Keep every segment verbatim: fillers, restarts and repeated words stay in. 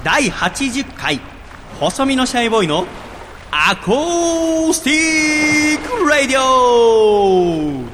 だいはちじゅっかい細身のシャイボーイのアコースティックラディオ。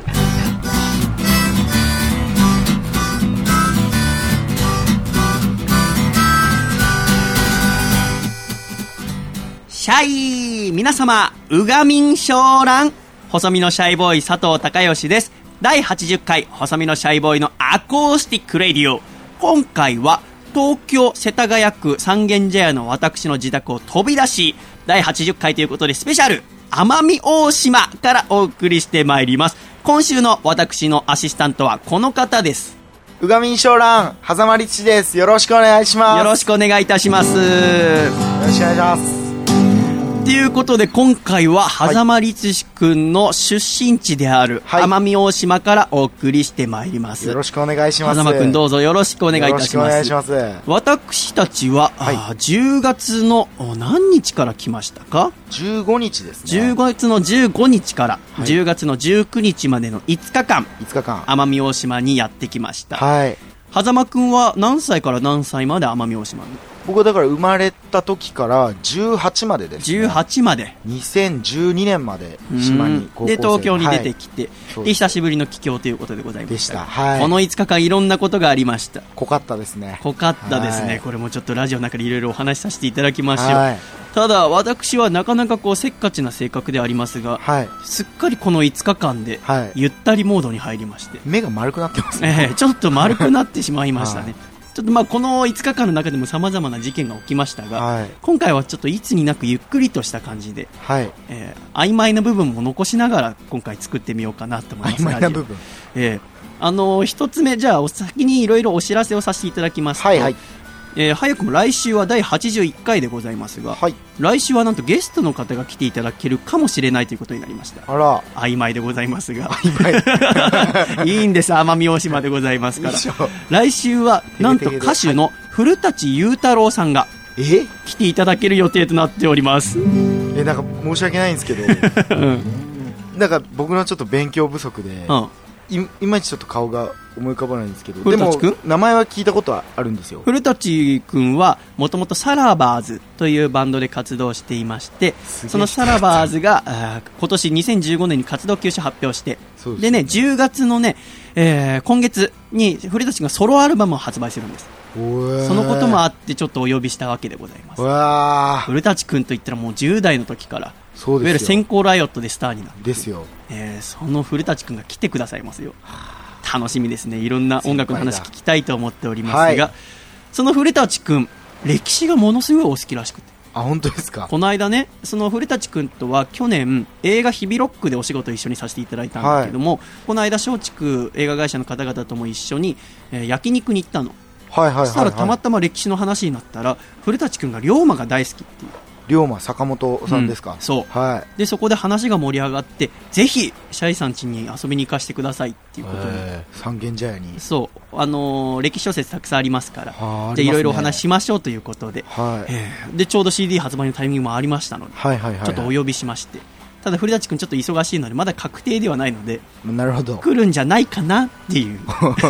シャイ皆様、うがみんしょうらん。細身のシャイボーイ佐藤孝義です。だいはちじゅっかい細身のシャイボーイのアコースティックラディオ。今回は東京世田谷区三軒茶屋の私の自宅を飛び出し、だいはちじゅっかいということでスペシャル奄美大島からお送りしてまいります。今週の私のアシスタントはこの方です。 うがみんしょうらん、狭間律史です。よろしくお願いします。 よろしくお願いいたします。よろしくお願いします。 ということで今回は狭間律史くんの出身地である奄美大島からお送りしてまいります。 よろしくお願いします。 狭間くんどうぞよろしくお願いいたします。 よろしくお願いします。 私たちは、はい、あじゅうがつの何日から来ましたか？ じゅうごにちですね。 じゅうがつのじゅうごにちから、はい、じゅうがつのじゅうくにちまでのいつかかん、 いつかかん奄美大島にやってきました。 はい。 狭間くんは何歳から何歳まで奄美大島に？ 僕はだから生まれた時からじゅうはちまでですね。 じゅうはちまでにせんじゅうにねんまで島に高校生で東京に出てきて、 はい、 で久しぶりの帰郷ということでございました。 でした、はい、 このいつかかんいろんなことがありました。 濃かったですね。 濃かったですね、はい、これもちょっとラジオの中でいろいろお話しさせていただきましょう、 はい、 ただ私はなかなかこうせっかちな性格でありますが、はい、すっかりこのいつかかんでゆったりモードに入りまして、はい、 目が丸くなってますね、 えー、ちょっと丸くなってしまいましたね、はい、ちょっとまあこのいつかかんの中でも様々な事件が起きましたが、はい、今回はちょっといつになくゆっくりとした感じで、はいえー、曖昧な部分も残しながら今回作ってみようかなと思います。 曖昧な部分、 えー、あのー、一つ目じゃあお先にいろいろお知らせをさせていただきますと、はいはいえー、早くも来週はだいはちじゅういっかいでございますが、はい、来週はなんとゲストの方が来ていただけるかもしれないということになりました。 あら曖昧でございますが曖昧いいんです、奄美大島でございますから。来週はなんと歌手の古舘裕太郎さんが来ていただける予定となっております。 えなんか申し訳ないんですけど、うん、なんか僕のちょっと勉強不足で、うんい, いまいちちょっと顔が思い浮かばないんですけど、でも名前は聞いたことはあるんですよ。 古舘くんはもともとサラバーズというバンドで活動していまして、そのサラバーズが今年にせんじゅうごねんに活動休止発表して、で, でねじゅうがつのね、えー、今月に古舘がソロアルバムを発売するんです。そのこともあってちょっとお呼びしたわけでございます。 わ古舘くんといったらもうじゅう代の時からいわゆる先行ライオットでスターになってですよ、 えー、その古舘くんが来てくださいますよ。楽しみですね。いろんな音楽の話聞きたいと思っておりますが、はい、その古舘くん歴史がものすごいお好きらしくて。 あ、本当ですか。 この間ね、その古舘くんとは去年映画日比ロックでお仕事一緒にさせていただいたんだけども、はい、この間松竹映画会社の方々とも一緒に、えー、焼肉に行ったの。 はいはいはいはい、 そしたらたまたま歴史の話になったら古舘くんが龍馬が大好きっていう。 龍馬坂本さんですか、 うん、そう、 はい、 でそこで話が盛り上がってぜひシャイさん家に遊びに行かせてくださいっていうことで、 三軒茶屋にそう、あのー、歴史小説たくさんありますから、でいろいろお話ししましょうということで、はい、えー、でちょうど シーディー 発売のタイミングもありましたので、はいはいはいはい、ちょっとお呼びしまして、ただ古舘くんちょっと忙しいのでまだ確定ではないので、 なるほど、 来るんじゃないかなっていう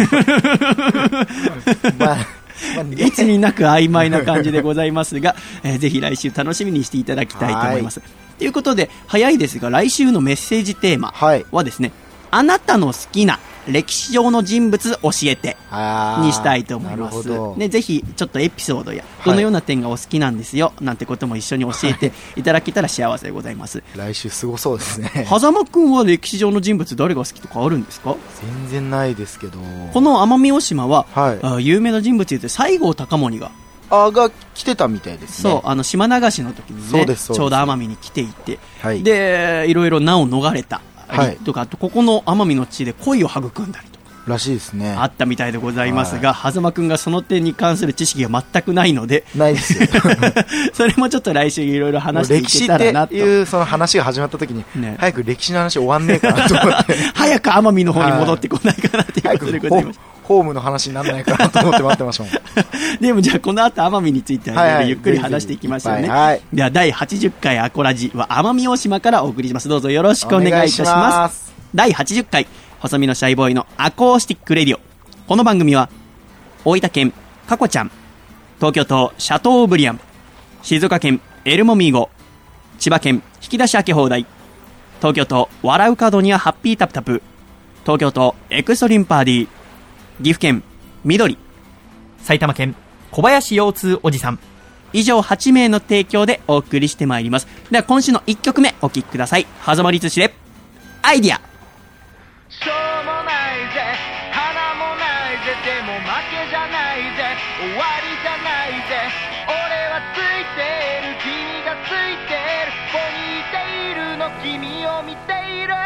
まあいつになく曖昧な感じでございますが、えー、ぜひ来週楽しみにしていただきたいと思います。ということで早いですが来週のメッセージテーマはですね、はい、あなたの好きな歴史上の人物教えてにしたいと思います。ね、ぜひちょっとエピソードやどのような点がお好きなんですよ、はい、なんてことも一緒に教えていただけたら幸せでございます。 来週すごそうですね。 狭間くんは歴史上の人物誰が好きとかあるんですか？ 全然ないですけど、 この奄美大島は、はい、あ有名な人物で言うと西郷隆盛があが来てたみたいですね。 そう、あの島流しの時にね、ちょうど奄美に来ていて、はい、でいろいろ難を逃れたりとか、はい、あとここの奄美の地で恋を育んだりとからしいですね、 あったみたいでございますが、狭間くんがその点に関する知識が全くないので、 ないですよそれもちょっと来週いろいろ話していけたらなと。 歴史っていうその話が始まった時に、ね、早く歴史の話終わんねえかなと思って早く奄美の方に戻ってこないかなということでございました。 ホームの話にならないかなと思って待ってましょうでもじゃあこの後奄美については、ね、はいはい、ゆっくり話していきましょうね。はい、ではだいはちじゅっかいアコラジは奄美大島からお送りします。どうぞよろしくお願いいたします。だいはちじゅっかい細身のシャイボーイのアコースティックレディオ。この番組は大分県かこちゃん、 東京都シャトーオブリアン、静岡県エルモミーゴ、千葉県引き出し開け放題、東京都笑う角にはハッピータプタプ、東京都エクストリームパーティー、岐阜県緑、 埼玉県小林腰痛おじさん、 以上はち名の提供でお送りしてまいります。では今週のいっきょくめお聴きください。狭間律師でアイディア。 しょうもないぜ、花もないぜ、でも負けじゃないぜ、終わりじゃないぜ、俺はついてる、君がついてる、ここにいているの君を見ている。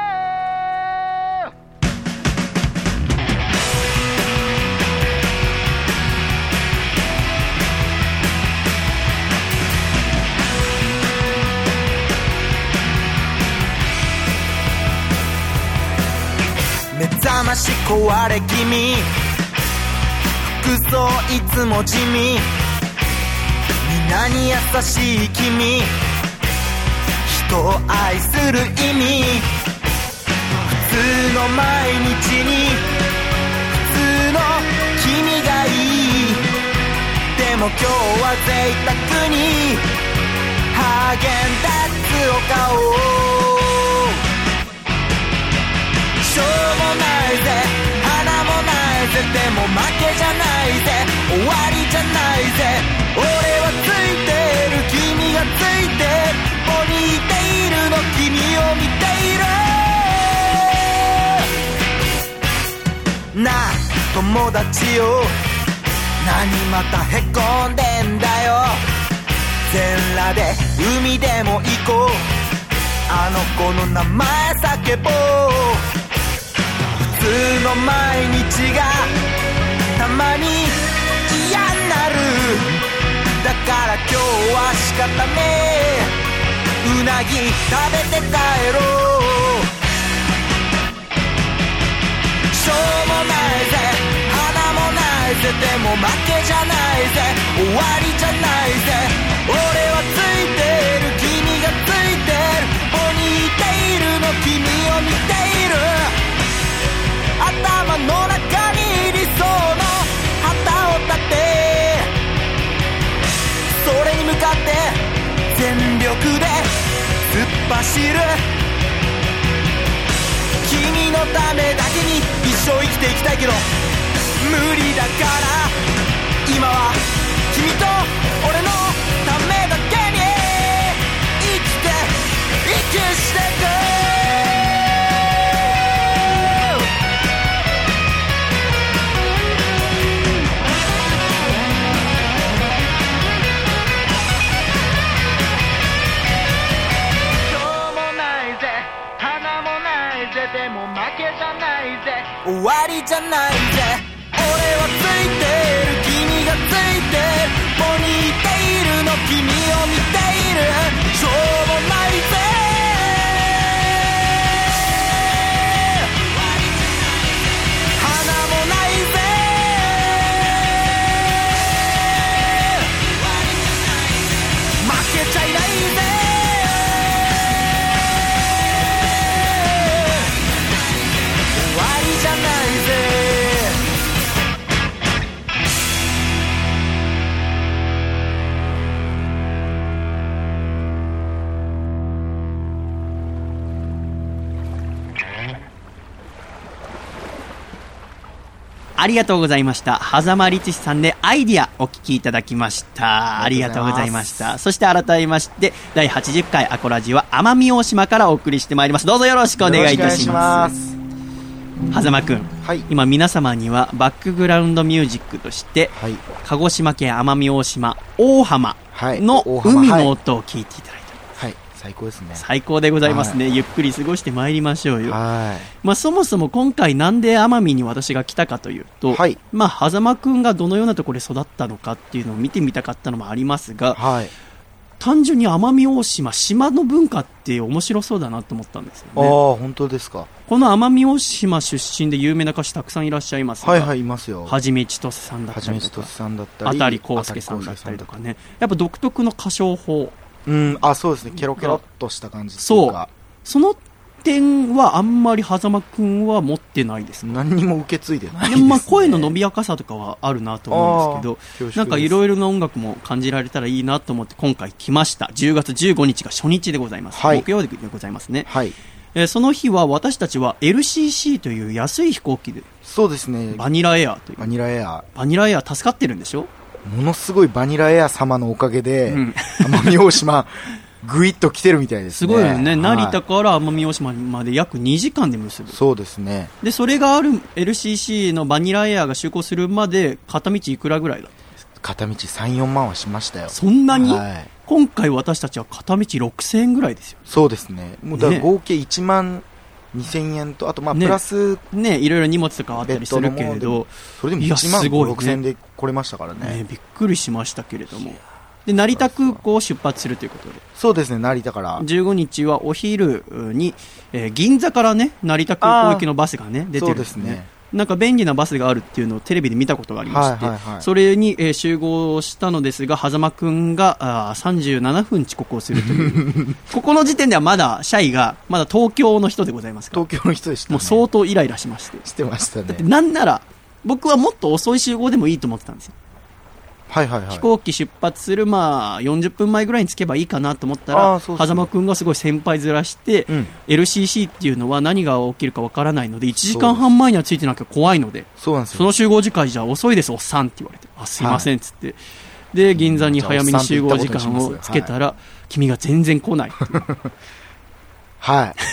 目覚まし壊れ気味、服装いつも地味、皆に優しい君、人を愛する意味、普通の毎日に普通の君がいい。でも今日は贅沢にハーゲンダッツを買おう。しょうもないぜ、花もないぜ、でも負けじゃないぜ、終わりじゃないぜ、俺はついてる、君がついてる、ここにいているの君を見ている。なあ友達よ、何またへこんでんだよ。全裸で海でも行こう、あの子の名前叫ぼう。普通の毎日がたまに嫌になる。だから今日は仕方ねえ、うなぎ食べて帰ろう。しょうもないぜ、花もないぜ、でも負けじゃないぜ、終わりじゃないぜ、俺はついてる、君がついてる、ここにいているの君を見ている。頭の中に理想の旗を立て、それに向かって全力で突っ走る。君のためだけに一生生きていきたいけど無理だから、今は君と俺のためだけに生きて息してく。でも負けじゃないぜ、終わりじゃないぜ、俺はついてる、君がついてる、ここにいているの君を見ている。しょうもないぜ、花もないぜ、負けちゃいないぜ。 ありがとうございました。狭間律師さんでアイディアお聞きいただきました。ありがとうございました。そして改めましてだいはちじゅっかいアコラジは奄美大島からお送りしてまいります。どうぞよろしくお願いいたします。狭間くん、はい、今皆様にはバックグラウンドミュージックとして、はい、鹿児島県奄美大島大浜の海の音を聞いていただいて、 はい、最高ですね。 最高でございますね、はい、ゆっくり過ごしてまいりましょうよ。 はい、 まあ、そもそも今回なんで奄美に私が来たかというと、はい、まあ、狭間くんがどのようなところで育ったのかっていうのを見てみたかったのもありますが、はい、単純に奄美大島、島の文化って面白そうだなと思ったんですよね。 ああ、本当ですか。 この奄美大島出身で有名な歌手たくさんいらっしゃいますが、 はいはい、いますよ。 はじめちとせさんだったりとか、あたりこうすけさんだったりとかね、やっぱ独特の歌唱法、 うん、あ、そうですね、ケロケロっとした感じっていうか、 そう、その点はあんまり狭間くんは持ってないですか？ 何にも受け継いでないですね。 でもまあ声の伸びやかさとかはあるなと思うんですけど、なんかいろいろな音楽も感じられたらいいなと思って今回来ました。じゅうがつじゅうごにちが初日でございます、はい、木曜日でございますね、はい。えー、その日は私たちは エルシーシー という安い飛行機で、 そうですね、 バニラエアというバニラエアバニラエア助かってるんでしょ？ ものすごいバニラエア様のおかげで、うん、奄美大島ぐいっと来てるみたいですね。 すごいよね、はい、成田から奄美大島まで約にじかんで結ぶ。 そうですね。 でそれがある エルシーシー のバニラエアが就航するまで片道いくらぐらいだったんですか？ 片道さん、よんまんはしましたよ。 そんなに、 はい、 今回私たちは片道ろくせんえんぐらいですよ。 そうですね。もうだから合計いちまんにせんえんと、あとまあプラスね、ね、いろいろ荷物とかあったりするけれど、 それでもいちまんろくせんえんで来れましたからね。 ね、びっくりしましたけれども。で成田空港を出発するということで、 そうですね、成田からじゅうごにちはお昼に、えー、銀座からね成田空港行きのバスがね出てるんですね。そうですね、なんか便利なバスがあるっていうのをテレビで見たことがありまして、はいはいはい、それに、えー、集合したのですが、狭間くんがあさんじゅうななふん遅刻をするというここの時点ではまだシャイがまだ東京の人でございますから。 東京の人でしたね。 もう相当イライラしましてしてましたね。 だってなんなら僕はもっと遅い集合でもいいと思ってたんですよ。 はいはいはい、 飛行機出発する、まあ、よんじゅっぷんまえぐらいに着けばいいかなと思ったら、狭間くんがすごい先輩ずらして、うん、エルシーシー っていうのは何が起きるかわからないのでいちじかんはんまえには着いてなきゃ怖いので、 そうなんですよ。 その集合時間じゃ遅いですおっさんって言われて、あすいませんっつって、はい、で銀座に早めに集合時間をつけたら、はい、君が全然来ないはい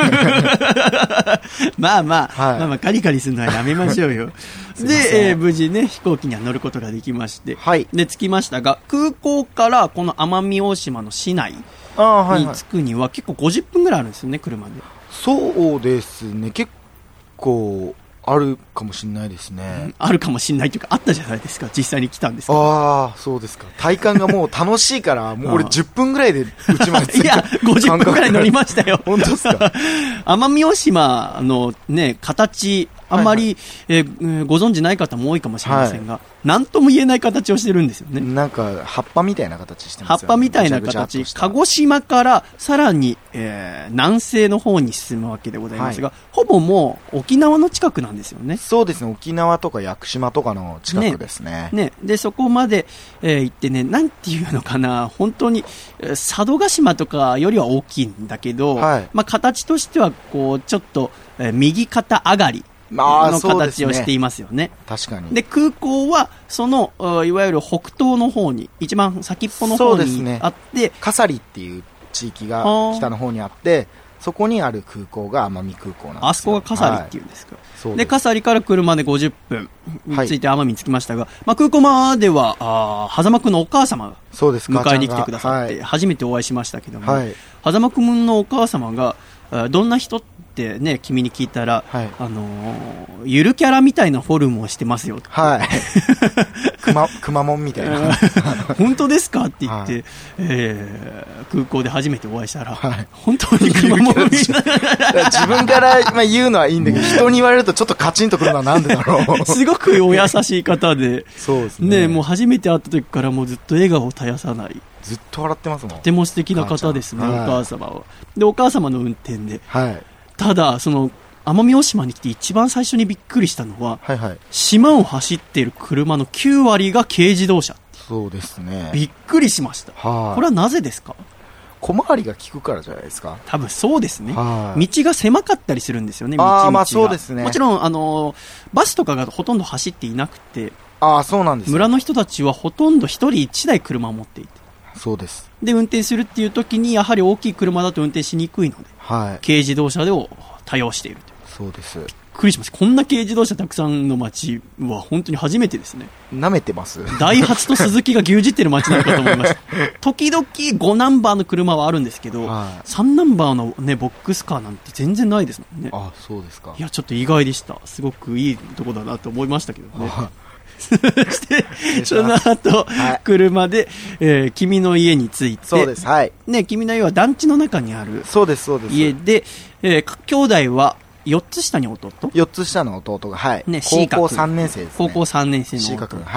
まあまあ、はい、まあまあカリカリするのはやめましょうよで、えー、無事ね飛行機には乗ることができまして、はい、で着きましたが、空港からこの奄美大島の市内に着くには結構ごじゅっぷんぐらいあるんですよね、車で。 そうですね、結構あるかもしれないですね、うん、 あるかもしれないというかあったじゃないですか、実際に来たんですか。 ああそうですか。体感がもう楽しいからもう俺じゅっぷんぐらいでうちまで着いたいやごじゅっぷんぐらい乗りましたよ本当ですか。 奄美大島のね形あんまり、はいはい、えー、ご存知ない方も多いかもしれませんが、はい、なんとも言えない形をしてるんですよね。 なんか葉っぱみたいな形してますよね。 葉っぱみたいな形、ぐちゃぐちゃ鹿児島からさらに、えー、南西の方に進むわけでございますが、はい、ほぼもう沖縄の近くなんですよね。 そうですね、沖縄とか屋久島とかの近くですね。 ね、ねでそこまで、えー、行ってね、なんていうのかな、本当に、えー、佐渡島とかよりは大きいんだけど、はい、まあ、形としてはこうちょっと、えー、右肩上がりの形をしていますよね。 確かに。 で空港はそのいわゆる北東の方に一番先っぽの方にあって、ね、 笠利っていう地域が北の方にあって、そこにある空港が奄美空港なんですよ。 あそこが笠利っていうんですか。はい、で笠利から車でごじゅっぷんについて奄美に着きましたが、はい、まあ、空港まではあ狭間くんのお母様が迎えに来てくださって、初めてお会いしましたけども、はい、狭間くんのお母様がどんな人ってね、君に聞いたら、はい、あのー、ゆるキャラみたいなフォルムをしてますよって、はい、 くま、くまモンみたいな本当ですかって言って、はい、えー、空港で初めてお会いしたら、はい、本当にくまモンみたいな自分から、まあ、言うのはいいんだけど、人に言われるとちょっとカチンとくるのはなんでだろうすごくお優しい方でそうですね、 ね、もう初めて会った時からもうずっと笑顔を絶やさない、 ずっと笑ってますもん。 とても素敵な方ですね、お母様は。でお母様の運転で、はい、ただその奄美大島に来て一番最初にびっくりしたのは、はいはい、島を走っている車のきゅうわりが軽自動車。 そうですね、 びっくりしました。はあ、これはなぜですか。 小回りが利くからじゃないですか。 多分そうですね、はあ、道が狭かったりするんですよね。道あ道まあそうですね、 もちろんあのバスとかがほとんど走っていなくて、 あそうなんです、 村の人たちはほとんどひとりいちだい車を持っていて、 そうです。 で運転するっていう時にやはり大きい車だと運転しにくいので、はい、軽自動車でを多用していると。 そうです。 びっくりしました。こんな軽自動車たくさんの街は本当に初めてですね。 舐めてます。 ダイハツとスズキが牛耳ってる街なのかと思いました時々ごナンバーの車はあるんですけど、はい、さんナンバーの、ね、ボックスカーなんて全然ないですもんね。 あそうですか。 いやちょっと意外でした。すごくいいとこだなと思いましたけどねそしてその後、はい、車で、えー、君の家に着いて、 そうです、はい、 ね、君の家は団地の中にあるそうですそうです家で、えー、兄弟はよっつ下に弟よっつ下の弟が、はい、 ね、 高校さんねん生ですね。 高校さんねん生の弟、 シーカ君、はい、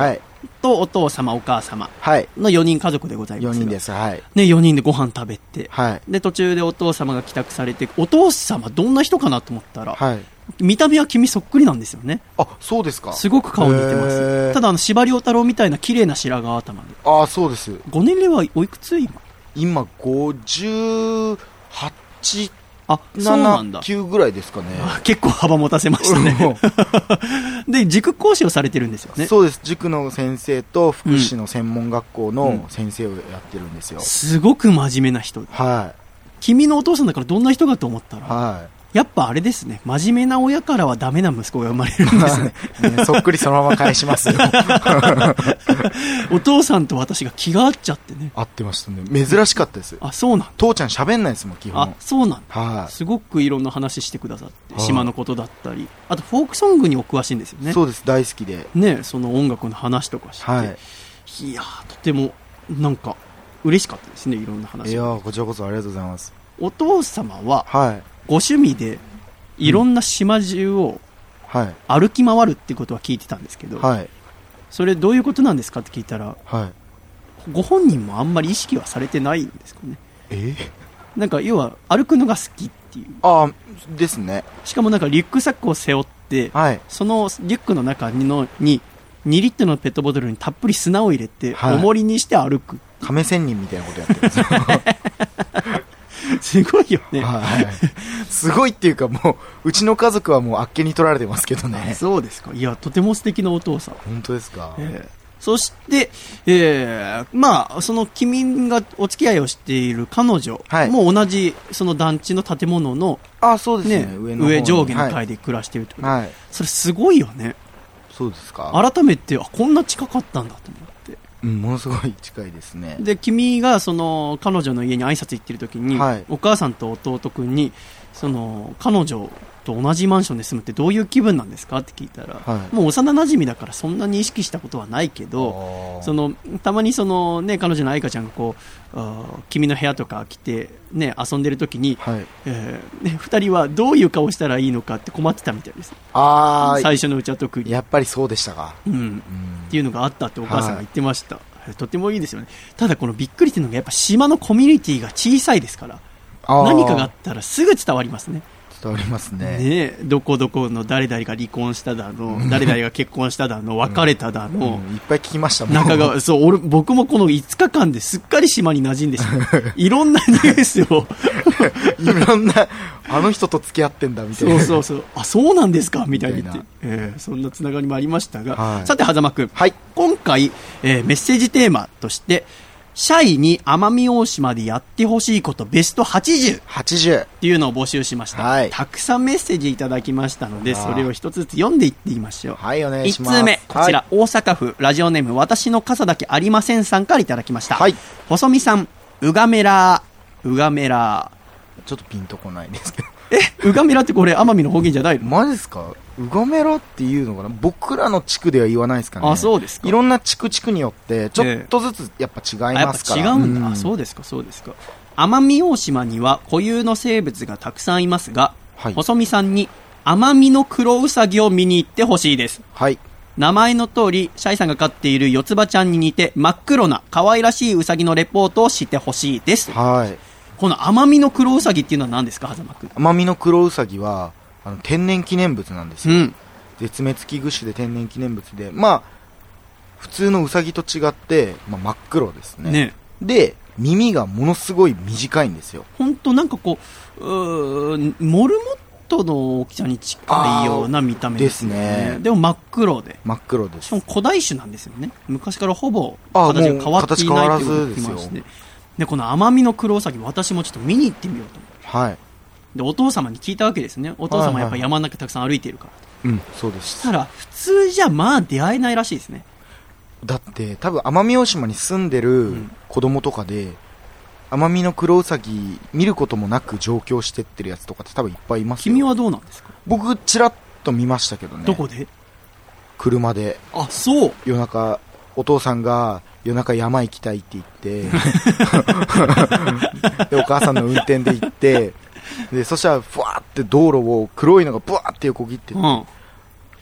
とお父様お母様のよにん家族でございます。 よにんです。はい。 ね、よにんでご飯食べて、 はい。 で途中でお父様が帰宅されて、お父様どんな人かなと思ったら、 はい。 見た目は君そっくりなんですよね。 あ、そうですか。 すごく顔似てます。ただあの司馬遼太郎みたいな綺麗な白髪頭で。 ああ、そうです。 ご年齢はおいくつ今？ 今ごじゅうはち、 あ、そうなんだ。 きゅうぐらいですかね。 結構幅持たせましたね。で、塾講師をされてるんですよね。 そうです。塾の先生と福祉の専門学校の先生をやってるんですよ。うん、 すごく真面目な人で。 はい。 君のお父さんだからどんな人かと思ったら、 はい。 やっぱあれですね、真面目な親からはダメな息子が生まれるんですね。 ね、そっくりそのまま返しますよ。 お父さんと私が気が合っちゃってね。 合ってましたね。珍しかったです。 あ、そうなん。 父ちゃん喋んないですもん、基本。 あ、そうなん。 はい。 すごくいろんな話してくださって、島のことだったり、あとフォークソングにお詳しいんですよね。 そうです、大好きで。 ね、その音楽の話とかして、はい、いやー、とてもなんか嬉しかったですね、いろんな話。 いやー、こちらこそありがとうございます。 お父様は、 はい。 ご趣味でいろんな島中を歩き回るってことは聞いてたんですけど、はい、それどういうことなんですかって聞いたら、はい、ご本人もあんまり意識はされてないんですかね。えー、なんか要は歩くのが好きっていう。 ああ、ですね。 しかもなんかリュックサックを背負って、はい、そのリュックの中にのににリットルのペットボトルにたっぷり砂を入れて、はい、重りにして歩く。 亀仙人みたいなことやってるんですよ。 すごいよね、 はい、すごいっていうか、もううちの家族はもうあっけに取られてますけどね。 そうですか。いや、とても素敵なお父さん。 本当ですか。 えー、そして、えー、まあその君がお付き合いをしている彼女、はい、も同じその団地の建物の、 あ、そうですね、 ね、上の上上下の階で暮らしていると、はい、それすごいよね。 そうですか。 改めて、あ、こんな近かったんだと思って。 うん、ものすごい近いですね。 で、君がその彼女の家に挨拶行ってる時に、はい、お母さんと弟君にその彼女と同じマンションで住むってどういう気分なんですかって聞いたら、はい、もう幼馴染だからそんなに意識したことはないけど、そのたまにその、ね、彼女の愛花ちゃんがこう君の部屋とか来て、ね、遊んでる時に、はい、えーね、ふたりはどういう顔したらいいのかって困ってたみたいです。あ、最初のうちは特にやっぱりそうでしたか、 うんうん、っていうのがあったってお母さんが言ってました、はい、とてもいいですよね。ただこのびっくりっていうのがやっぱ島のコミュニティが小さいですから、何かがあったらすぐ伝わりますね。 伝わりますね。 ね、どこどこの誰々が離婚しただの、誰々が結婚しただの、別れただの、 うんうん、いっぱい聞きましたもん。 中が、そう、俺、僕もこのいつかかんですっかり島に馴染んでしまう。いろんなニュースを。 いろんな、あの人と付き合ってんだみたいな。 そうそうそう。あ、そうなんですかみたいに言って。えー、そんなつながりもありましたが。はい、さて、狭間くん。はい、今回、えー、メッセージテーマとして、シャイに奄美大島でやってほしいことベストはちじゅう。はちじゅう。っていうのを募集しました。はい、たくさんメッセージいただきましたので、それを一つずつ読んでいってみましょう。 はい、お願いします。 いちつうめ、こちら、はい、大阪府ラジオネーム私の傘だけありませんさんからいただきました。はい。細見さん、うがめらー、うがめらー。ちょっとピンとこないですけど。 え、うがめらってこれ奄美の方言じゃないの？ マジですか？うがめらっていうのかな。僕らの地区では言わないですかね。 あ、そうですか。 いろんな地区地区によってちょっとずつやっぱ違いますから。 やっぱ違うんだ、うん、あ、そうですかそうですか。奄美大島には固有の生物がたくさんいますが、はい、細見さんに奄美の黒ウサギを見に行ってほしいです。はい。名前の通りシャイさんが飼っている四つ葉ちゃんに似て真っ黒な可愛らしいウサギのレポートをしてほしいです。はい。この奄美の黒ウサギっていうのは何ですか、狭間くん。 奄美の黒ウサギはあの天然記念物なんですよ、うん、絶滅危惧種で天然記念物で、まあ普通のウサギと違って、まあ、真っ黒です ね, ねで耳がものすごい短いんですよ。 本当なんかこう、うーモルモットの大きさに近いような見た目ですね。ですね。でも真っ黒で真っ黒です。 しかも古代種なんですよね。昔からほぼ形が変わっていないということを聞きまして、でこの奄美の黒ウサギ、私もちょっと見に行ってみようと思って、はい、でお父様に聞いたわけですね。お父様はやっぱり山の中たくさん歩いているから、 はいはい、うん、そうです。 そしたら普通じゃまあ出会えないらしいですね。 だって多分奄美大島に住んでる子供とかで、うん、奄美の黒ウサギ見ることもなく上京してってるやつとかって多分いっぱいいますよ。 君はどうなんですか？ 僕ちらっと見ましたけどね。 どこで？ 車で。 あ、そう。 夜中お父さんが夜中山行きたいって言ってでお母さんの運転で行ってでそしたらふわーって道路を黒いのがブワーって横切ってて、うん、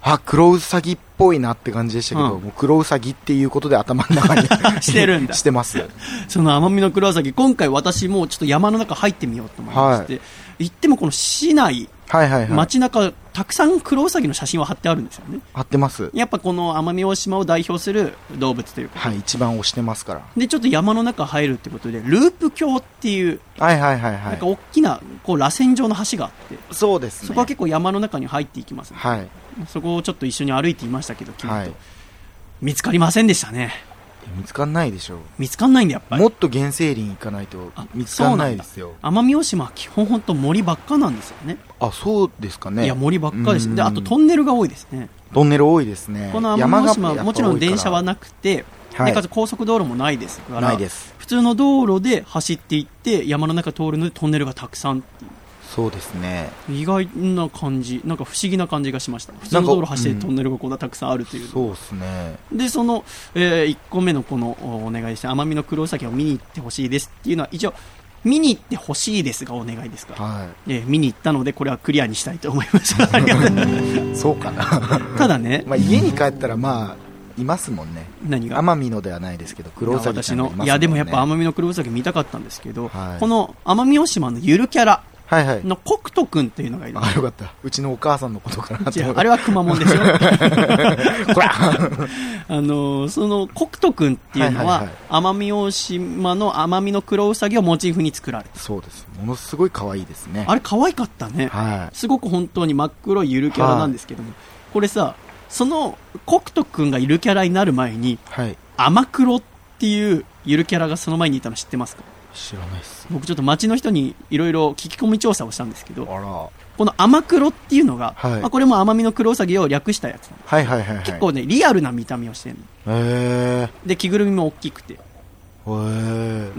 あ、黒ウサギっぽいなって感じでしたけど、うん、もう黒ウサギっていうことで頭の中にしてるんだ。 してます。 その奄美の黒ウサギ、今回私もちょっと山の中入ってみようと思いまして、はい、行ってもこの市内、はいはいはい、街中たくさん黒ウサギの写真は貼ってあるんですよね。 貼ってます。 やっぱこの奄美大島を代表する動物というか、 はい、一番推してますから。 でちょっと山の中入るってことでループ橋っていう、 はいはいはいはい、 なんか大きなこう螺旋状の橋があって、 そうですね、 そこは結構山の中に入っていきます、ね、 はい、 そこをちょっと一緒に歩いていましたけど、はい、見つかりませんでしたね。 見つかんないでしょう。 見つかんないんだやっぱり。 もっと原生林行かないと見つかんないですよ。 奄美大島は基本本当森ばっかなんですよね。 あ、そうですかね。 いや森ばっかです。であとトンネルが多いですね。 トンネル多いですね。 この奄美大島はもちろん電車はなくて、はい、でかつ高速道路もないですから、 ないです。 普通の道路で走っていって山の中通るのでトンネルがたくさんっていう。 そうですね。 意外な感じ、なんか不思議な感じがしました。普通の道路走ってトンネルがこんなたくさんあるという。 そうですね。 でその、えー、いっこめのこのお願いして奄美の黒ウサギを見に行ってほしいですっていうのは一応見に行ってほしいですがお願いですから、はい、えー、見に行ったのでこれはクリアにしたいと思いましたそうかなただね、 まあ、家に帰ったらまあいますもんね。 何が奄美のではないですけど黒ウサギちゃんがいますもんね。 いやでもやっぱ奄美の黒ウサギ見たかったんですけど、はい、この奄美大島のゆるキャラはいはい、 のコクト君っていうのがいる。 あ、よかった。うちのお母さんのことかなと思って。 あれはくまモンでしょこらあのそのコクト君っていうのは、はいはいはい、奄美大島の奄美の黒ウサギをモチーフに作られた。 そうです。ものすごい可愛いですね。 あれ可愛かったね、はい、すごく本当に真っ黒いゆるキャラなんですけども、はい、これさそのコクト君がゆるキャラになる前に、はい、甘黒っていうゆるキャラがその前にいたの知ってますか？ 知らないです。 僕ちょっと街の人にいろいろ聞き込み調査をしたんですけど、 あら、 この甘黒っていうのが、はい、まあ、これも奄美の黒ウサギを略したやつなんです、 はいはいはいはい、 結構ねリアルな見た目をしてるの。へー。で着ぐるみも大きくて、へー、うん、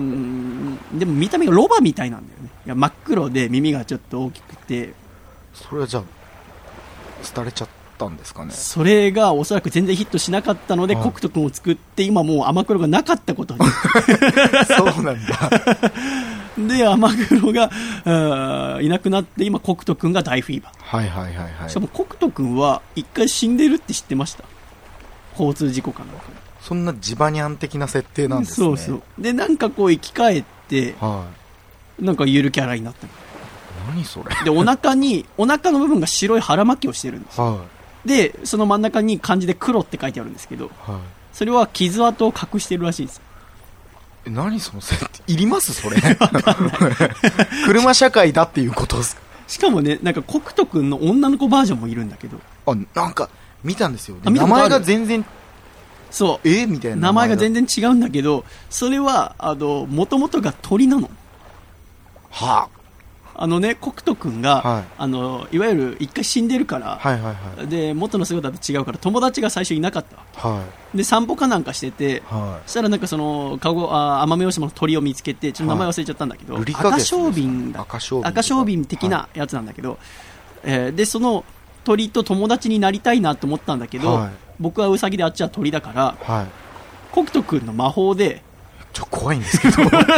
でも見た目がロバみたいなんだよね。いや真っ黒で耳がちょっと大きくて。 それはじゃあ廃れちゃったんですかね。 それがおそらく全然ヒットしなかったので、はい、コクト君を作って今もう甘黒がなかったことにそうなんだで甘黒がいなくなって今コクト君が大フィーバー。 はいはいはいはい。 しかもコクト君は一回死んでるって知ってました？交通事故かなんか。 そんなジバニャン的な設定なんですね。 そうそう。でなんかこう生き返って、はい、なんかゆるキャラになってる。 何それでお腹にお腹の部分が白い腹巻きをしてるんですよ、はい、でその真ん中に漢字で黒って書いてあるんですけど、はい、それは傷跡を隠してるらしいです。 え、何その設定いりますそれ車社会だっていうことですか？ しかもねなんかコクト君の女の子バージョンもいるんだけど、 あ、なんか見たんですよ。で名前が全然そうえみたいな名前が全然違うんだけど、それはあの元々が鳥なの。 はあ、 あのね、コクト君が、はい、あのいわゆる一回死んでるから、 はいはいはい、 で元の姿と違うから友達が最初いなかった、はい、で散歩かなんかしてて、はい、そしたらなんかそのかごあ奄美大島の鳥を見つけて、ちょっと名前忘れちゃったんだけど、はい、赤小瓶だ赤小瓶的なやつなんだけど、はい、えー、でその鳥と友達になりたいなと思ったんだけど、はい、僕はウサギであっちは鳥だから、はい、コクト君の魔法でちょっと怖いんですけど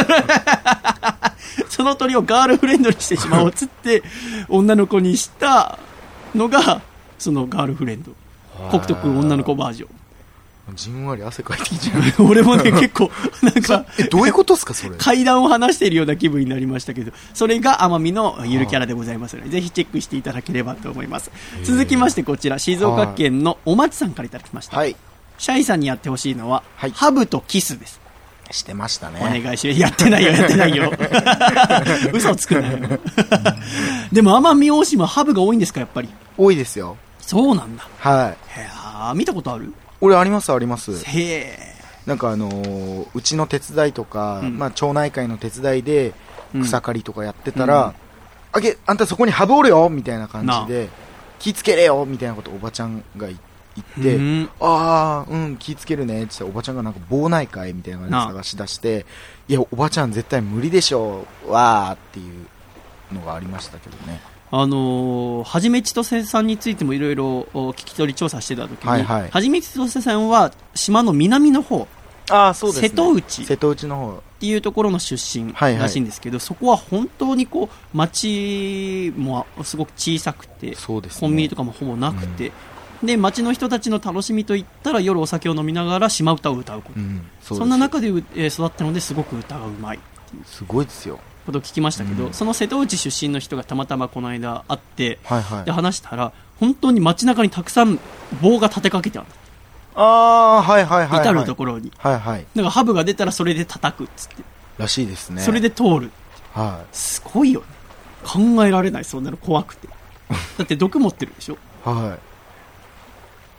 その鳥をガールフレンドにしてしまおうっつって女の子にしたのがそのガールフレンド、コクト君女の子バージョン。 じんわり汗かいてきちゃう俺もね結構なんかえどういうことですかそれ。 階段を話しているような気分になりましたけど、それが奄美のゆるキャラでございますので、ぜひチェックしていただければと思います。続きましてこちら静岡県のお松さんからいただきました、はい、シャイさんにやってほしいのは、はい、ハブとキスです。 してましたね。 お願いします。やってないよやってないよ嘘をつくなよでも奄美大島ハブが多いんですか？やっぱり多いですよ。 そうなんだ。 はい。 へー、見たことある？ 俺ありますあります。 へえ。 なんかあのー、うちの手伝いとか、うん、まあ、町内会の手伝いで草刈りとかやってたら、うん、あげあんたそこにハブおるよみたいな感じで気つけれよみたいなことをおばちゃんが言って行って、うん、ああうん気ぃつけるねって言っておばちゃんがなんか棒ないかいみたいな感じで探し出して、いやおばちゃん絶対無理でしょわーっていうのがありましたけどね。 あのー、はじめちとせさんについてもいろいろ聞き取り調査してた時に、はいはい、はじめちとせさんは島の南の方、 あそうですね、 瀬戸内瀬戸内の方っていうところの出身らしいんですけど、はいはい、そこは本当にこう町もすごく小さくて、そうですね、コンビニとかもほぼなくて、うん、 で街の人たちの楽しみといったら夜お酒を飲みながら島唄を歌うこと、うん、 そ, そんな中で、えー、育ったのですごく歌がうまいすごいですよことを聞きましたけど、うん、その瀬戸内出身の人がたまたまこの間会って、はいはい、で話したら本当に街中にたくさん棒が立てかけてある。 ああー、はいはいはい、はい、 至るところに、 はいはい、 だからハブが出たらそれで叩くっつってらしいですね。 それで通る、 はい、 すごいよね。考えられない。そんなの怖くてだって毒持ってるでしょ。 はい、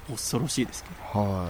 恐ろしいですけど。 はい、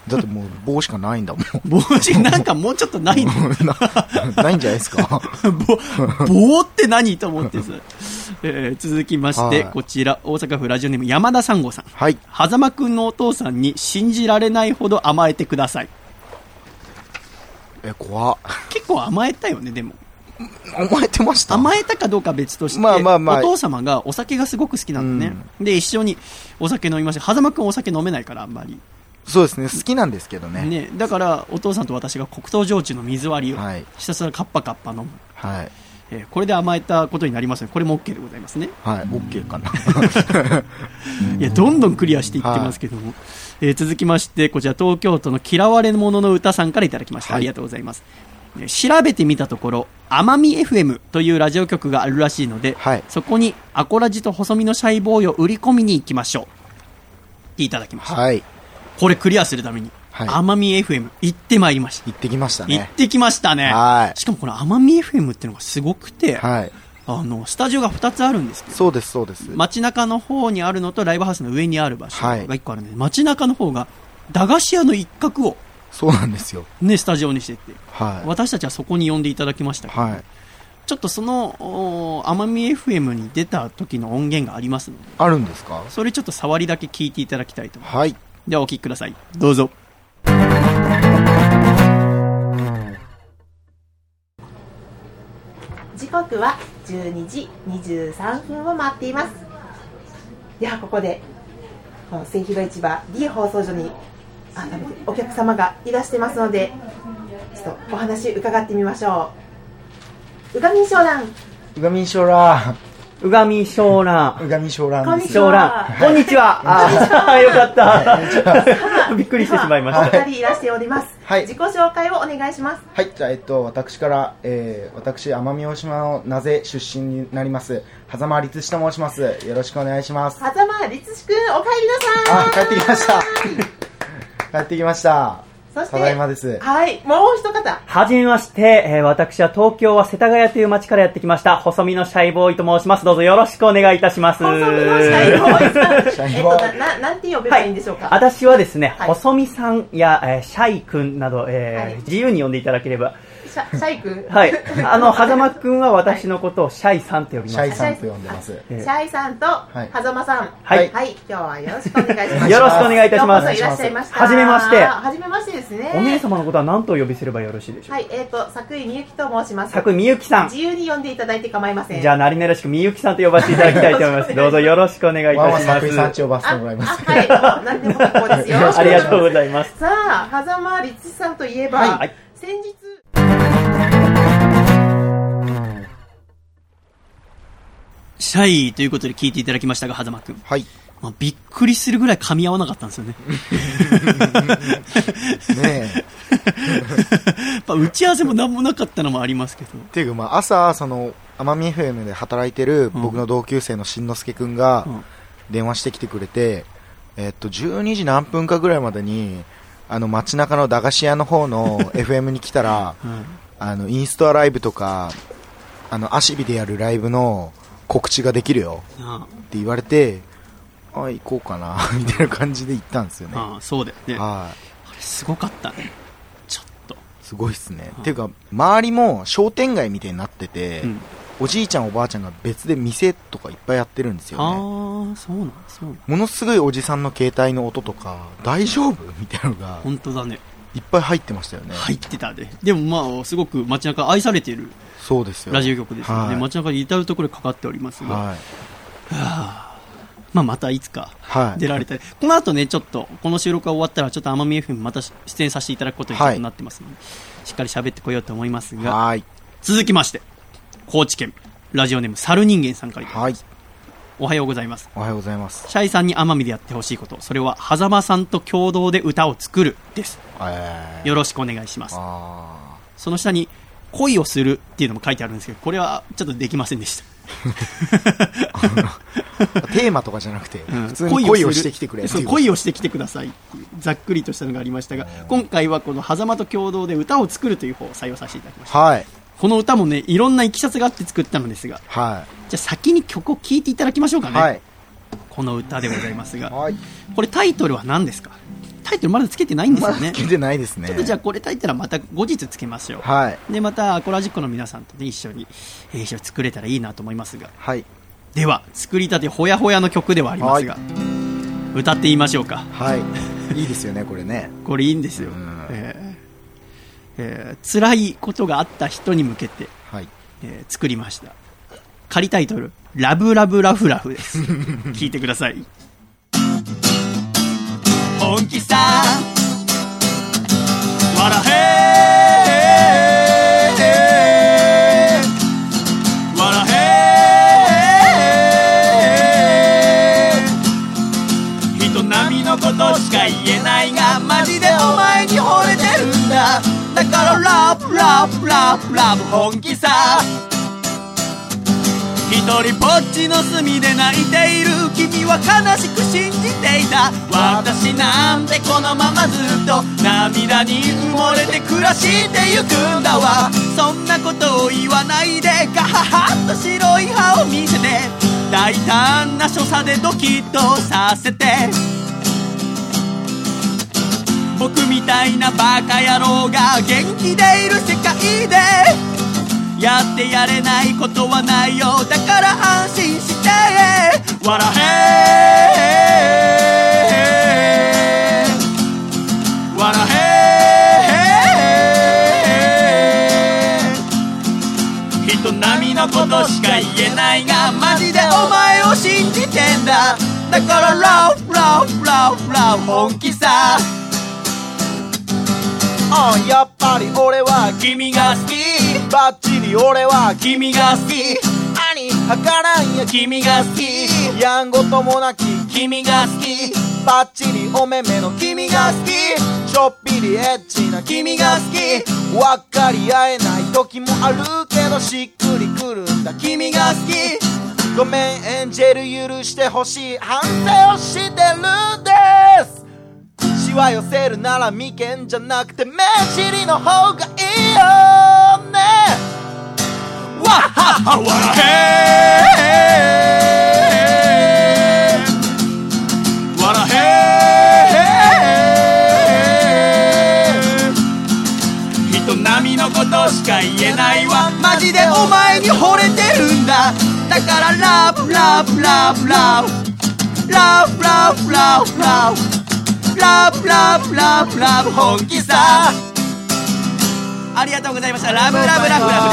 だってもう棒しかないんだもん棒しなんかもうちょっとないのな, ないんじゃないですか棒, 棒って何と思ってさ、えー、続きまして、はい、こちら大阪府ラジオネーム山田三郷さん、 はい、 狭間くんのお父さんに信じられないほど甘えてください。 え怖っ。 結構甘えたよね。でも甘えてました。 甘えたかどうかは別として、 まあまあまあ、 お父様がお酒がすごく好きなんだね、うん、で一緒にお酒飲みました。狭間くんお酒飲めないからあんまり。 そうですね、好きなんですけど ね, ねだからお父さんと私が黒糖焼酎の水割りをひたすらカッパカッパ飲む、 はい、 えー、これで甘えたことになりますのでこれも OK でございますね。 はい、 OK かないやどんどんクリアしていってますけども、はい、えー、続きましてこちら東京都の嫌われ者の歌さんからいただきました、はい、ありがとうございます。調べてみたところ奄美 エフエム というラジオ局があるらしいので、はい、そこにアコラジと細身のシャイボーイを売り込みに行きましょうっていただきました、はい、これクリアするために、はい、奄美 エフエム 行ってまいりました。 行ってきましたね。 行ってきましたね、はい、しかもこの奄美 エフエム っていうのがすごくて、はい、あのスタジオがふたつあるんですけど、 そうですそうです、 街中の方にあるのとライブハウスの上にある場所がいっこあるんで、はい、街中の方が駄菓子屋の一角をそうなんですよ、 ね、スタジオにしてて、 はい、 私たちはそこに呼んでいただきましたけど、はい、ちょっとその奄美 エフエム に出た時の音源がありますので。 あるんですか。 それちょっと触りだけ聞いていただきたいと思います、 はい、 ではお聞きください。どうぞ。 時刻はじゅうにじにじゅうさんぷんを回っています。ではここでこの末広市場 D 放送所に改めてお客様がいらしてますのでちょっとお話伺ってみましょう。うがみんしょうらんうがみんしょうらんうがみしょうらんうがみしょうらんこんにちは。 こんにちは。あよかったびっくりしてしまいました。 ふたりいらしております、はい、自己紹介をお願いします。 はい、じゃあ、えっと、私から、えー、私奄美大島の名瀬出身になります狭間律史と申します。よろしくお願いします。 狭間律史くんお帰りなさい。 あ帰ってきました帰ってきました。 そしてただいまです。 はい、もう一方。 はじめまして、えー、私は東京は世田谷という町からやってきました細身のシャイボーイと申します。どうぞよろしくお願いいたします。 細身のシャイボーイさんえっとなななんて呼べばいいんでしょうか。 はい、私はですね、はい、細身さんや、えー、シャイ君など、えーはい、自由に呼んでいただければ。 シャ, シャイ君はいあの狭間君は私のことをシャイさんと呼びます。 シャイさんと呼んでます。 シャイさんと狭間さん、 はい、 はい、今日はよろしくお願いします。 よろしくお願いいたします。 ようこそいらっしゃいました。 はじめまして。 はじめましてですね。 お姉様のことは何とお呼びすればよろしいでしょうか。 はい、えっ、ー、と佐久井みゆきと申します。 佐久井みゆきさん。 自由に呼んでいただいて構いません。 じゃあなりならしくみゆきさんと呼ばせていただきたいと思います。どうぞよろしくお願いいたします。 佐久井さんち呼ばせてもらいます。 はい、何でも結構ですよ。 ありがとうございます。 さあ狭間律史さんといえば、はい、先日シャイということで聞いていただきましたが狭間くん、 はい、 まあ、びっくりするぐらい噛み合わなかったんですよねねえまあ打ち合わせも何もなかったのもありますけどっていうか、まあ、朝その奄美 エフエム で働いてる僕の同級生のしんのすけくんが電話してきてくれて、えっと、じゅうにじ何分かぐらいまでにあの街中の駄菓子屋の方の エフエム に来たら、うん、あのインストアライブとかあのアシビでやるライブの告知ができるよって言われて、ああ行こうかなみたいな感じで行ったんですよね。 ああそうだよね。 あれすごかったね。ちょっとすごいっすね。っていうか周りも商店街みたいになってて、うん、おじいちゃんおばあちゃんが別で店とかいっぱいやってるんですよね。 ああそうなんそうなん。 ものすごいおじさんの携帯の音とか大丈夫みたいなのが本当だね。 いっぱい入ってましたよね。 入ってたね。でもまあすごく街中愛されているそうですよラジオ局ですので、はい、街中に至るところでかかっておりますが、はいはあ、まあ、またいつか出られたり、はい、この後ねちょっとこの収録が終わったらちょっと奄美 エフエム また出演させていただくことにちょっとなってますので、はい、しっかり喋ってこようと思いますが、はい、続きまして高知県ラジオネーム猿人間さんからいただきます、はい、 おはようございます。 おはようございます。 シャイさんに奄美でやってほしいこと、それは狭間さんと共同で歌を作るです、えー、よろしくお願いします。あ、その下に恋をするっていうのも書いてあるんですけど、これはちょっとできませんでしたテーマとかじゃなくて、うん、普通に恋をしてきてくれっていう、 恋をしてきてくださいっていうざっくりとしたのがありましたが、今回はこの狭間と共同で歌を作るという方を採用させていただきました、はい、この歌もねいろんないきさつがあって作ったのですが、はい、じゃあ先に曲を聴いていただきましょうかね、はい、この歌でございますが、はい、これタイトルは何ですか？タイトルまだつけてないんですよね。まだつけてないですね。 ちょっとじゃあこれタイトルはまた後日つけましょう、はい、でまたアコラジックの皆さんと、ね、一緒に、えー、一緒に作れたらいいなと思いますが、はい、では作りたてほやほやの曲ではありますが、はい、歌ってみましょうか。 はい、いいですよねこれね。 これいいんですよ、えーえー、辛いことがあった人に向けて、はい、えー、作りました。仮タイトルラブラブラフラフです聞いてください。本気さ笑え笑え人並みのことしか言えないがマジでお前に惚れてるんだ。だからラブラブラブラブ本気さ。一人ぼっちの隅で泣いている君は悲しく信じていた。私なんてこのままずっと涙に埋もれて暮らしてゆくんだわ。そんなことを言わないでガハハッと白い歯を見せて大胆な所作でドキッとさせて、僕みたいなバカ野郎が元気でいる世界でやってやれないことはないよ。だから安心して笑え笑え人並みのことしか言えないがマジでお前を信じてんだ。だからラブラブラブラブ本気さ。 ああやっぱり俺は君が好き。 バッチリ俺は君が好き。 兄はからんや君が好き。 やんごともなき君が好き。 バッチリお目目の君が好き。ちょっぴりエッチな君が好き。分かり合えない時もあるけどしっくりくるんだ君が好き。ごめんエンジェル許してほしい反省をしてるんです。しわ寄せるなら眉間じゃなくて目尻の方がいいよね。 わっはっは笑え笑え人並みのことしか言えないわ。マジでお前に惚れてるんだ。だからラブラブラブラブラブラブラブラブラブラブラブラブ本気さ。ありがとうございました。ラブラブラブラブでした。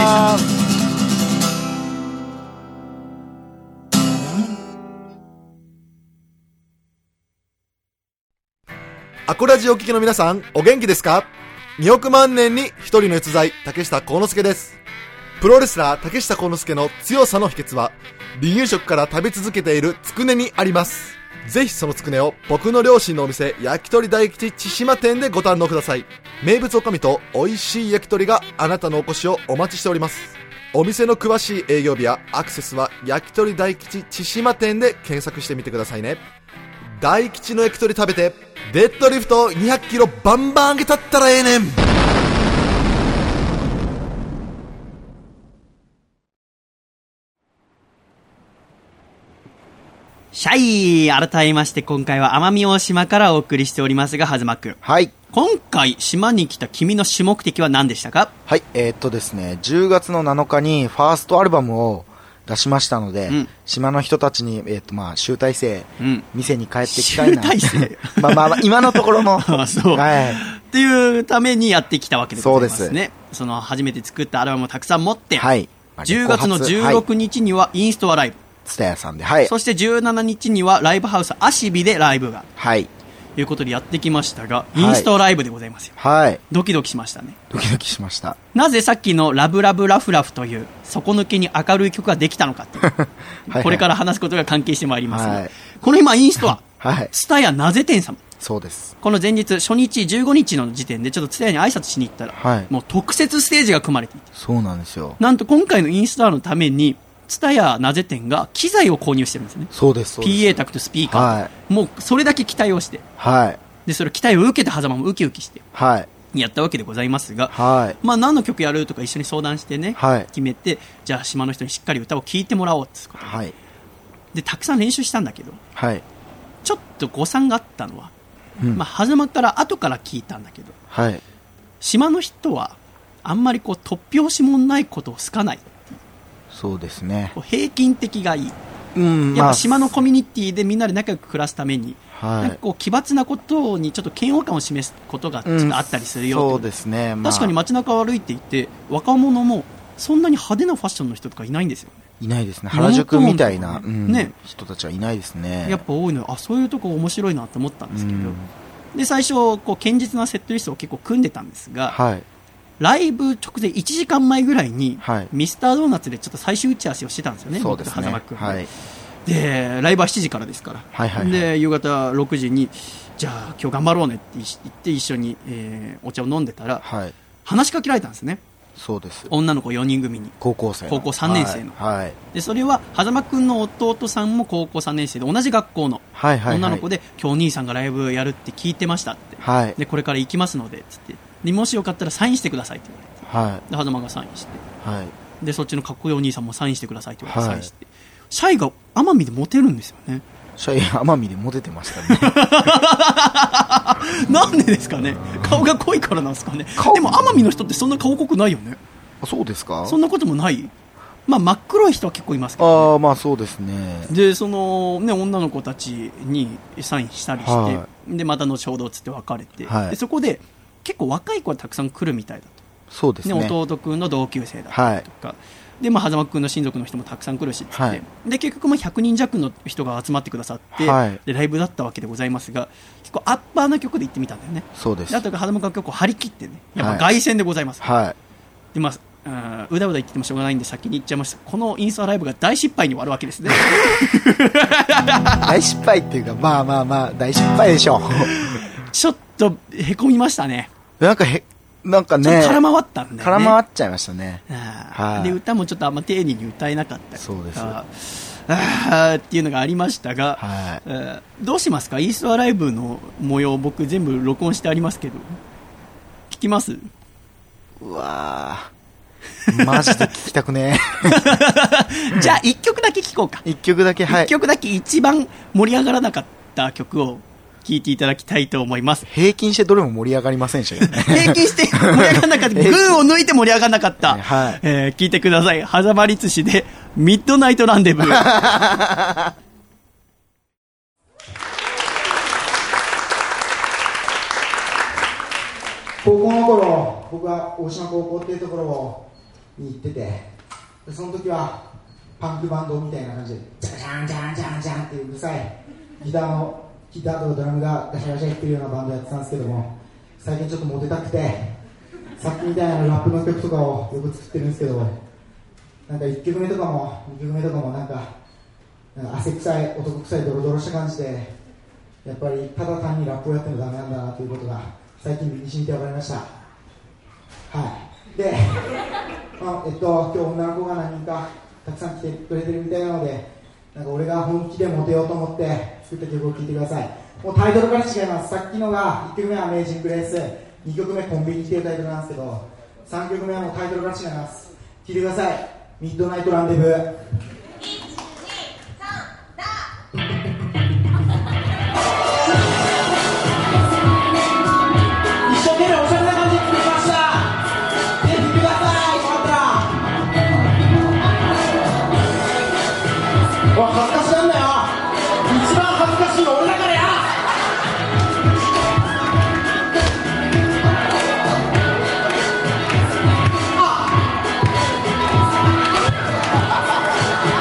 アコラジお聞きの皆さんお元気ですか？におく万年に一人の逸材竹下幸之助です。プロレスラー竹下幸之助の強さの秘訣は離乳食から食べ続けているつくねにあります。ぜひそのつくねを僕の両親のお店焼き鳥大吉千島店でご堪能ください。名物おかみと美味しい焼き鳥があなたのお越しをお待ちしております。お店の詳しい営業日やアクセスは焼き鳥大吉千島店で検索してみてくださいね。大吉の焼き鳥食べてデッドリフトにひゃくキロバンバン上げたったらええねん。 シャイ改めまして今回は奄美大島からお送りしておりますが、はずまくん、はい、今回島に来た君の主目的は何でしたか？ はい、えー、っとですねじゅうがつのなのかにファーストアルバムを出しましたので、うん、島の人たちに、えー、っとまあ集大成、うん、店に帰ってきたいな。 集大成まあまあ、まあ、今のところのあそう、はい、っていうためにやってきたわけでございますね。そうです。その初めて作ったアルバムをたくさん持って、はい、じゅうがつのじゅうろくにちにはインストアライブ、 ツタヤさんで、はい、 そしてじゅうしちにちにはライブハウスアシビでライブが、はい、 いうことでやってきましたが、インストライブでございますよ。 はい。 ドキドキしましたね。 ドキドキしました。 なぜさっきのラブラブラフラフという底抜けに明るい曲ができたのかっていうはい、はい、これから話すことが関係してまいりますが、はい、この今インストは、はい、ツタヤなぜ店様。 そうです。 この前日、初日じゅうごにちの時点でちょっとツタヤに挨拶しに行ったら、はい、もう特設ステージが組まれていて。 そうなんですよ。 なんと今回のインストのために、ツタヤなぜ店が機材を購入してるんですね。 そうです、そうです。 ピーエー 卓とスピーカー、はい、もうそれだけ期待をして、はい、でそれ期待を受けて狭間もウキウキして、はい、やったわけでございますが、はい、まあ何の曲やるとか一緒に相談してね、はい、決めて、じゃあ島の人にしっかり歌を聴いてもらおうってことで、はい、でたくさん練習したんだけど、はい、ちょっと誤算があったのは、うん、まあ狭間から後から聞いたんだけど、はい、島の人はあんまりこう突拍子もないことを好かない。 そうですね。 平均的がいい、うん、やっぱ島のコミュニティでみんなで仲良く暮らすために、はい、なんかこう奇抜なことにちょっと嫌悪感を示すことがちょっとあったりするよ、うん、 そうですね、まあ、 確かに街中を歩いていて若者もそんなに派手なファッションの人とかいないんですよね。 いないですね。原宿みたいな、うんね、人たちはいないですね。 やっぱ多いのあそういうとこ面白いなと思ったんですけど、うん、で最初こう堅実なセットリストを結構組んでたんですが、はい、ライブ直前いちじかんまえぐらいに、はい、ミスタードーナツでちょっと最終打ち合わせをしてたんですよね。 そうですね。 狭間君、はい、でライブはしちじからですから、はいはいはい、で夕方ろくじにじゃあ今日頑張ろうねって言って一緒に、えー、お茶を飲んでたら、はい、話しかけられたんですね。 そうです。 女の子よにん組に高校生高校さんねん生の、 はいはい、 でそれは狭間君の弟さんも高校さんねん生で同じ学校の女の子で、はいはいはい、今日お兄さんがライブやるって聞いてましたって、はい、でこれから行きますのでつってでもしよかったらサインしてくださいって言われて、はい、で狭間がサインして、はい、でそっちのかっこいいお兄さんもサインしてくださいって言われて、はい、サインしてシャイが奄美でモテるんですよね。 シャイ奄美でモテてましたねなんでですかね。顔が濃いからなんですかね。でも奄美の人ってそんな顔濃くないよね。 あそうですか。 そんなこともない。まあ真っ黒い人は結構いますけど、ね、 ああまあそうですね。 でそのね女の子たちにサインしたりして、はい、でまた後ほどつって別れて、はい、でそこで結構若い子がたくさん来るみたいだと。 そうですね。 弟くんの同級生だったりとか、はい、でまあ狭間くんの親族の人もたくさん来るしっつって、はい、で結局もひゃくにん弱の人が集まってくださって、はい、でライブだったわけでございますが、結構アッパーな曲で行ってみたんだよね。 そうです。 であと狭間くんが結構張り切ってね、やっぱ凱旋でございます。はい。でまああうだうだ言っててもしょうがないんで先に言っちゃいました。このインスタライブが大失敗に終わるわけですね大失敗っていうかまあまあまあ大失敗でしょうちょっとへこみましたね。 なんかへなんかねちょっと空回ったんだよね。 空回っちゃいましたね。 はい、で歌もちょっとあんま丁寧に歌えなかったりとか、 そうですあっていうのがありましたが、はい、どうしますか。インスタライブの模様僕全部録音してありますけど聞きます。 うわマジで聞きたくねえじゃあいっきょくだけ聞こうか。 いっきょくだけ、はい、 いっきょくだけ一番盛り上がらなかった曲を聞いていただきたいと思います。 平均してどれも盛り上がりませんしね平均して盛り上がらなかった群を抜いて盛り上がらなかった、はい、えー、聞いてください。狭間律師でミッドナイトランデブー高校の頃、僕は大島高校っていうところに行ってて、でその時はパンクバンドみたいな感じでジャジャンジャンジャンジャンっていううるさいギターのギターとドラムがガシャガシャいってるようなバンドやってたんですけども、最近ちょっとモテたくてさっきみたいなラップの曲とかをよく作ってるんですけど、なんかいっきょくめとかもにきょくめとかもなんか、なんか汗臭い男臭いドロドロした感じで、やっぱりただ単にラップをやってもダメなんだなということが最近身に染みて分かりました。はい。で、まあ、えっと、今日女の子が何人かたくさん来てくれてるみたいなので、なんか俺が本気でモテようと思って作った曲を聴いてください。もうタイトルから違います。さっきのがいっきょくめはアメージンググレース、にきょくめコンビニっていうタイトルなんですけど、さんきょくめはもうタイトルから違います。聴いてください。ミッドナイトランデブー。恥ずかしなんだよ。一番恥ずかしいの俺だからや。あ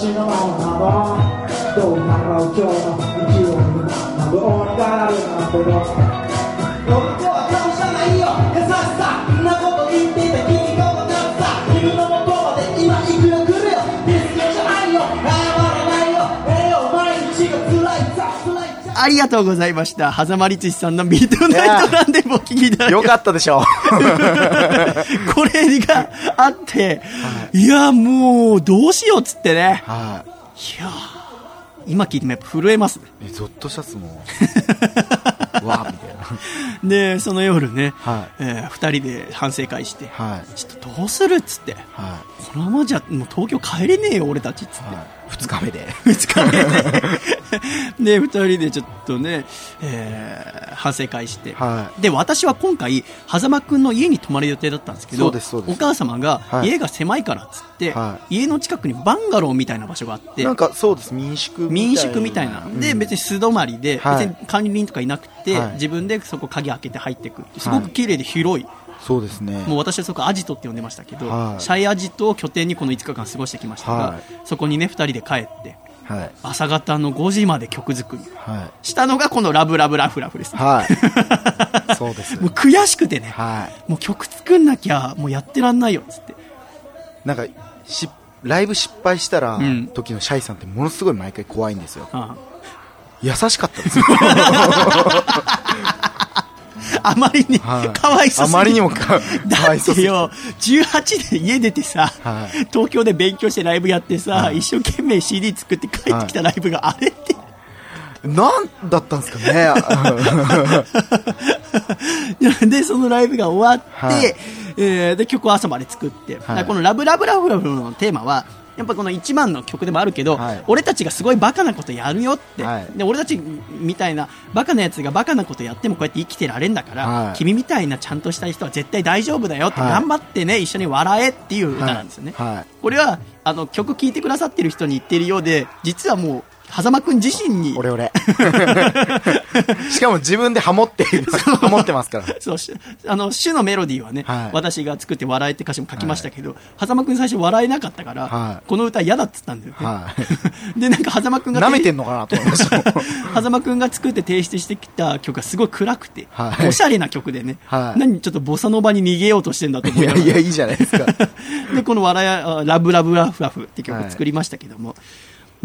私の名もどうなろう今日の勢いにナブオになるなんての僕は顔じゃないよ優しさんなこと言ってた君が分かった君のもとまで今いくら来るよディスよじゃないよ謝らないよええよ毎日が辛いさ辛いありがとうございました。狭間律史さんのミッドナイトランデブーを聞きいただきよかったでしょこれがあって、はい、いやもうどうしようっつってね、はい、いや今聞いてもやっぱ震えますね。 えゾッとしたっすもんわーみたいなでその夜ね、 はいえー、ふたりで反省会して、 はい、 ちょっとどうするっつって、はい、このままじゃもう東京帰れねえよ俺たちっつって、はい、 ふつかめでふつかめででふたりでちょっとね、えー、反省会して、はい、で私は今回狭間くんの家に泊まる予定だったんですけど、 そうですそうです、 お母様が、はい、家が狭いからっつって、はい、家の近くにバンガローみたいな場所があって、 なんかそうです民宿みたいな民宿みたいな、うん、で別に素泊まりで、はい、別に管理人とかいなくて、はい、自分でそこ鍵開けて入っていく、すごく綺麗で広い、はい、 そうですね、 もう私はそこアジトって呼んでましたけど、はい、シャイアジトを拠点にこのいつかかん過ごしてきましたが、はい、そこにねふたりで帰って、はい、朝方のごじまで曲作り、はい、したのがこのラブラブラフラフです、ね、 はい、そうです、ね、 もう悔しくてね、 はい、 もう曲作んなきゃもうやってらんないよっつって、 なんかしライブ失敗したら、うん、時のシャイさんってものすごい毎回怖いんですよ、ああ優しかったですよあまりにかわいそうすぎる、 はい、あまりにもかだってよじゅうはちで家出てさ、はい、東京で勉強してライブやってさ、はい、一生懸命 シーディー 作って帰ってきたライブがあれって、はい、 なんだったんですかねでそのライブが終わって、はい、えー、で曲を朝まで作って、はい、このラブラブラブラブのテーマはやっぱこの一番の曲でもあるけど、はい、俺たちがすごいバカなことやるよって、はい、で俺たちみたいなバカなやつがバカなことやってもこうやって生きてられんだから、はい、君みたいなちゃんとした人は絶対大丈夫だよって、はい、頑張ってね一緒に笑えっていう歌なんですよね、はいはい、これはあの曲聴いてくださってる人に言ってるようで、実はもう狭間くん自身に俺俺しかも自分でハモってハモってますからそうあの主のメロディーはね、はい、私が作って笑えって歌詞も書きましたけど、はい、狭間くん最初笑えなかったから、はい、この歌嫌だっつったんだよね、はい、でなんか狭間くんが舐めてんのかなと思いました狭間くんが作って提出してきた曲がすごい暗くて、はい、おしゃれな曲でね、はい、何ちょっとボサノバに逃げようとしてんだと思いながらいやいやいいじゃないですかでこの笑いラブラブラフラフって曲を作りましたけども、はい、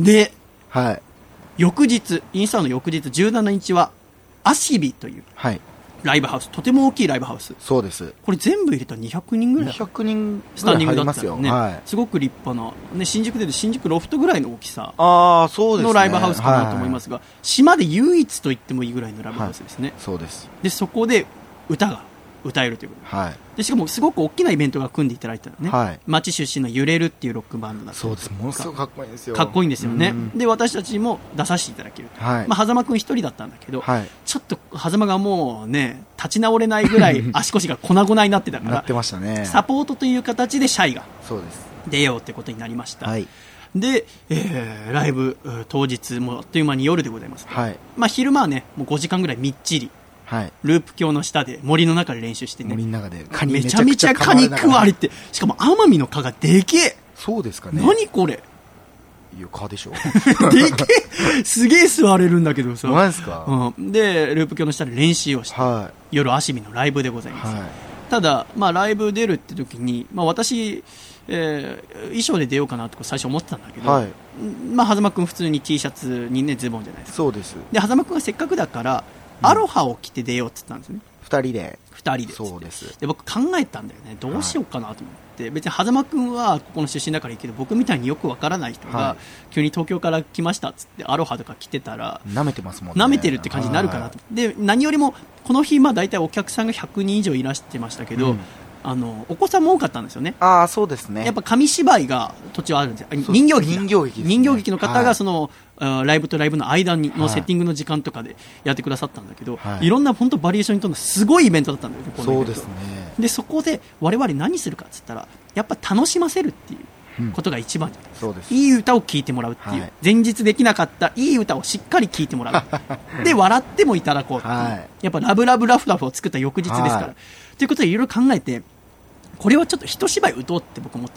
ではい、 翌日インスタの翌日じゅうしちにちはアシビというライブハウス、とても大きいライブハウス、 そうです、 これ全部入れたらにひゃくにんぐらいにひゃくにんスタンディングだったよね、 はい、 すごく立派な、ね、新宿で新宿ロフトぐらいの大きさのライブハウスかなと思いますが、はい、島で唯一と言ってもいいぐらいのライブハウスですね、 はい、そうです。 でそこで歌が歌えるということ、 はい、 でしかもすごく大きなイベントが組んでいただいたらね、 はい、 町出身の揺れるっていうロックバンドだったそうです、ものすごくかっこいいんですよ、 かっこいいんですよね、で私たちも出させていただける、はい、まあ、狭間くん一人だったんだけど、はい、ちょっと狭間がもうね立ち直れないぐらい足腰が粉々になってたからなってましたね、 サポートという形でシャイがそうです出ようってことになりました、 はい、 で、えー、ライブ当日もあっという間に夜でございます、 はい、 まあ、昼間はねもうごじかんぐらいみっちり、はい、ループ橋の下で森の中で練習してね、 森の中でカニめちゃめちゃカニ食われて、しかも奄美の蚊がでけえ、 そうですかね、 何これいや蚊でしょでけえすげえ座れるんだけどさ、 何ですか、 うん、でループ橋の下で練習をして、はい、夜アシビのライブでございます、はい、ただ、まあ、ライブ出るって時に、まあ、私、えー、衣装で出ようかなと最初思ってたんだけど、はい、まあ、狭間くん普通に T シャツに、ね、ズボンじゃないですか、 そうです、 で狭間くんがせっかくだからアロハを着て出ようって言ったんですよね、 ふたりでふたりでそうです。 で僕考えたんだよね、どうしようかなと思って、はい、別に狭間くんはここの出身だからいいけど、僕みたいによくわからない人が、はい、急に東京から来ましたっつってアロハとか着てたら舐めてますもんね、 舐めてるって感じになるかなと、はい、で何よりもこの日、まあ、大体お客さんがひゃくにん以上いらしてましたけど、うん、あのお子さんも多かったんですよね。 ああ、そうですね。 やっぱ紙芝居が途中あるんですよ。人形劇人形劇ですね。 人形劇の方がその、はい、ライブとライブの間にのセッティングの時間とかでやってくださったんだけど、はい、いろんな本当バリエーションに富んだすごいイベントだったんだよね。このイベント。 そうですね。 でそこで我々何するかっつったらやっぱ楽しませるっていうことが一番じゃないですか、うん、そうです。いい歌を聴いてもらうっていう、はい、前日できなかったいい歌をしっかり聴いてもらうで笑ってもいただこうっていう、はい、やっぱラブラブラフラフを作った翌日ですから、はい、ということでいろいろ考えてこれはちょっと一芝居打とうって僕思ったんですね。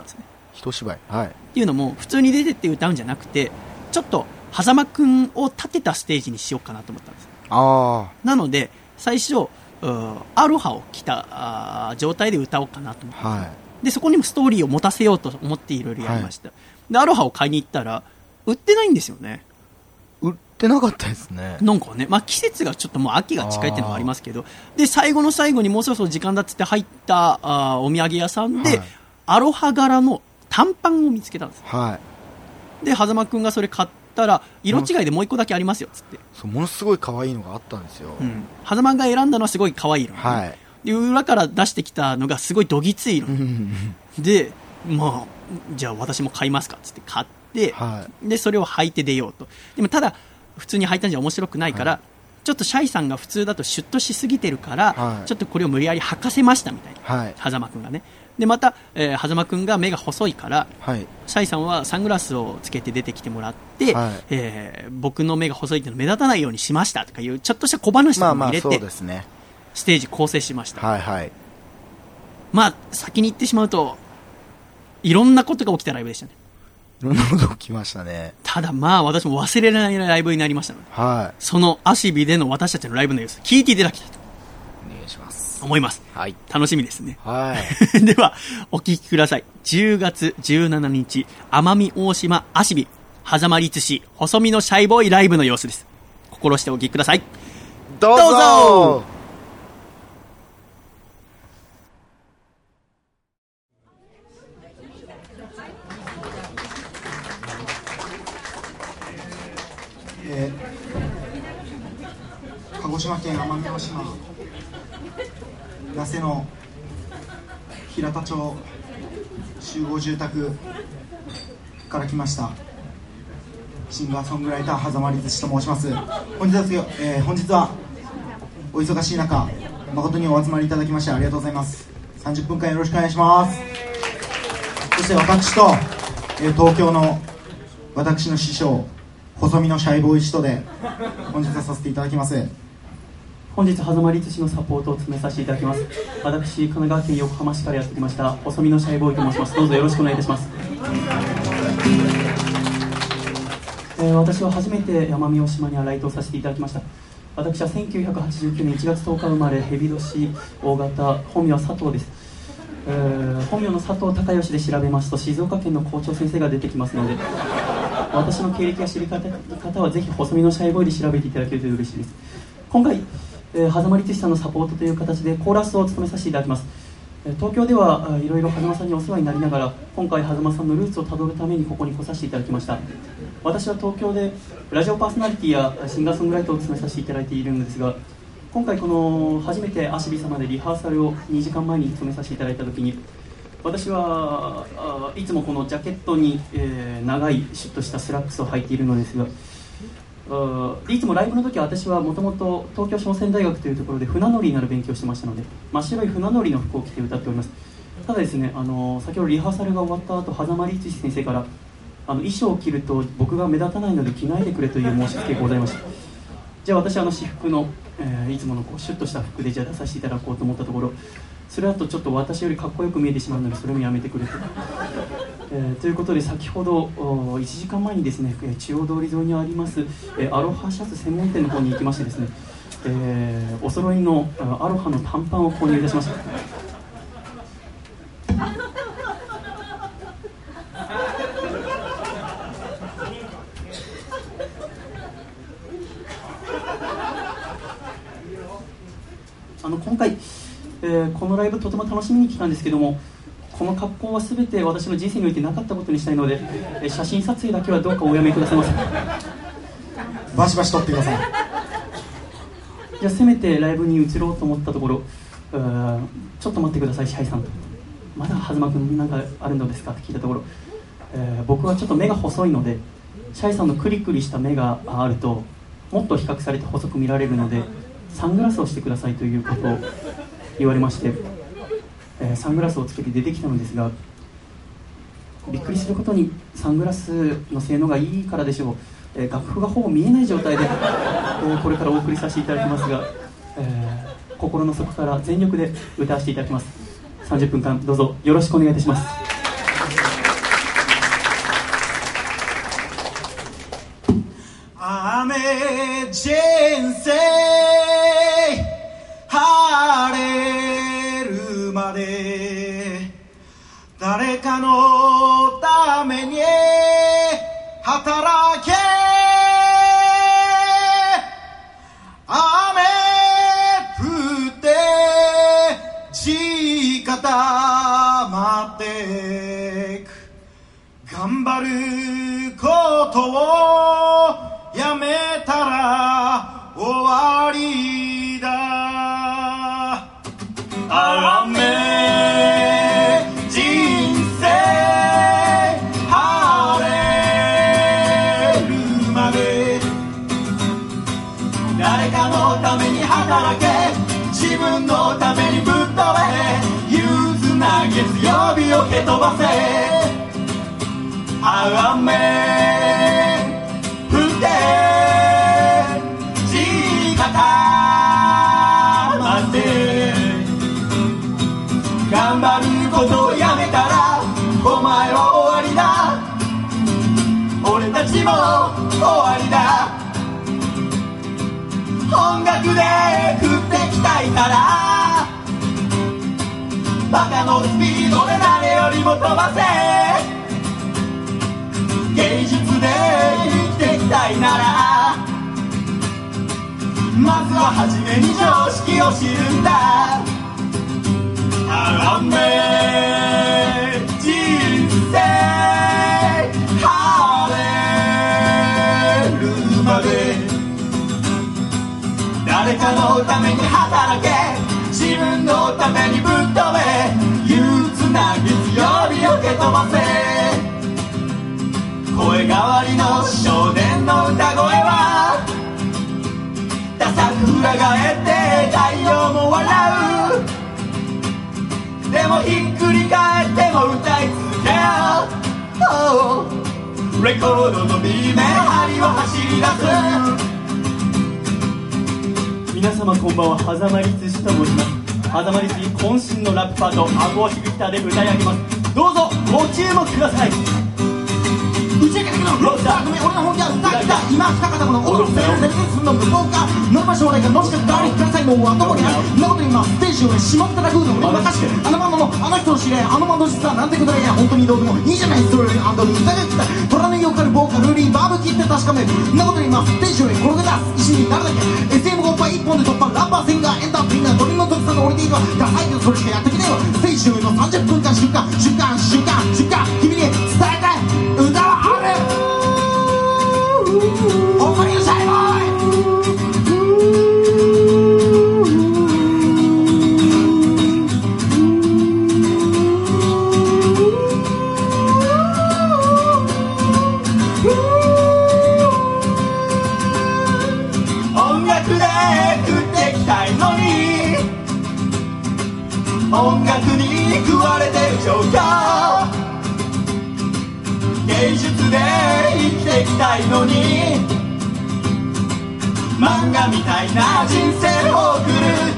一芝居、はい、 っていうのも普通に出てって歌うんじゃなくて、ちょっと狭間くんを立てたステージにしようかなと思ったんです。 あなので最初アロハを着た状態で歌おうかなと思って、はい、でそこにもストーリーを持たせようと思っていろいろやりました、はい、でアロハを買いに行ったら売ってないんですよね。 売ってなかったですね。 なんかね、まあ、季節がちょっともう秋が近いっていうのがありますけど、で最後の最後にもうそろそろ時間だっつって入ったあお土産屋さんで、はい、アロハ柄の短パンを見つけたんです、 はい、で狭間くんがそれ買ったら色違いでもう一個だけありますよっつって、 そうものすごい可愛いのがあったんですよ、 うん、狭間が選んだのはすごい可愛い色、ね、はい、で裏から出してきたのがすごいどぎつい色で、まあじゃあ私も買いますかっつって買って、はい、でそれを履いて出ようと。でもただ普通に履いたんじゃ面白くないから、はい、ちょっとシャイさんが普通だとシュッとしすぎてるから、はい、ちょっとこれを無理やり履かせましたみたいな、はい、狭間くんがね。でまた、えー、狭間くんが目が細いから、はい、シャイさんはサングラスをつけて出てきてもらって、はい、えー、僕の目が細いっていうの目立たないようにしましたとかいうちょっとした小話とかも入れて、まあまあそうですね、ステージ構成しました、はいはい、まあ先に言ってしまうといろんなことが起きたライブでしたね。 いろんなこと起きましたね。 ただまあ私も忘れられないライブになりましたので、はい、そのアシビでの私たちのライブの様子聞いていただきたいとお願いします思います、 はい、 楽しみですね、 はい、 ではお聞きください。じゅうがつじゅうしちにち奄美大島アシビ狭間律師細身のシャイボーイライブの様子です。心してお聞きください。 どうぞ。どうぞ。 えー、鹿児島県奄美大島名瀬の平田町集合住宅から来ましたシンガーソングライター狭間律師と申します。本日は、えー、本日はお忙しい中誠にお集まりいただきましてありがとうございます。さんじゅっぷんかんよろしくお願いします。そして私と、えー、東京の私の師匠細身のシャイボーイ使徒で本日はさせていただきます。 本日狭間律師のサポートを務めさせていただきます。私神奈川県横浜市からやってきました細身のシャイボーイと申します。どうぞよろしくお願いいたします。えー、私は初めて奄美大島には来島させていただきました。私はせんきゅうひゃくはちじゅうきゅうねんいちがつとおか生まれ、蛇年大型、本名は佐藤です。えー、本名の佐藤孝義で調べますと静岡県の校長先生が出てきますので私の経歴や知り方はぜひ細身のシャイボーイで調べていただけると嬉しいです。今回、えー、狭間律師さんのサポートという形でコーラスを務めさせていただきます。東京ではいろいろ狭間さんにお世話になりながら今回狭間さんのルーツをたどるためにここに来させていただきました。私は東京でラジオパーソナリティやシンガーソングライターを務めさせていただいているんですが、今回この初めてアシビ様でリハーサルをにじかんまえに務めさせていただいた時に私はいつもこのジャケットに、えー、長いシュッとしたスラックスを履いているのですが、いつもライブの時は私はもともと東京商船大学というところで船乗りになる勉強をしてましたので真っ白い船乗りの服を着て歌っております。ただですね、あの先ほどリハーサルが終わった後狭間律師先生からあの衣装を着ると僕が目立たないので着ないでくれという申し付けがございました。じゃあ私あの私服の、えー、いつものこうシュッとした服でじゃあ出させていただこうと思ったところ、それだとちょっと私よりかっこよく見えてしまうのでそれもやめてくれと、えー、ということで先ほどいちじかんまえにですね中央通り沿いにあります、えー、アロハシャツ専門店の方に行きましてですね、えー、お揃いのアロハの短パンを購入いたしました。あの今回、えー、このライブとても楽しみに来たんですけども、この格好は全て私の人生においてなかったことにしたいので、えー、写真撮影だけはどうかおやめくださいませ。 バシバシ撮ってください。 じゃあせめてライブに移ろうと思ったところ、ちょっと待ってくださいシャイさんと、まだ狭間君なんかあるのですかって聞いたところ、えー、僕はちょっと目が細いのでシャイさんのクリクリした目があるともっと比較されて細く見られるのでサングラスをしてくださいということを言われまして、えー、サングラスをつけて出てきたのですが、びっくりすることにサングラスの性能がいいからでしょう、えー、楽譜がほぼ見えない状態で、えー、これからお送りさせていただきますが、えー、心の底から全力で歌わせていただきます。さんじゅっぷんかんどうぞよろしくお願いいたします。 雨人生晴れるまで誰かのために働け雨降って地固まってく頑張ることをやめたら終わりだ雨人生晴れるまで誰かのために働け自分のためにぶっ飛べ憂鬱な月曜日を蹴飛ばせ雨降って地固まって頑張ることをやめたらお前は終わりだ俺たちも終わりだ音楽で食ってきたいからバカのスピードで誰よりも飛ばせ芸術で生きてきたいならまずは初めに常識を知るんだ雨人生晴れるまで誰かのために働け自分のためにぶっ飛べ憂鬱な月曜日を蹴飛ばせ声変わりの少年の歌声はダサく裏返って太陽も笑うでもひっくり返っても歌い続けよう、oh、レコードの B 面針を走り出す皆様こんばんは狭間律師と申します狭間律師渾身のラップパートアコースティックギターで歌い上げますどうぞご注目ください打ち上げてくのロッダー組俺の本気は歌いたい今来た方この踊るせよレッスンの武道家乗りましょうねがのしか代わりくださいもう後にないなこと今ステージ上でしまったら風の俺任してあのバンドのあの人の知り合いあのバンド実はなんてくだらいや本当にどうでもいいじゃないそれよりアンドに歌が来た虎のよかるボーカルリーバーブ切って確かめるなことに今ステージ上で転げ出す石になるだけ エスエムご 杯一本で突破ラッパーシンガーエンターテイナー鳥の特産の降りていくわダサいけどそれしかやってきねえわステージ上のさんじゅっぷんかん瞬間瞬間瞬間瞬間君に伝えたい歌はあるほんまにうるさいボーイ音楽で食ってきたいのに音楽に食われてる状況芸術で生きてきたいのに漫画みたいな人生を送る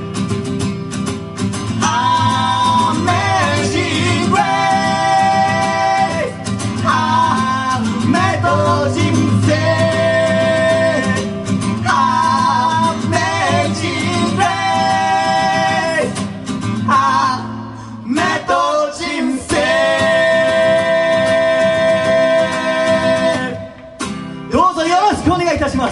Amazing Grace 雨と人生 Amazing Grace 雨と人生どうぞよろしくお願いいたします。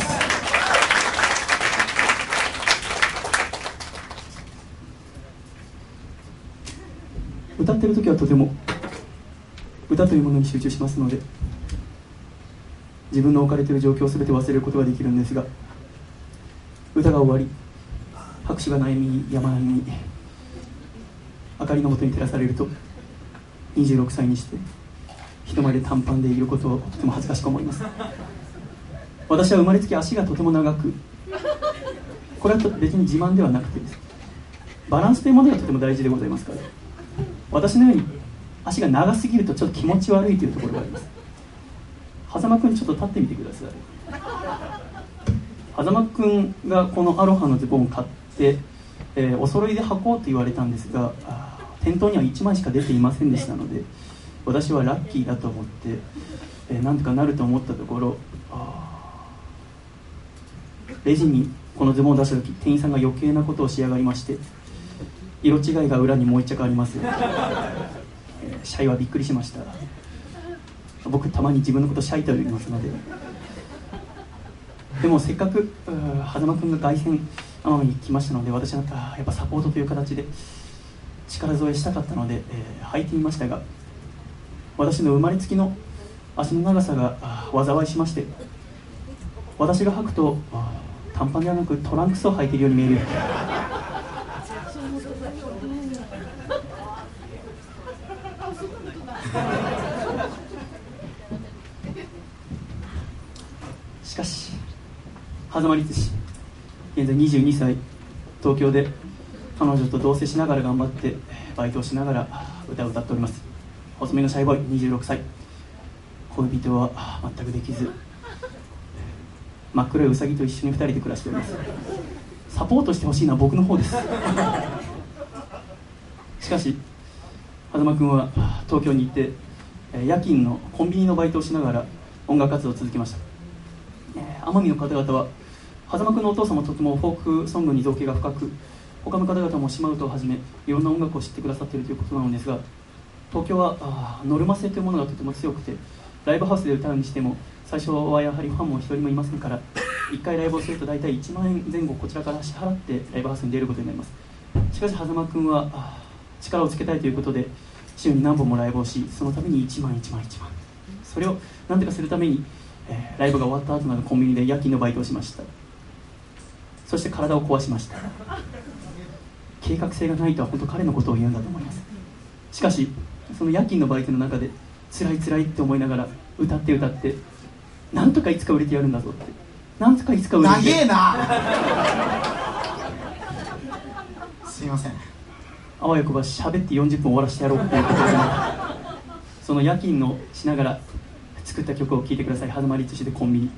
歌ってる時はとても歌というものに集中しますので自分の置かれている状況を全て忘れることができるんですが歌が終わり拍手がない山に明かりのもとに照らされるとにじゅうろくさいにして人前で短パンでいることをとても恥ずかしく思います。私は生まれつき足がとても長くこれは別に自慢ではなくてですバランスというものがとても大事でございますから私のように足が長すぎるとちょっと気持ち悪いというところがあります。狭間くんちょっと立ってみてください。狭間くんがこのアロハのズボンを買って、えー、お揃いで履こうと言われたんですが店頭にはいちまいしか出ていませんでしたので私はラッキーだと思って、えー、なんとかなると思ったところレジにこのズボンを出した時、店員さんが余計なことをしやがりまして、色違いが裏にもう一着あります、えー、シャイはびっくりしました。僕たまに自分のことシャイと言いますので。でもせっかく狭間君が凱旋奄美に来ましたので、私はやっぱサポートという形で力添えしたかったので、えー、履いてみましたが、私の生まれつきの足の長さが災いしまして、私が履くと短パンではなくトランクスを履いているように見える。しかし狭間律師、現在にじゅうにさい、東京で彼女と同棲しながら頑張ってバイトをしながら歌を歌っております。細身のシャイボーイ、にじゅうろくさい、恋人は全くできず、真っ黒いウサギと一緒にふたりで暮らしております。サポートしてほしいのは僕の方です。しかし狭間君は東京に行って夜勤のコンビニのバイトをしながら音楽活動を続けました。奄美の方々は狭間君のお父さんもとてもフォークソングに造形が深く、他の方々も島唄をはじめいろんな音楽を知ってくださっているということなのですが、東京はあノルマ性というものがとても強くて、ライブハウスで歌うにしても最初はやはりファンも一人もいませんから、いっかいライブをすると大体いちまんえんぜん後こちらから支払ってライブハウスに出ることになります。しかし狭間君は力をつけたいということで週に何本もライブをし、そのためにいちまんいちまんいちまん、それを何とかするために、えー、ライブが終わった後などコンビニで夜勤のバイトをしました。そして体を壊しました。計画性がないとは本当彼のことを言うんだと思います。しかしその夜勤のバイトの中で辛い辛いって思いながら歌って歌って、なんとかいつか売れてやるんだぞって、なんとかいつか売れて、 長えなすいません、 あわよくば喋ってよんじゅっぷん終わらせてやろうっていうことで、その夜勤のしながら作った曲を聴いてください。狭間律師でコンビニ。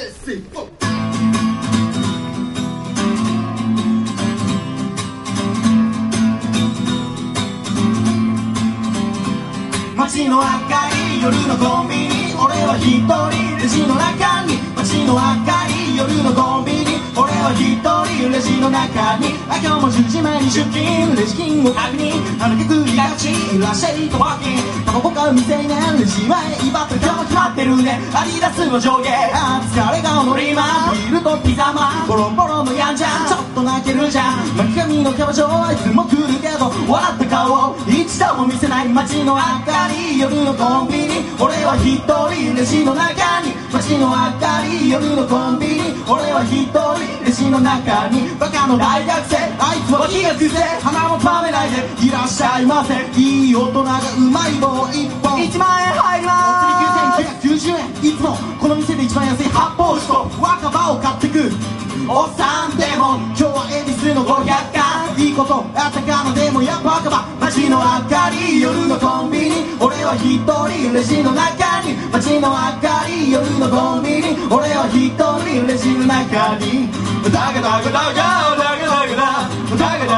街の明かり、夜のコンビニ、俺は一人レジの中に。街の明かり、夜のコンビニ、俺は一人レジの中に。あ、今日もじゅうじまえに出勤、レジ金を確認、あの曲りがち、いらっしゃいとワーキン、タバコ買う未成年、レジ前威張って今日も決まってるね。アディダスの上下、あ、疲れ顔のリーマン、ビールとピザマン、ボロボロのやんじゃん、ちょっと泣けるじゃん。巻き髪のキャバ嬢はいつも来るけど、笑った顔を一度も見せない。街の明かり、夜のコンビニ、俺は一人レジの中に。街の明かり、夜のコンビニ、俺は一人レジの中に。バカの大学生、あいつは気がくせ、鼻もためないでいらっしゃいませ。いい大人がうまい棒一本いちまんえん入りまーす。きゅうせんきゅうひゃくきゅうじゅうえん、いつもこの店で一番安い発泡酒と若葉を買ってくおっさんでも、今日は恵比寿のごひゃくかん、いいことあったかのでもやっぱ赤羽。街の明かり、夜のコンビニ、俺は一人レジの中に。街の明かり、夜のコンビニ、俺は一人レジの中に。ダガダガダガダガダガダダガダガダガダダガダガダガダ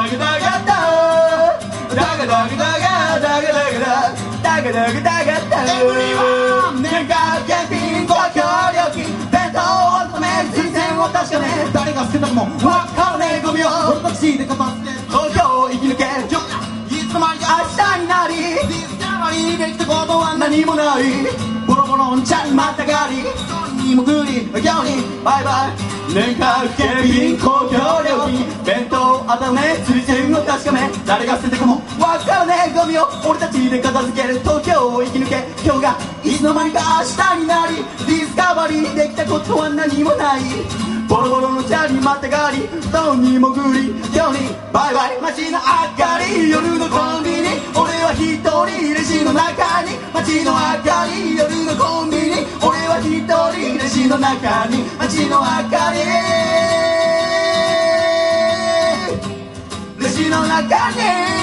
ダガダガダガダ。エブリワン年間検品公共料金、弁当を止める推薦を確かめ、誰が捨てたかも分からねえゴミを俺たちで片付け、東京を生き抜け。いつの間にか明日になり、ディスカバリーできたことは何もない。ボロボロんちゃにまったがり、にもぐりようにバイバイ。年間検品公共料金、弁当温め推薦を確かめ、誰が捨てたかも分からねえゴミを俺たちで片付ける。東京を生き抜け。今日がいつの間にか明日になり、ディスカバリーできたことは何もない。ボロボロのチャリまたがり、どんにもぐりようにバイバイ。街の明かり、夜のコンビニ、俺は一人レジの中に。街の明かり、夜のコンビニ、俺は一人レジの中に。街の明かり、レジの中に。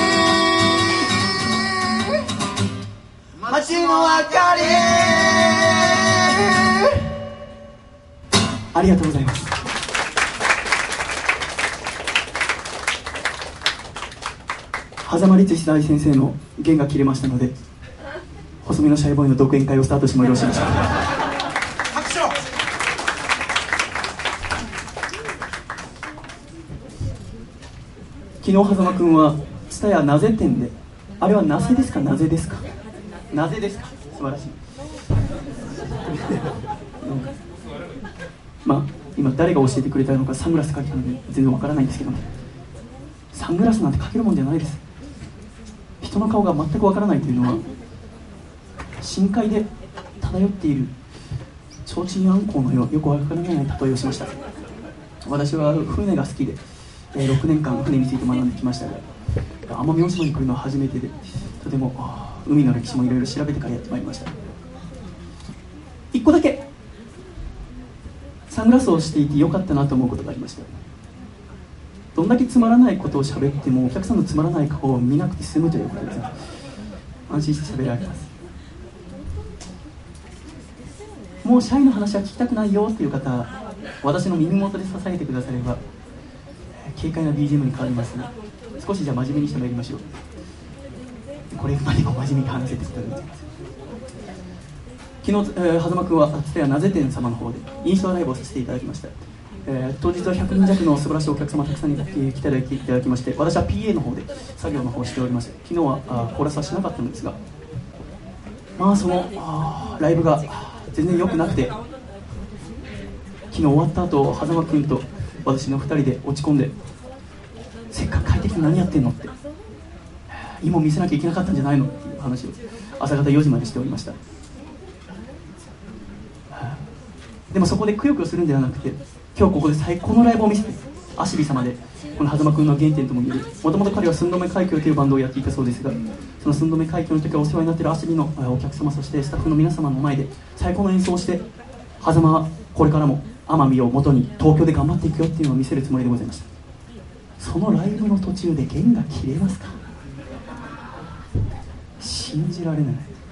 街の明かり。 ありがとうございます。狭間律師大先生の弦が切れましたので、細身のシャイボーイの独演会をスタートしてもよろしいでしょうか。 拍手を。 昨日狭間君は蔦屋なぜ店で、あれはなぜですかなぜですかなぜですか、素晴らしい、うん、まあ今誰が教えてくれたのかサングラスかけたので全然わからないんですけどね、サングラスなんてかけるもんじゃないです。人の顔が全くわからないというのは深海で漂っている提灯あんこうのようよくわからない例えをしました。私は船が好きで、えー、ろくねんかん船について学んできましたが、奄美大島に来るのは初めてで、とても海の歴史もいろいろ調べてからやってまいりました。一個だけサングラスをしていてよかったなと思うことがありました。どんだけつまらないことを喋ってもお客さんのつまらない顔を見なくて済むということです。安心して喋られます。もう社員の話は聞きたくないよという方、私の耳元で支えてくだされば軽快な ビージーエム に変わりますが、少しじゃあ真面目にしてまいりましょう。これまでも真面目に話せていただいています。昨日、えー、狭間君は蔦屋なぜ店様の方でインストライブをさせていただきました。えー、当日はひゃくにん弱の素晴らしいお客様たくさんに来ていただきいただきまして、私は ピーエー の方で作業の方をしておりまして、昨日はあコーラスはしなかったのですが、まあそのあライブが全然良くなくて、昨日終わった後狭間君と私のふたりで落ち込んで、せっかく帰ってきて何やってんのって、今見せなきゃいけなかったんじゃないのっていう話を朝方よじまでしておりました。でもそこでくよくよするんではなくて、今日ここで最高のライブを見せて、アシビ様でこの狭間君の原点ともいえる、もともと彼は寸止め海峡というバンドをやっていたそうですが、その寸止め海峡の時はお世話になっているアシビのお客様、そしてスタッフの皆様の前で最高の演奏をして、狭間はこれからも奄美を元に東京で頑張っていくよっていうのを見せるつもりでございました。そのライブの途中で弦が切れますか。信じられない。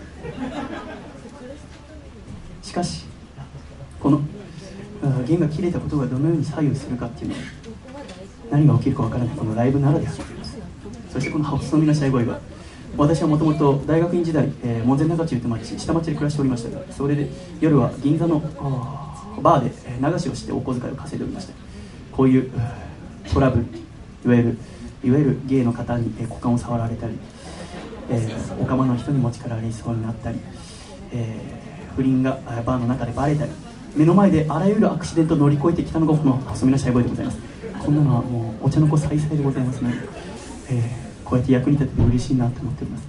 しかしこの弦が切れたことがどのように左右するかっていうのは、何が起きるかわからないこのライブならではでございます。そしてこの細身のシャイボーイは、私はもともと大学院時代、えー、門前仲中という町、下町で暮らしておりましたが、それで夜は銀座のバーで流しをしてお小遣いを稼いでおりました。こういうトラブル、いわゆるいわゆるゲイの方に股間を触られたり、えー、オカマの人に持ちかられそうになったり、えー、不倫がバーの中でバレたり、目の前であらゆるアクシデントを乗り越えてきたのがこの細身のシャイボーイでございます。こんなのはもうお茶の子さいさいでございますので、えー、こうやって役に立てて嬉しいなと思っております。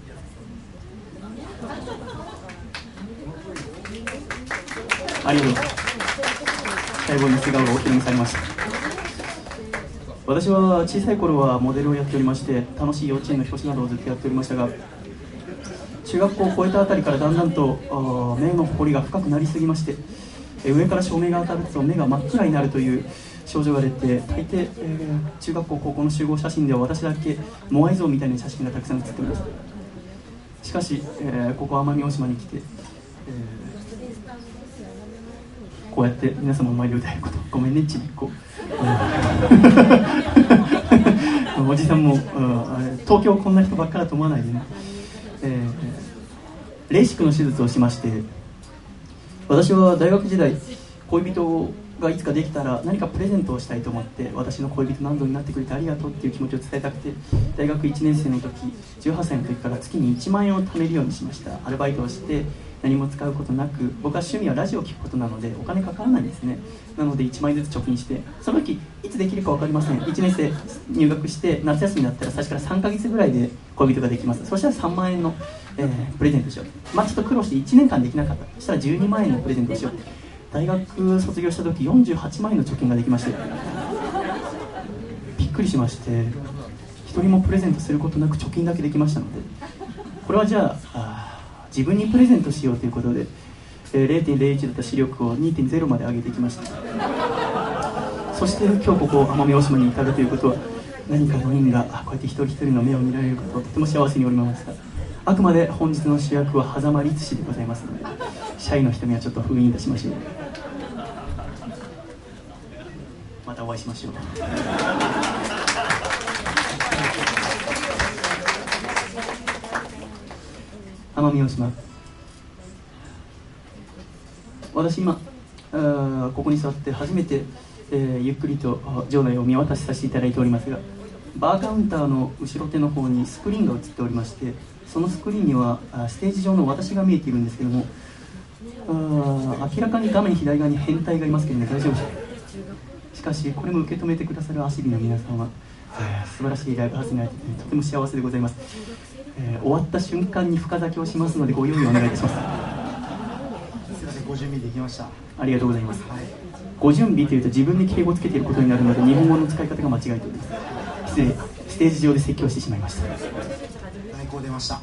ありがとうございます。シャイボーイの素顔がお披露目されました。私は小さい頃はモデルをやっておりまして、楽しい幼稚園の表紙などをずっとやっておりましたが、中学校を超えたあたりからだんだんと目の誇りが深くなりすぎまして、上から照明が当たると目が真っ暗になるという症状が出て、大抵、えー、中学校高校の集合写真では私だけモアイ像みたいな写真がたくさん写っております。しかし、えー、ここ奄美大島に来て、えー、こうやって皆様の前で歌えること、ごめんねちびっこ、おじさんも、うん、東京こんな人ばっかだと思わないでね、えー、レーシックの手術をしまして、私は大学時代恋人がいつかできたら何かプレゼントをしたいと思って、私の恋人何度になってくれてありがとうっていう気持ちを伝えたくて、大学いちねん生の時、じゅうはっさいの時から月にいちまんえんを貯めるようにしました。アルバイトをして何も使うことなく、僕は趣味はラジオを聞くことなのでお金かからないんですね。なのでいちまんえんずつ貯金して、その時いつできるか分かりません。いちねん生入学して夏休みだったら最初からさんかげつぐらいで恋人ができます。そしたらさんまんえんの、えー、プレゼントしよう。まあちょっと苦労していちねんかんできなかった。そしたらじゅうにまんえんのプレゼントをしよう。大学卒業した時よんじゅうはちまんえんの貯金ができまして、びっくりしまして、一人もプレゼントすることなく貯金だけできましたので、これはじゃ あ, あ自分にプレゼントしようということで、えー、れいてんれいいち だった視力を にてんゼロ まで上げてきました。そして今日ここ奄美大島に至るということは、何かの因がこうやって一人一人の目を見られることをとても幸せにおりますが、あくまで本日の主役は狭間律師でございますので、社員の瞳はちょっと封印いたしましょう。またお会いしましょう。奄美大島、私今ここに座って初めて、えー、ゆっくりと場内を見渡しさせていただいておりますが、 バーカウンターの後ろ手の方にスクリーンが映っておりまして、そのスクリーンにはステージ上の私が見えているんですけども、あ明らかに画面左側に変態がいますけどね、大丈夫でしょうか。しかしこれも受け止めてくださるアシビの皆さんは、えー、素晴らしいライブハウスに会えてとても幸せでございます。えー、終わった瞬間に深酒をしますのでご用意お願いいたします。 すいません、ご準備できました。 ありがとうございます。はい、ご準備というと自分に敬語をつけていることになるので日本語の使い方が間違えております。失礼、ステージ上で説教してしまいました。 最高出ました。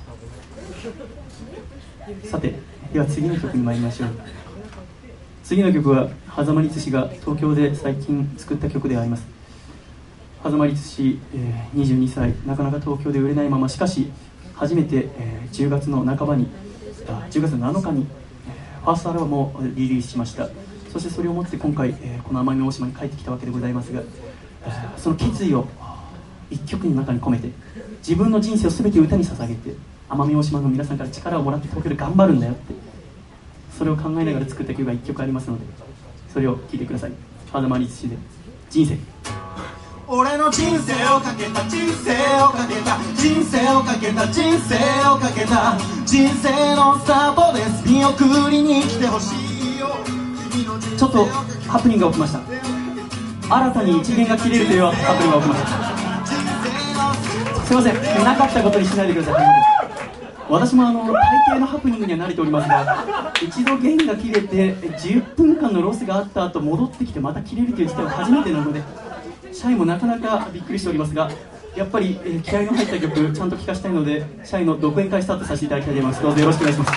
さて、では次の曲に参りましょう。次の曲は狭間律師が東京で最近作った曲であります。狭間律師、えー、にじゅうにさい、なかなか東京で売れないまま、しかし初めて、えー、じゅうがつの半ばにあじゅうがつのなのかに、えー、ファーストアルバムをリリースしました。そしてそれをもって今回、えー、この奄美大島に帰ってきたわけでございますが、えー、その決意を一曲の中に込めて、自分の人生を全て歌に捧げて奄美大島の皆さんから力をもらって東京で頑張るんだよって、それを考えながら作った曲がいっきょくありますので、それを聴いてください。狭間律師で人生。 俺の人生をかけた人生をかけた人生をかけた人生をかけた人生のスタートです。見送りに来てほしいよ。 ちょっとハプニングが起きました。新たに一弦が切れるというハプニングが起きました。すいません、なかったことにしないでください。私もあの大抵のハプニングには慣れておりますが、一度弦が切れてじゅっぷんかんのロスがあった後戻ってきてまた切れるという事態は初めてなので、社員もなかなかびっくりしておりますが、やっぱり、えー、気合いの入った曲ちゃんと聴かせたいので、社員の独演会スタートさせていただきたいと思います。どうぞよろしくお願いします。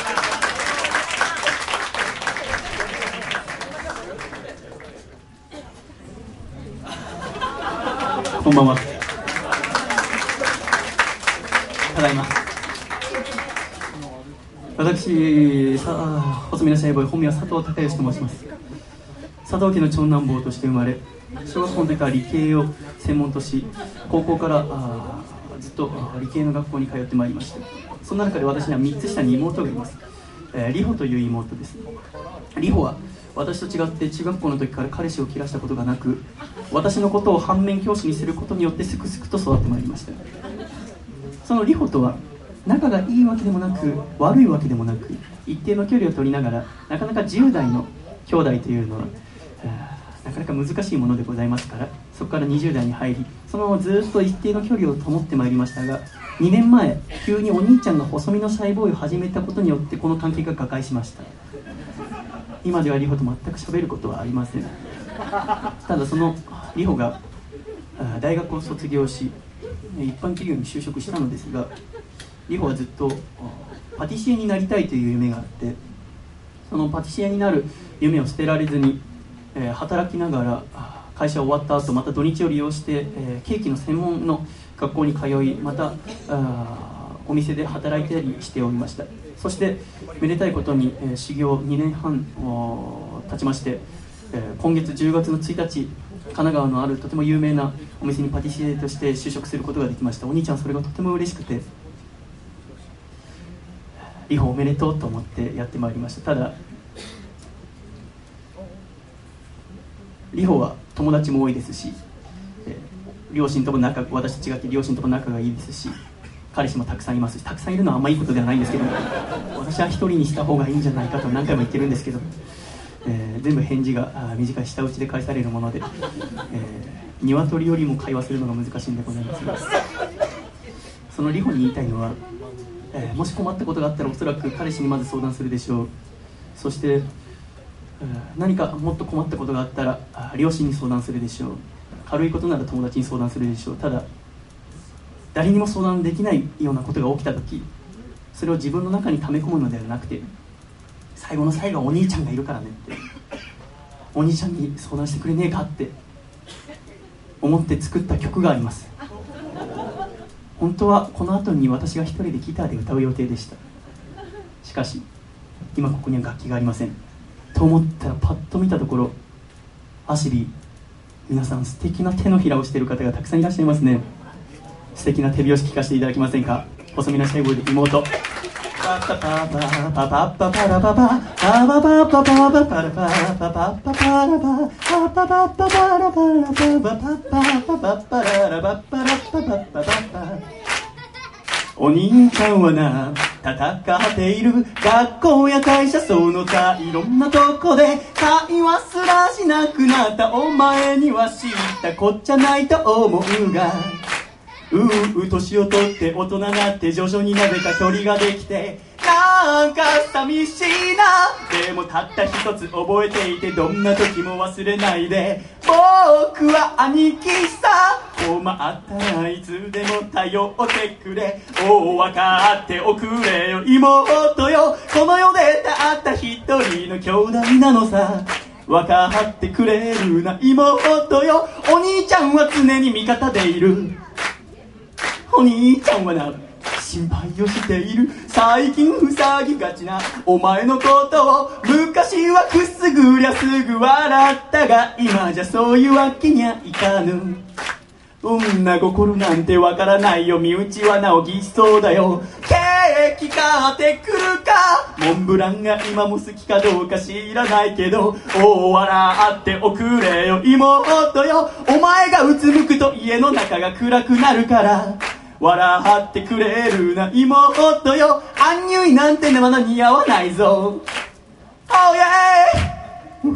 こんばんは。ただいま。私、さ細身のシャイボーイ、本名は佐藤孝義と申します。佐藤家の長男坊として生まれ、小学校の時から理系を専門とし、高校からあずっと理系の学校に通ってまいりまして、その中で私にはみっつ下に妹がいます。えー、里穂という妹です。里穂は私と違って中学校の時から彼氏を切らしたことがなく、私のことを反面教師にすることによってすくすくと育ってまいりました。その里穂とは仲がいいわけでもなく悪いわけでもなく、一定の距離を取りながら、なかなかじゅう代の兄弟というのはなかなか難しいものでございますから、そこからにじゅう代に入り、そのままずっと一定の距離を保ってまいりましたが、にねんまえ急にお兄ちゃんが細身のシャイボーイを始めたことによってこの関係が瓦解しました。今では里穂と全く喋ることはありません。ただその里穂が大学を卒業し一般企業に就職したのですが、里穂はずっとパティシエになりたいという夢があって、そのパティシエになる夢を捨てられずに、えー、働きながら会社終わった後また土日を利用して、えー、ケーキの専門の学校に通い、またあお店で働いたりしておりました。そしてめでたいことに、えー、修行にねんはん経ちまして、えー、今月じゅうがつのついたち、神奈川のあるとても有名なお店にパティシエとして就職することができました。お兄ちゃんはそれがとても嬉しくて、里穂おめでとうと思ってやってまいりました。ただ里穂は友達も多いですし、えー、両親とも仲私と違って両親とも仲がいいですし、彼氏もたくさんいますし、たくさんいるのはあんまいいことではないんですけども、私は一人にした方がいいんじゃないかと何回も言ってるんですけど、えー、全部返事が短い舌打ちで返されるもので、えー、鶏よりも会話するのが難しいんでございますが、その里穂に言いたいのは、えー、もし困ったことがあったらおそらく彼氏にまず相談するでしょう。そして、えー、何かもっと困ったことがあったら両親に相談するでしょう。軽いことなら友達に相談するでしょう。ただ誰にも相談できないようなことが起きた時、それを自分の中に溜め込むのではなくて、最後の最後はお兄ちゃんがいるからねって、お兄ちゃんに相談してくれねえかって思って作った曲があります。本当はこの後に私が一人でギターで歌う予定でした。しかし今ここには楽器がありません。と思ったらパッと見たところ、アシビー、皆さん素敵な手のひらをしている方がたくさんいらっしゃいますね。素敵な手拍子聞かせていただけませんか。細身のシャイボーイで妹。 お兄ちゃんはな戦っている学校や会社その他いろんなとこで会話すらしなくなったお前には知ったこっちゃないと思うがううう年を取って大人になって徐々になぜか距離ができてなんか寂しいなでもたった一つ覚えていてどんな時も忘れないで僕は兄貴さ困ったらいつでも頼ってくれおお分かっておくれよ妹よこの世でたった一人の兄弟なのさ分かってくれるな妹よお兄ちゃんは常に味方でいるお兄ちゃんはな心配をしている最近塞ぎがちなお前のことを昔はくすぐりゃすぐ笑ったが今じゃそういうわけにはいかぬ女心なんてわからないよ身内はなおぎしそうだよケーキ買ってくるかモンブランが今も好きかどうか知らないけどお笑っておくれよ妹よお前がうつむくと家の中が暗くなるから笑ってくれるな妹よアンニュイなんてねまだ似合わないぞ Oh yeah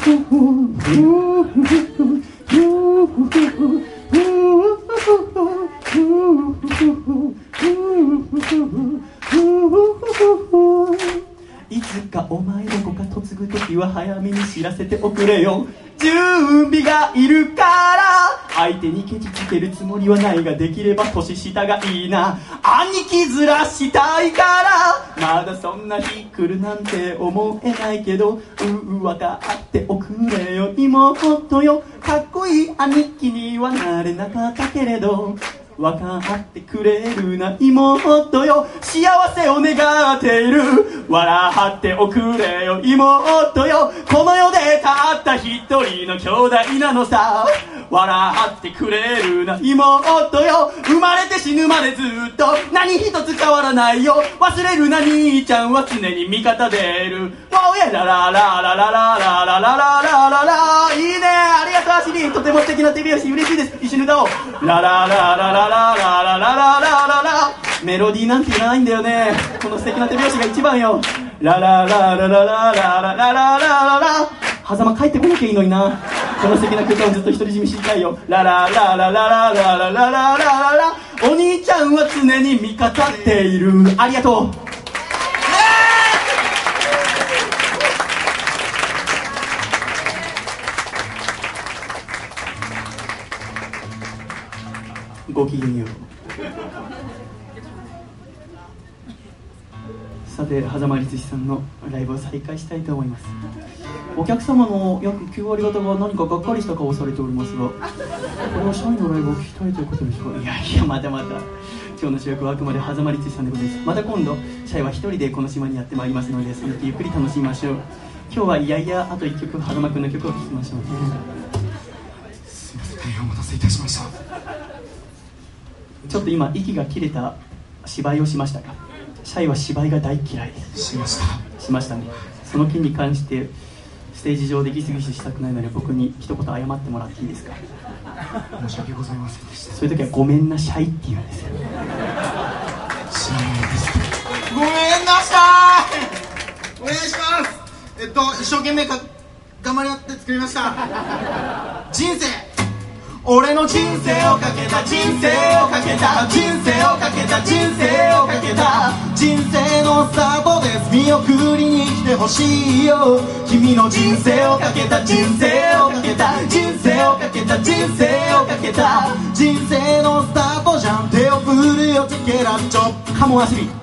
いつかお前どこか嫁ぐ時は早めに知らせておくれよ準備がいるから相手にケチつけるつもりはないができれば年下がいいな兄貴ずらしたいからまだそんな日来るなんて思えないけどうう分かっておくれよ妹よかっこいい兄貴にはなれなかったけれど分かってくれるな妹よ幸せを願っている笑っておくれよ妹よこの世でたった一人の兄弟なのさ笑ってくれるな妹よ生まれて死ぬまでずっと何一つ変わらないよ忘れるな兄ちゃんは常に味方でいるおやらららららららららららららいいねありがとうアシリーとても素敵な手拍子嬉しいです一緒に歌おうララララララララララララララメロディーなんていらないんだよねこの素敵な手拍子が一番よラララララララララララララ狭間帰ってこなきゃいいのになこの素敵な空間をずっと独り占めしたいよラララララララララララララお兄ちゃんは常に味方っているありがとうごきげんようさて狭間律師さんのライブを再開したいと思いますお客様の約きゅう割方が何かがっかりした顔をされておりますがこれは社員のライブを聞きたいということでしょうかいやいやまたまた今日の主役はあくまで狭間律師さんでございますまた今度社員は一人でこの島にやってまいりますのでそれでゆっくり楽しみましょう今日はいやいやあといっきょく狭間くんの曲を聴きましょうねすいません大変お待たせいたしましたちょっと今息が切れた芝居をしましたかシャイは芝居が大嫌いしましたしましたねその件に関してステージ上でギスギスしたくないので僕に一言謝ってもらっていいですか申し訳ございませんでしたそういう時はごめんなシャイって言うんですよ知らないですごめんなさいお願いしますえっと一生懸命か頑張りやって作りました人生俺の人生をかけた人生をかけた人生をかけた人生をかけた人生のスタートです見送りに来てほしいよ君の人生をかけた人生をかけた人生をかけた人生をかけた人生のスタートじゃん手を振るよチェケラッチョカモンアシリ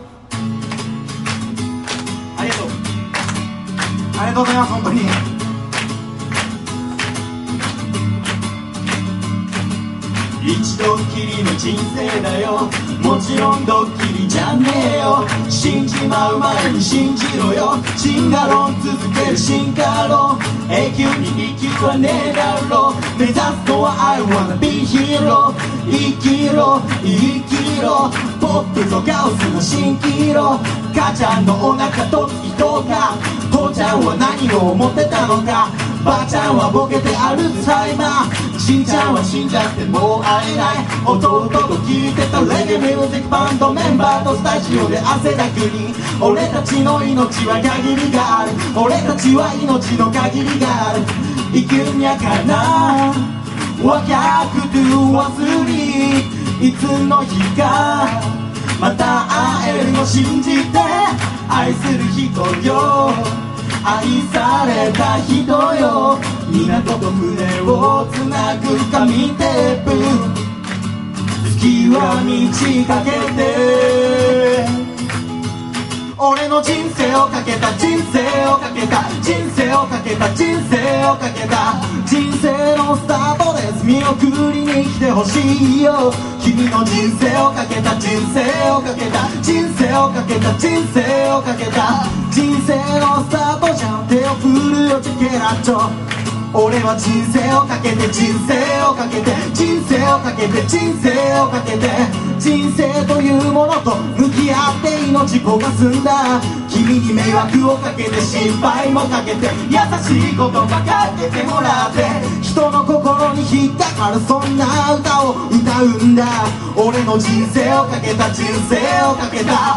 ありがとうありがとうございます本当に一度きりの人生だよもちろんドッキリじゃねえよ。死んじまう前に信じろよ。シンガロン続ける進化論、永久に生きるはねえだろう。目指すのは I wanna be hero。 生きろ生きろ、ポップとカオスの蜃気楼。母ちゃんのお腹と月とか、父ちゃんは何を思ってたのか。ばあちゃんはボケてアルツハイマー、しんちゃんは死んじゃってもう会えない。弟と聴いてたレゲエミュージックバンドメンバーとスタジオで汗だくに。俺たちの命は限りがある、俺たちは命の限りがある。生きるんやからな、若くて忘れ、いつの日かまた会えるの信じて。愛する人よ、愛された人よ、港と船をつなぐ紙テープ、月は満ち欠けて。俺の人生をかけた人生をかけた人生をかけた人生をかけた人生のスタートです。見送りに来てほしいよ。君の人生をかけた人生をかけた人生をかけた人生をかけた人生のスタートじゃん。手を振るよチェケラッチョ。俺は人生をかけて人生をかけて人生をかけて人生をかけて人生というものと向き合って命焦がすんだ。君に迷惑をかけて心配もかけて優しい言葉かけてもらって人の心に引っかかるそんな歌を歌うんだ。俺の人生をかけた人生をかけた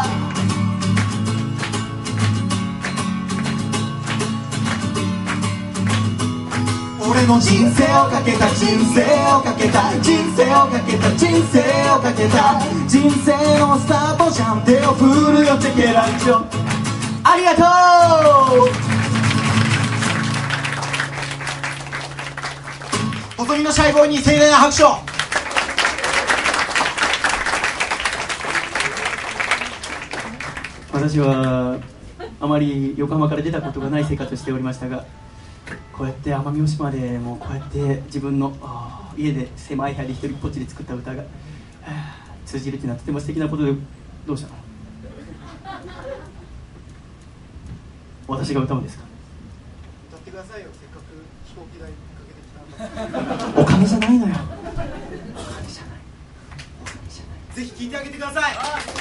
俺の人生をかけた人生をかけた人生をかけた人生をかけた人生のスタートじゃん。手を振るよチェケラッチョ。ありがとう。細身のシャイボーイに盛大な拍手を。 私はあまり横浜から出たことがない生活をしておりましたが、こうやって奄美大島でもうこうやって自分の家で狭い部屋で一人っぽっちで作った歌が通じるっていうのはとても素敵なことで。どうしたの？私が歌うんですか？ 歌ってくださいよ。せっかく飛行機代かけてきた。 お金じゃないのよ。お金じゃない。お金じゃない。 ぜひ聴いてあげてください。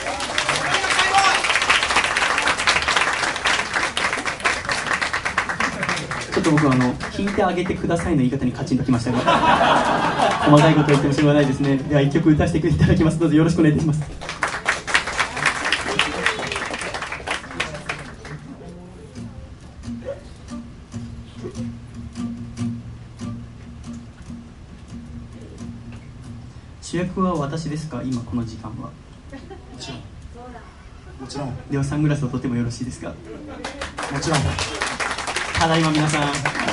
ちょっと僕はあの聞いてあげてくださいの言い方にカチンときましたが細かいことを言ってもしょうがないですね。では一曲歌わせていただきます。どうぞよろしくお願いいたします。主役は私ですか？今この時間は。もちろんもちろん。ではサングラスを取ってもよろしいですか？ もちろん。 ただいま皆さん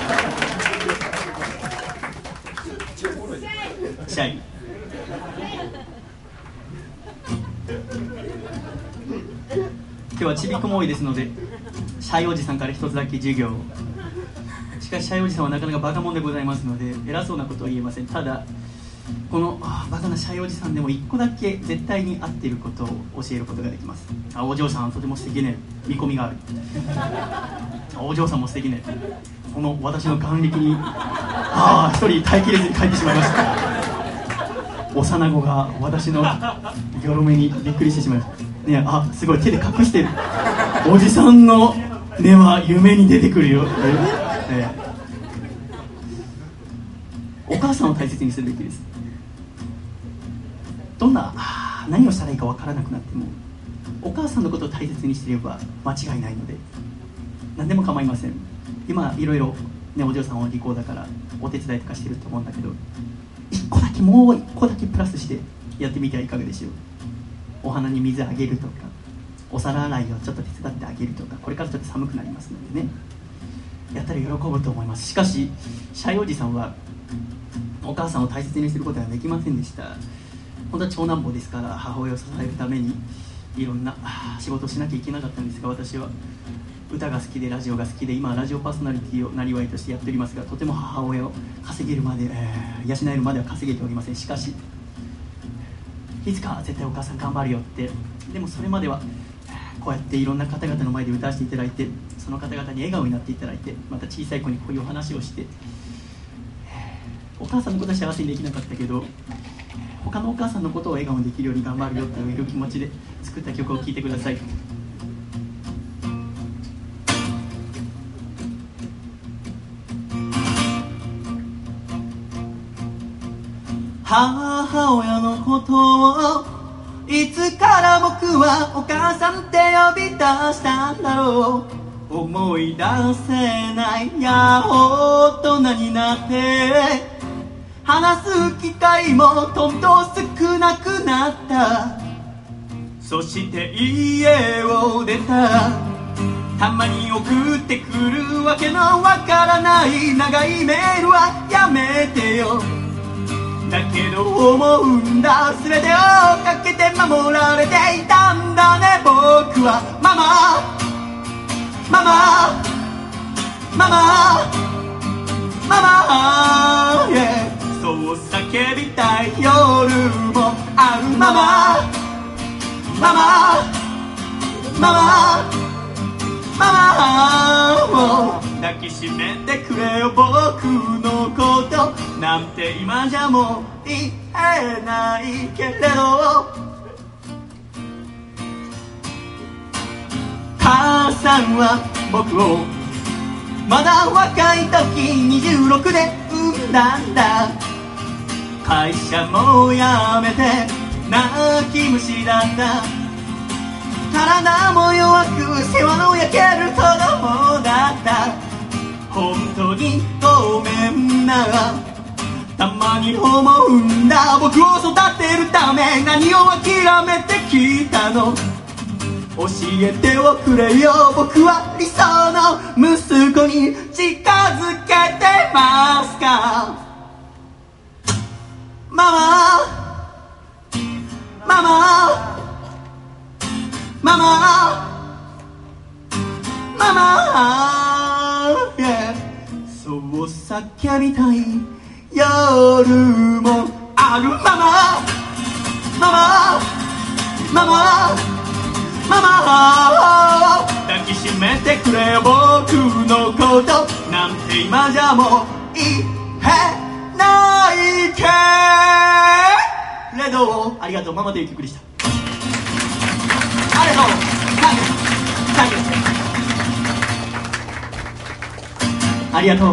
シャイ。今日はちびっこも多いですのでシャイおじさんから一つだけ授業を。しかしシャイおじさんはなかなかバカ者でございますので偉そうなことは言えません。ただこのバカなシャイおじさんでも一個だけ絶対に合っていることを教えることができます。あ、お嬢さんはとても素敵ね、見込みがある。あ、お嬢さんも素敵ね。この私の眼力にああ一人耐えきれずに帰ってしまいました。幼子が私のギョロ目にびっくりしてしまいましたね。あ、すごい手で隠してる。おじさんの根は夢に出てくるよ。ええ、お母さんを大切にするべきです。どんな何をしたらいいか分からなくなってもお母さんのことを大切にしていれば間違いないので何でも構いません。今いろいろ、ね、お嬢さんは利口だからお手伝いとかしてると思うんだけど一個だけもう一個だけプラスしてやってみてはいかがでしょう。お花に水あげるとかお皿洗いをちょっと手伝ってあげるとか、これからちょっと寒くなりますのでね、やったら喜ぶと思います。しかしシャイおじさんはお母さんを大切にすることができませんでした。本当は長男坊ですから母親を支えるためにいろんな仕事をしなきゃいけなかったんですが、私は歌が好きでラジオが好きで今ラジオパーソナリティをなりわいとしてやっておりますが、とても母親を稼げるまで、えー、養えるまでは稼げておりません。しかしいつかは絶対お母さん頑張るよって。でもそれまではこうやっていろんな方々の前で歌わせていただいて、その方々に笑顔になっていただいて、また小さい子にこういうお話をして、お母さんのことは幸せにできなかったけど、他のお母さんのことを笑顔にできるように頑張るよという気持ちで作った曲を聴いてください。母親のことをいつから僕はお母さんって呼び出したんだろう。思い出せない。や大人になって話す機会もどんどん少なくなった。そして家を出たらたまに送ってくるわけのわからない長いメールはやめてよ。だけど思うんだ、全てをかけて守られていたんだね。僕はママママママママ、yeah、そう叫びたい夜もある。ママママママママを抱きしめてくれよ僕のことなんて今じゃもう言えないけれど、母さんは僕をまだ若い時にじゅうろくで産んだんだ。会社も辞めて泣き虫だった。体も弱く世話の焼ける子供だった。本当にごめんな。たまに思うんだ、僕を育てるため何を諦めてきたの。教えておくれよ、僕は理想の息子に近づけてますか。ママママママママ、yeah、そう叫びたい夜もある。ママママママママ、抱きしめてくれよ僕のことなんて今じゃもう言えないけれど。ありがとう。ママという曲でした。ありがとう。サンキューサンキュー。ありがとう。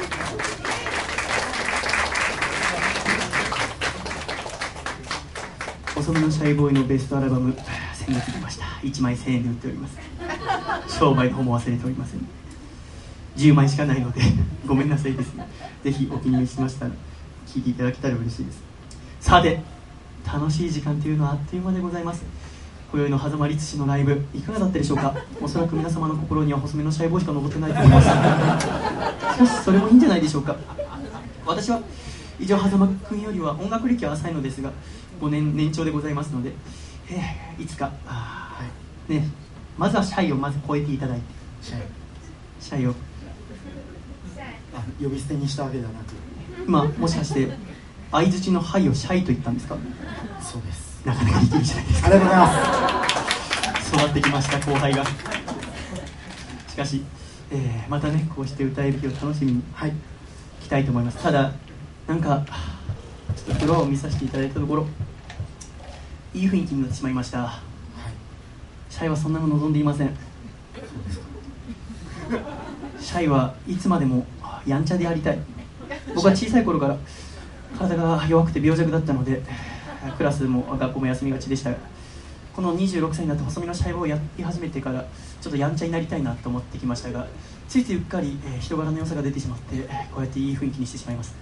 細身のシャイボーイのベストアルバム、先月出ました。いちまいせんえんで売っております。商売の方も忘れておりません。じゅうまいしかないのでごめんなさいですね。ぜひお気に入りしましたら聴いていただけたら嬉しいです。さて、楽しい時間というのはあっという間でございます。今宵の狭間律師のライブいかがだったでしょうか。おそらく皆様の心には細身のシャイボーイしか残ってないと思います。しかしそれもいいんじゃないでしょうか。私は以上狭間君よりは音楽歴は浅いのですがごねん年長でございますので、えー、いつかあ、はい、ね、まずはシャイをまず超えていただいて、シャイシャイをあ呼び捨てにしたわけではなく、 今もしかして相づちのハイをシャイと言ったんですか。 そうです。 なかなかいいじゃないですか。 ありがとうございます。 育ってきました後輩が。しかし、えー、またねこうして歌える日を楽しみに、はい、来たいと思います。ただなんかちょっとフロアを見させていただいたところいい雰囲気になってしまいました。はい、シャイはそんなの望んでいません。シャイはいつまでもやんちゃでありたい。僕は小さい頃から体が弱くて病弱だったのでクラスも学校も休みがちでしたが、このにじゅうろくさいになって細身のシャイボーイをやり始めてからちょっとやんちゃになりたいなと思ってきましたが、ついついうっかり、えー、人柄の良さが出てしまってこうやっていい雰囲気にしてしまいます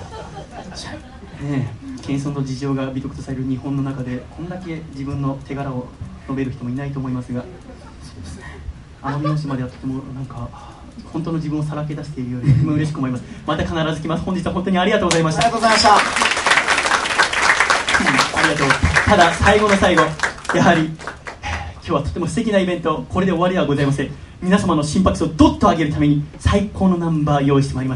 ねえ、謙遜と事情が美徳とされる日本の中でこんだけ自分の手柄を述べる人もいないと思いますが、そうですね、奄美大島ではとてもなんか本当の自分をさらけ出しているように嬉しく思います。また必ず来ます。本日は本当にありがとうございました。 ありがとうございました、 うん、ありがとう。ただ最後の最後、やはり今日はとても素敵なイベント、これで終わりではございません。皆様の心拍数をドッと上げるために最高のナンバー用意してまいりました。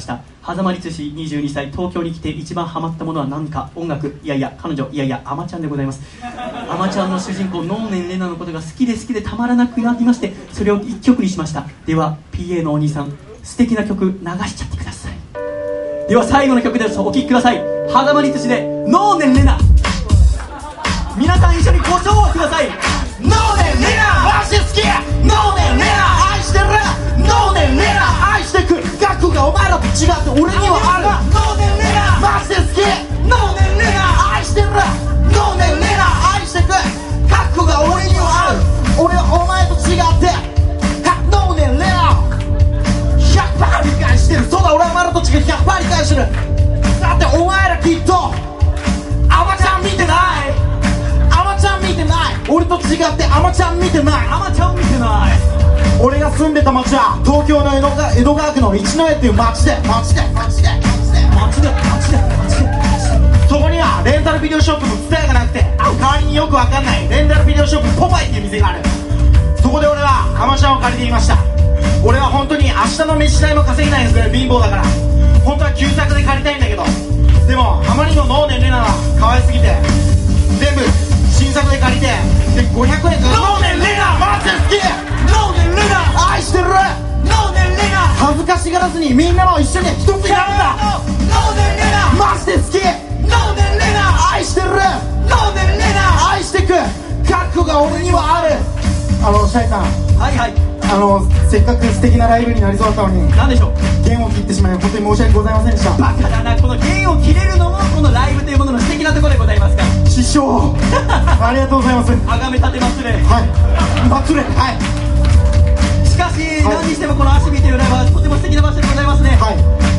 狭間律師にじゅうにさい、東京に来て一番ハマったものは何か。音楽、いやいや彼女、いやいやアマちゃんでございます。アマちゃんの主人公能年玲奈のことが好きで好きでたまらなくなりまして、それを一曲にしました。では ピーエー のお兄さん、素敵な曲流しちゃってください。では最後の曲です。お聴きください。狭間律師で能年玲奈。皆さん一緒にご唱和ください。能年玲奈マジ好き、能年玲奈愛してる、能年玲奈愛してく、学がお前らと違って俺にはある。能年玲奈マジで好き、能年玲奈愛してる、能年玲奈愛してく、学が俺にはある。俺はお前と違って能年玲奈ひゃくパーセント理解してる。そうだ、俺はお前らと違ってひゃくパーセント理解してる。だってお前らきっとアマちゃん見てない、アマちゃん見てない。俺と違ってアマちゃん見てない、アマちゃん見てない。俺が住んでた町は東京の江戸川、江戸川区の一之江っていう町で町で町で町で町で町で町でそこにはレンタルビデオショップのツタヤがなくて、代わりによくわかんないレンタルビデオショップポパイっていう店がある。そこで俺はアマちゃんを借りていました。俺は本当に明日の飯代も稼げないぐらい貧乏だから、本当は旧作で借りたいんだけど、でもあまりの能年玲奈が可愛すぎて全部新作で借りて、でごひゃくえん。能年玲奈マジで好き、能年玲奈愛してる、能年玲奈恥ずかしがらずにみんなの一緒に一つになるんだ。能年玲奈マジで好き、能年玲奈愛してる、能年玲奈愛してく、覚悟が俺にはある。 あのシャイさん、 はいはい、 あのせっかく素敵なライブになりそうだったのに、 何でしょう、 弦を切ってしまい本当に申し訳ございませんでした。 バカだな、この弦を切れるのもこのライブというものの素敵なところでございますから。 師匠ありがとうございます。 あがめ立てますね。 はい祭れ、はい。 しかし、はい、何にしてもこのアシビというライブはとても素敵な場所でございますね、はい、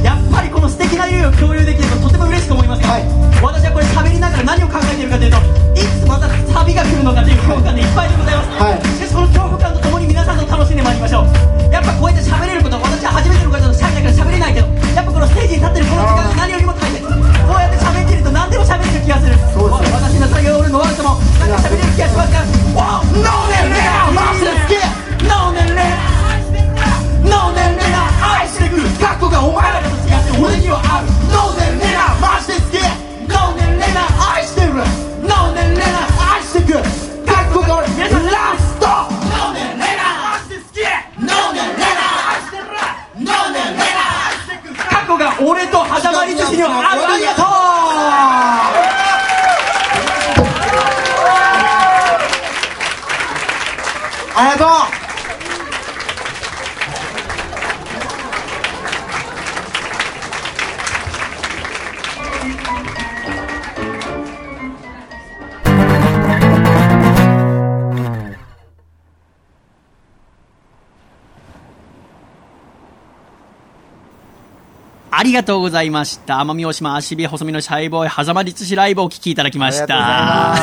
やっぱりこの素敵な夢を共有できるととても嬉しく思いますが、はい、私はこれ喋りながら何を考えているかというと、いつまたサビが来るのかという恐怖感でいっぱいでございます、はい、しかしこの恐怖感とともに皆さんと楽しんでまいりましょう。やっぱこうやって喋れること、私は初めてのことだとシャイだから喋れないけど、やっぱこのステージに立ってるこの時間が何よりも大切。こうやって喋ってると何でも喋れる気がする。私の作業俺の終わるともなんか喋れる気がしますから、おっノーネンレアマジで好き、ノーネンレアノーネンレア愛してくる、覚悟がお前らと違って俺にはある。ノーネンレアマジで好き、ノーネンレア愛してる、ノーネンレア愛してく、覚悟が俺、皆さんラスト、ノーネンレアマジで好き、ノーネンレア愛してる、ノーネンレア愛してく、覚悟が俺と狭間律師にはある。ありがとう。 ありがとう。 ありがとうございました。奄美大島足火細身のシャイボーイ狭間律師ライブをお聞きいただきました。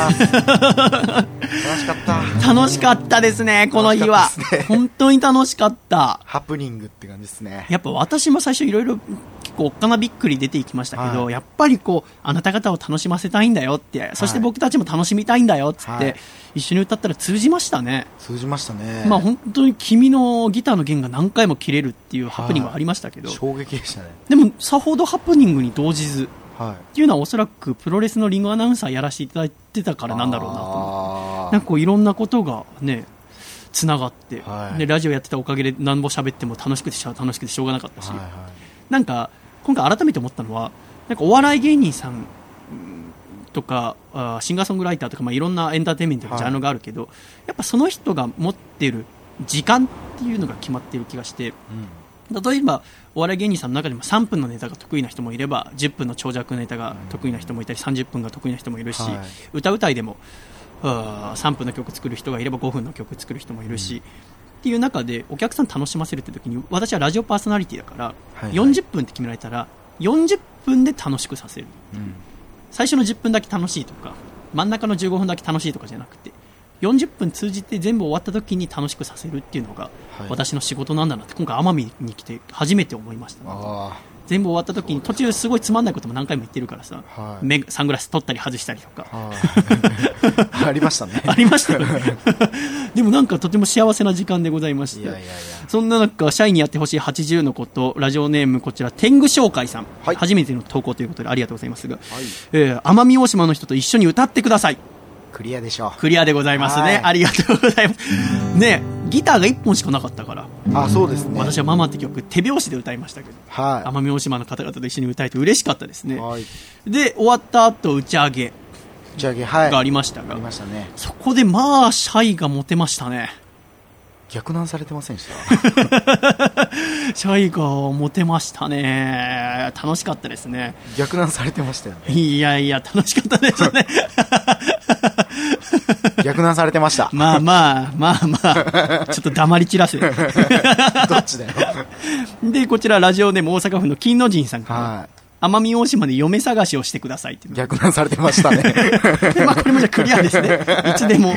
楽しかった楽しかったですね、この日は、ね、本当に楽しかった。 ハプニングって感じですね。 やっぱ私も最初いろいろ結構おっかなびっくり出ていきましたけど、はい、やっぱりこうあなた方を楽しませたいんだよって、そして僕たちも楽しみたいんだよっつって、はい、一緒に歌ったら通じましたね。 通じましたね。 まあ本当に君のギターの弦が何回も切れるっていうハプニングはありましたけど、 はい、衝撃でしたね。 でもさほどハプニングに動じず、 はい、 っていうのはおそらくプロレスのリングアナウンサーやらせていただいてたからなんだろうなと思って、なんかこういろんなことがねつながって、はい、でラジオやってたおかげで何ぼ喋っても楽しくてしょ楽しくてしょうがなかったし、はいはい、なんか今回改めて思ったのは、なんかお笑い芸人さんとかあシンガーソングライターとか、まあ、いろんなエンターテインメントのジャンルがあるけど、はい、やっぱその人が持ってる時間っていうのが決まっている気がして、うん、例えばお笑い芸人さんの中でもさんぷんのネタが得意な人もいればじゅっぷんの長尺ネタが得意な人もいたりさんじゅっぷんが得意な人もいるし、はい、歌うたいでもさんぷんの曲作る人がいればごふんの曲作る人もいるし、うん、っていう中でお客さん楽しませるって時に私はラジオパーソナリティだから、はいはい、よんじゅっぷんって決められたらよんじゅっぷんで楽しくさせる、うん、最初のじゅっぷんだけ楽しいとか真ん中のじゅうごふんだけ楽しいとかじゃなくてよんじゅっぷん通じて全部終わった時に楽しくさせるっていうのが私の仕事なんだなって今回奄美に来て初めて思いました、ね。 あ全部終わった時に途中すごいつまんないことも何回も言ってるからさ、 はい、 メサングラス取ったり外したりとか、 ありましたねありましたよねでもなんかとても幸せな時間でございまして、いやいやいや、そんな中社員にやってほしいはちじゅうのこと、ラジオネームこちら天狗商会さん、はい、初めての投稿ということでありがとうございますが、はい、えー、奄美大島の人と一緒に歌ってください。 クリアでしょう。 クリアでございますね、ありがとうございますね。ギターがいっぽんしかなかったから、 あ、そうですね、 私はママって曲手拍子で歌いましたけど、はい、奄美大島の方々と一緒に歌えて嬉しかったですね、はい、で終わった後打ち上げ打ち上げ、はい、 がありましたが、 ありましたね。 そこでまあシャイがモテましたね。 逆難されてませんでしたシャイがモテましたね。楽しかったですね。 逆難されてましたよね。 いやいや楽しかったですね逆難されてました。 まあまあまあまあちょっと黙り散らせどっちだよでこちらラジオネーム大阪府の金の神さんから、はい、奄美大島で嫁探しをしてくださいって逆難されてましたねまあこれもじゃクリアですねいつでも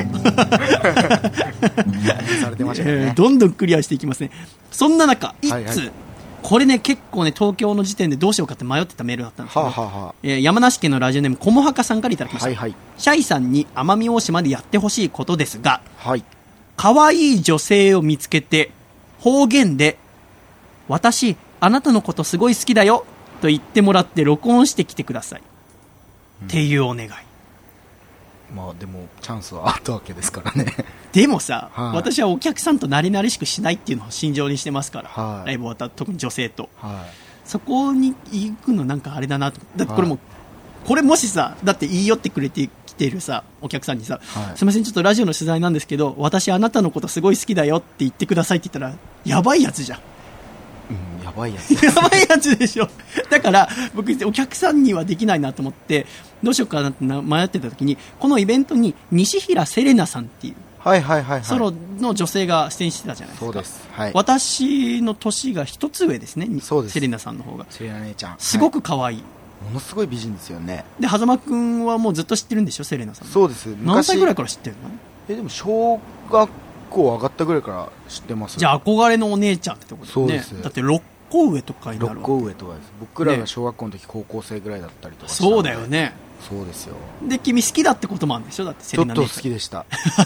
されてましたね、 えー、どんどんクリアしていきますね。そんな中一通、はいはい、これね結構ね東京の時点でどうしようかって迷ってたメールだったんですけど、はあはあ、えー、山梨県のラジオネームこもはかさんからいただきました、はいはい、シャイさんに奄美大島でやってほしいことですが、はい、可愛い女性を見つけて方言で私あなたのことすごい好きだよと言ってもらって録音してきてください、うん、っていうお願い。 まあでもチャンスはあったわけですからねでもさ、はい、私はお客さんと慣れ慣れしくしないっていうのを心情にしてますから、はい、ライブ終わった特に女性と、はい、そこに行くのなんかあれだなと。だってこれも、はい、これもしさだって言い寄ってくれてきてるさお客さんにさ、はい、すいませんちょっとラジオの取材なんですけど私あなたのことすごい好きだよって言ってくださいって言ったらやばいやつじゃん。 うん、やばいやつやばいやつでしょ。だから僕お客さんにはできないなと思ってどうしようかなって迷ってた時にこのイベントに西平セレナさんっていう、 はいはいはいはい、 ソロの女性が出演してたじゃないですか。 そうです、はい、 私の年が一つ上ですね。 そうです、 セレナさんの方がセレナ姉ちゃんすごく可愛い、 はい、ものすごい美人ですよね。 で狭間くんはもうずっと知ってるんでしょセレナさん。 そうです。 何歳ぐらいから知ってるの？ えでも小学校上がったぐらいから知ってます。 じゃあ憧れのお姉ちゃんってところですね。 そうです。 だってろっこ上とかになるわけ。 ろっこ上とかです。僕らが小学校の時、ね、高校生ぐらいだったりとかした。 そうだよね。 そうですよ。 で君好きだってこともあるんでしょ。だってセレナ姉ちゃんちょっと好きでした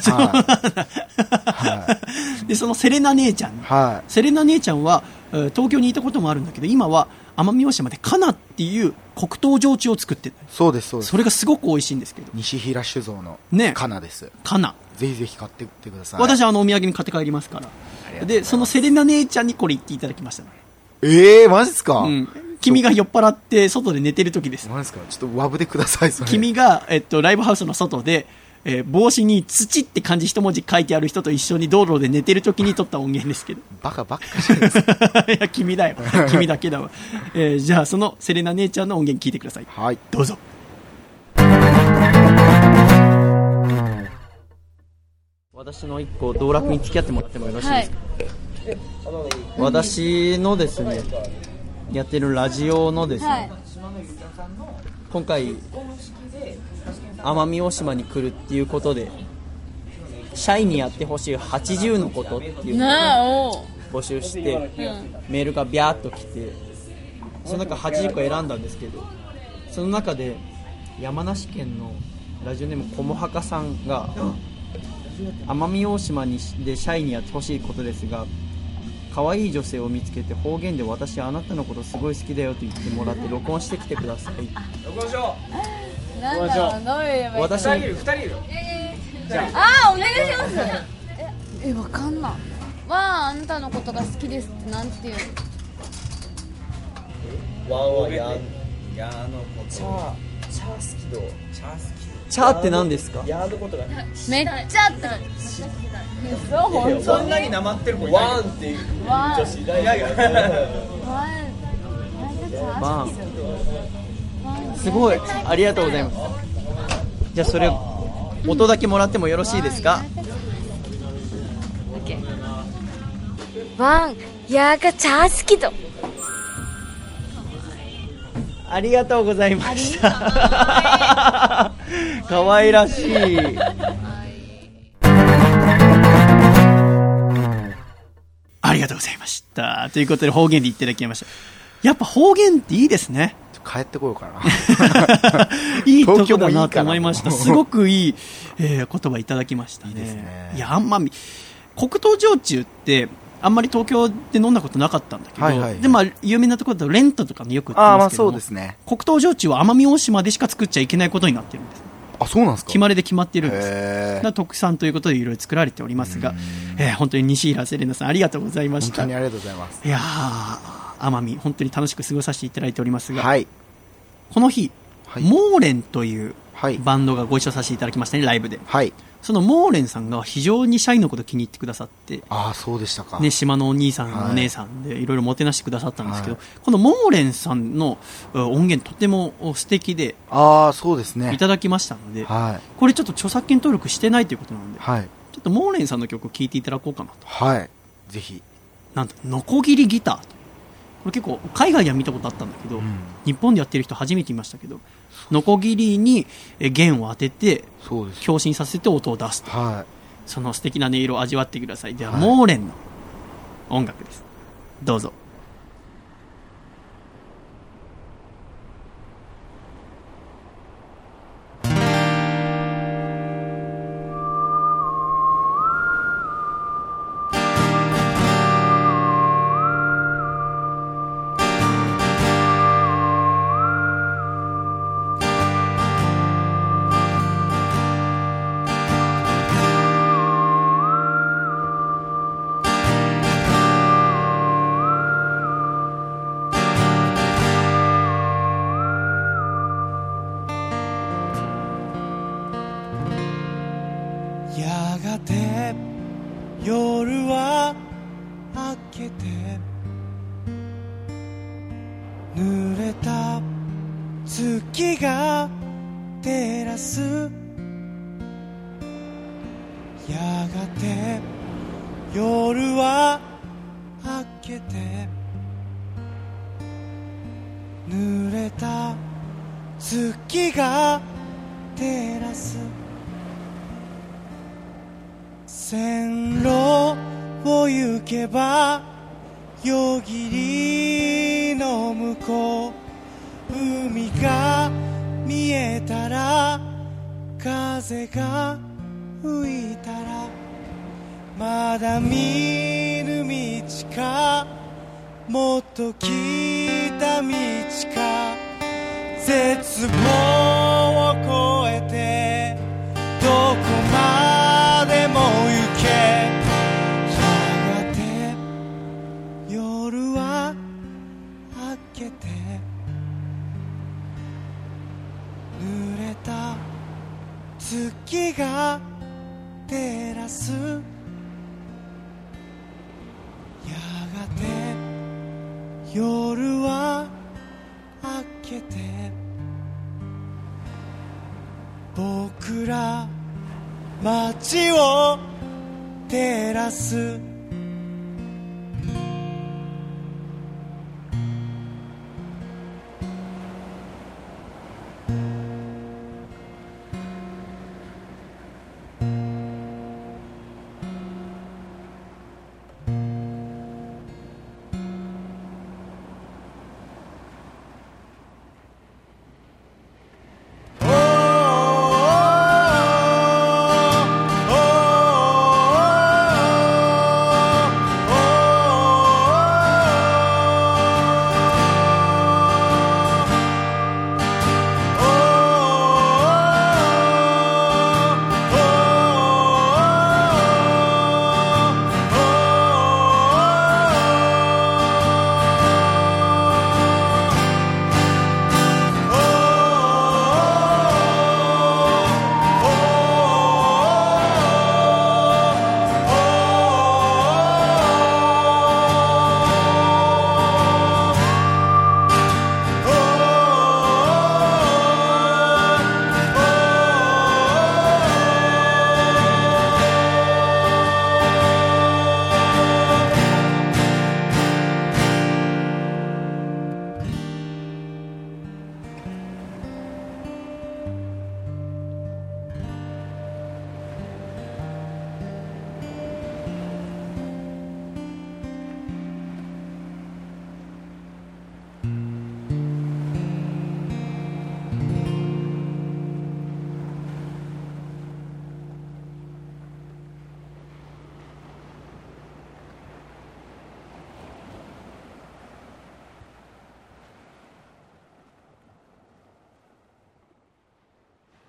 はい、でそのセレナ姉ちゃん、はい、セレナ姉ちゃんは東京にいたこともあるんだけど今は奄美大島でカナっていう黒糖焼酎を作ってる。 そうですそうです。 それがすごく美味しいんですけど西平酒造のカナです、ね、 カナぜひぜひ買ってってください。 私はあのお土産に買って帰りますから。でそのセレナ姉ちゃんにこれ言っていただきました、ね、 えーマジっすか、 うん、君が酔っ払って外で寝てる時です。 マジっすか。ちょっとワブでください。それ君が、えっと、ライブハウスの外で、えー、帽子に土って漢字一文字書いてある人と一緒に道路で寝てる時に撮った音源ですけどバカばっかじゃないですかいや君だよ君だけだわ、えー、じゃあそのセレナ姉ちゃんの音源聞いてください。 はいどうぞ。私の一個道楽に付き合ってもらってもよろしいですか？はい、私のですねやってるラジオのですね、はい、今回奄美大島に来るっていうことでシャイにやってほしいはちじゅうのことっていうのを募集して、うん、メールがビャーっと来てその中はちじゅっこ選んだんですけどその中で山梨県のラジオネームこもはかさんが奄美大島にでシャイにやってほしいことですが可愛い女性を見つけて方言で私あなたのことすごい好きだよと言ってもらって録音してきてください。 録音しよう。なんだろうどういう私ふたりいるふたりいる。 じゃああお願いします。ええわかんないわああなたのことが好きですってなんていうの。わんはややのことチャーチャー好きどチャー好きチャーって何ですか？ やのことがめっちゃってそう本当にそんなになまってる子いない。ワンっていう女子いないよ。 ワンすごいありがとうございます。じゃあそれ音だけもらってもよろしいですか？ ワンやがチャー好きとありがとうございましたかわいらしいありがとうございましたということで方言で言っていただきました。 やっぱ方言っていいですね。 帰ってこようかな。 いいとこだなと思いました。すごくいい、えー、言葉いただきましたね。いいですね。いや、あんま黒糖焼酎ってあんまり東京で飲んだことなかったんだけど、はいはいはい、でまあ有名なところだとレントとかによく売ってますけども、あ、まあそうですね、黒糖焼酎は奄美大島でしか作っちゃいけないことになってるんです。 あ、そうなんですか。 決まりで決まってるんです。だ特産ということでいろいろ作られておりますが、えー、本当に西平セレナさんありがとうございました。 本当にありがとうございます。 いやー、奄美本当に楽しく過ごさせていただいておりますが、 はい、 この日、はい、モーレンというバンドがご一緒させていただきましたね、ライブで。 はい、 そのモーレンさんが非常にシャイのこと気に入ってくださって、 ああ、そうでしたか。 ね、島のお兄さん、はい、お姉さんでいろいろもてなしてくださったんですけど、はい、このモーレンさんの音源とても素敵で、 ああ、そうですね、 いただきましたので、 はい、 これちょっと著作権登録してないということなので、 はい、 ちょっとモーレンさんの曲を聴いていただこうかなと。 はい、ぜひ。 なんとノコギリギターと、これ結構海外では見たことあったんだけど、うん、日本でやってる人初めて見ましたけど、ノコギリに弦を当てて共振させて音を出すと、はい、その素敵な音色を味わってください。では、はい、モーレンの音楽です。どうぞ。 やがて夜は明けて濡れた月が照らす、やがて夜は明けて濡れた月が照らす、線路を行けば夜霧の向こう、海が見えたら風が吹いたら、まだ見ぬ道かもっと北道か、絶望を越えてどこまでも行け、やがて夜は明けて濡れた月が照らす、やがて夜は明けて僕ら街を照らす、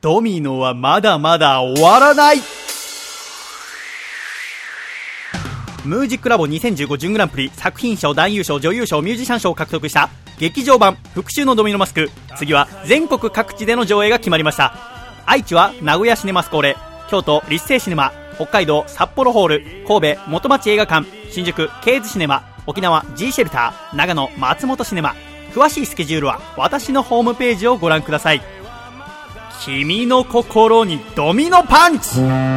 ドミノはまだまだ終わらない。ムージックラボにせんじゅうご準グランプリ作品賞、男優賞、女優賞、ミュージシャン賞を獲得した劇場版復讐のドミノマスク。次は全国各地での上映が決まりました。愛知は名古屋シネマスコーレ、京都立成シネマ、北海道札幌ホール、神戸元町映画館、新宿ケーズシネマ、沖縄 G シェルター、長野松本シネマ。詳しいスケジュールは私のホームページをご覧ください。君の心にドミノパンチ。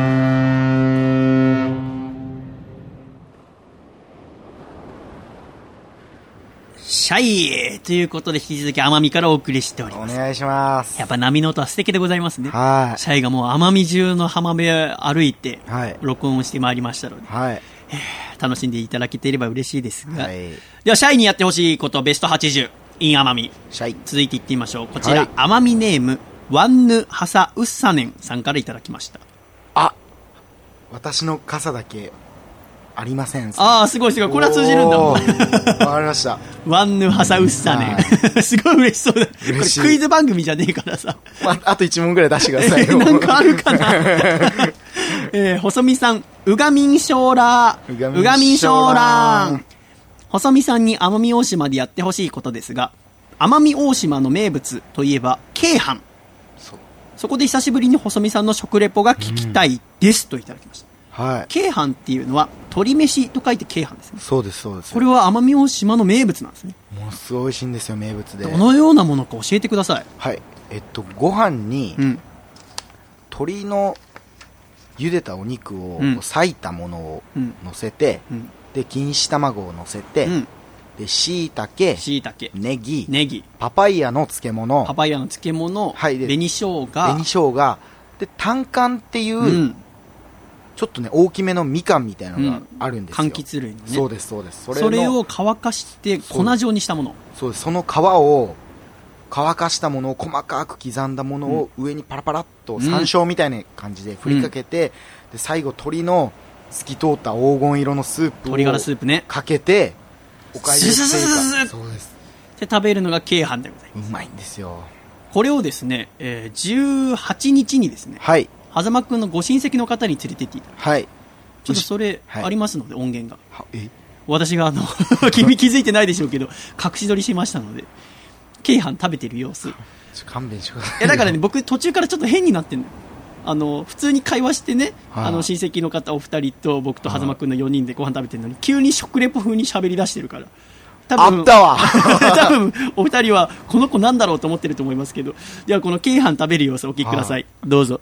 シャイということで、引き続き奄美からお送りしております。 お願いします。 やっぱ波の音は素敵でございますね。 はい。 シャイがもう奄美中の浜辺歩いて、 はい、 録音してまいりましたので、 はい、 えー、楽しんでいただけていれば嬉しいですが、はい、ではシャイにやってほしいことベストはちじゅう in 奄美、 シャイ続いていってみましょう。こちら、はい、奄美ネームワンヌハサウッサネンさんからいただきました。 あ、私の傘だけありません。 ああ、すごいすごい。これは通じるんだ。わかりました。 ワンヌハサウッサネン。すごい嬉しそうだ。これクイズ番組じゃねえからさ。 まあ、あといち問ぐらい出してくださいよ。 なんかあるかな。えー、細見さん、うがみんしょうらー。うがみんしょうらー。細見さんに奄美大島でやってほしいことですが、奄美大島の名物といえば、鶏飯。そ, そこで久しぶりに細見さんの食レポが聞きたいです、うん、といただきました。 はい、 鶏飯っていうのは鶏飯と書いて鶏飯ですね。 そうですそうです。 これは奄美大島の名物なんですね。 ものすごい美味しいんですよ、名物で。 どのようなものか教えてください。 はい、えっとご飯に、うん、鶏の茹でたお肉を、うん、裂いたものを乗せて、うん、で錦糸卵を乗せて、うん、で椎茸、 椎茸、 ネギ、 ネギ、 パパイヤの漬物、 パパイヤの漬物、はい、で紅生姜、 紅生姜で単柑っていう、うん、ちょっとね大きめのみかんみたいなのがあるんですよ、 うん、柑橘類のね。 そうですそうです。 それ、それを乾かして粉状にしたもの。 そうです。その皮を乾かしたものを細かく刻んだものを上にパラパラっと山椒みたいな感じで振りかけて、うん、で最後鶏の透き通った黄金色のスープを鶏ガラスープねかけておかえりっていうか、 そうです。で食べるのが鶏飯でございます。 うまいんですよ。 これをですね、えー、じゅうはちにちにですね、 はい、 狭間くんのご親戚の方に連れてっていただいて、 はい、 ちょっとそれありますので、はい、音源がえ私があの君気づいてないでしょうけど隠し撮りしましたので、鶏飯食べてる様子勘弁してください。 いやだからね、僕途中からちょっと変になってんの。あの普通に会話してね、あの親戚の方お二人と僕と狭間くんのよにんでご飯食べてるのに、急に食レポ風に喋り出してるから、多分あったわ多分お二人はこの子なんだろうと思ってると思いますけど、ではこの鶏飯食べる様子お聞きください。どうぞ。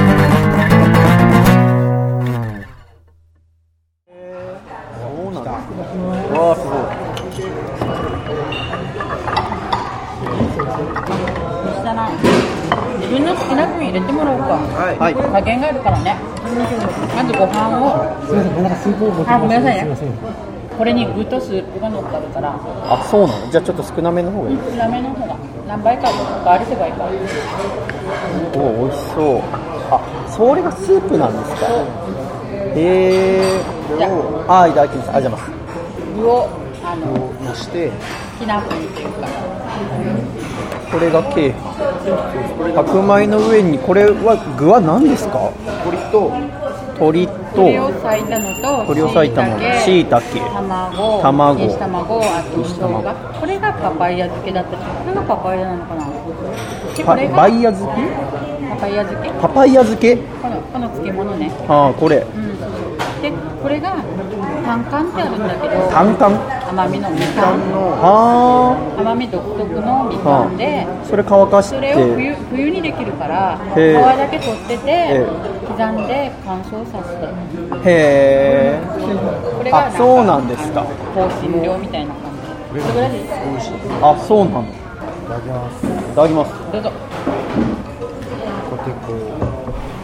わあすごい。そしたら自分の好きな分入れてもらおうか。はい。加減があるからね。まずご飯を。すみません、なんかスープを持ってきました。あ、ごめんなさいね。これに具とスープが乗ってあるから。 あ、そうなの。じゃあちょっと少なめの方がいい。 少なめの方が何倍か変わりせばいいから。 おお、美味しそう。あ、それがスープなんですか。へえ。 じゃあ、あ、いただきます。ありがとうございます。 具をあののしてきな粉っていうか、 これが鶏飯。白米の上にこれは具は何ですか？ 鶏と鶏と鶏を裂いたのと鶏を裂いたもの、椎茸、 卵、 卵、 錦卵、あと生姜。これがパパイヤ漬けだったり、これがパパイヤなのかな。 でこれがパパイヤ漬け？ パパイヤ漬け？ パパイヤ漬け？ このこの漬物ね。 ああ、これ。 うん。でこれが単柑ってあるんだけど、 単柑？ 甘みのみかんの、 あ甘み独特のみかんで、 それ乾かして、 それを 冬, 冬にできるから皮だけ取ってて刻んで乾燥させて、 へえ。 これがなんか、 そうなんですか。 香辛料みたいな感じ。それぐらいです。 美味しい。あ、そうなの。いただきます。いただきます。 どうぞ。 ポテコ。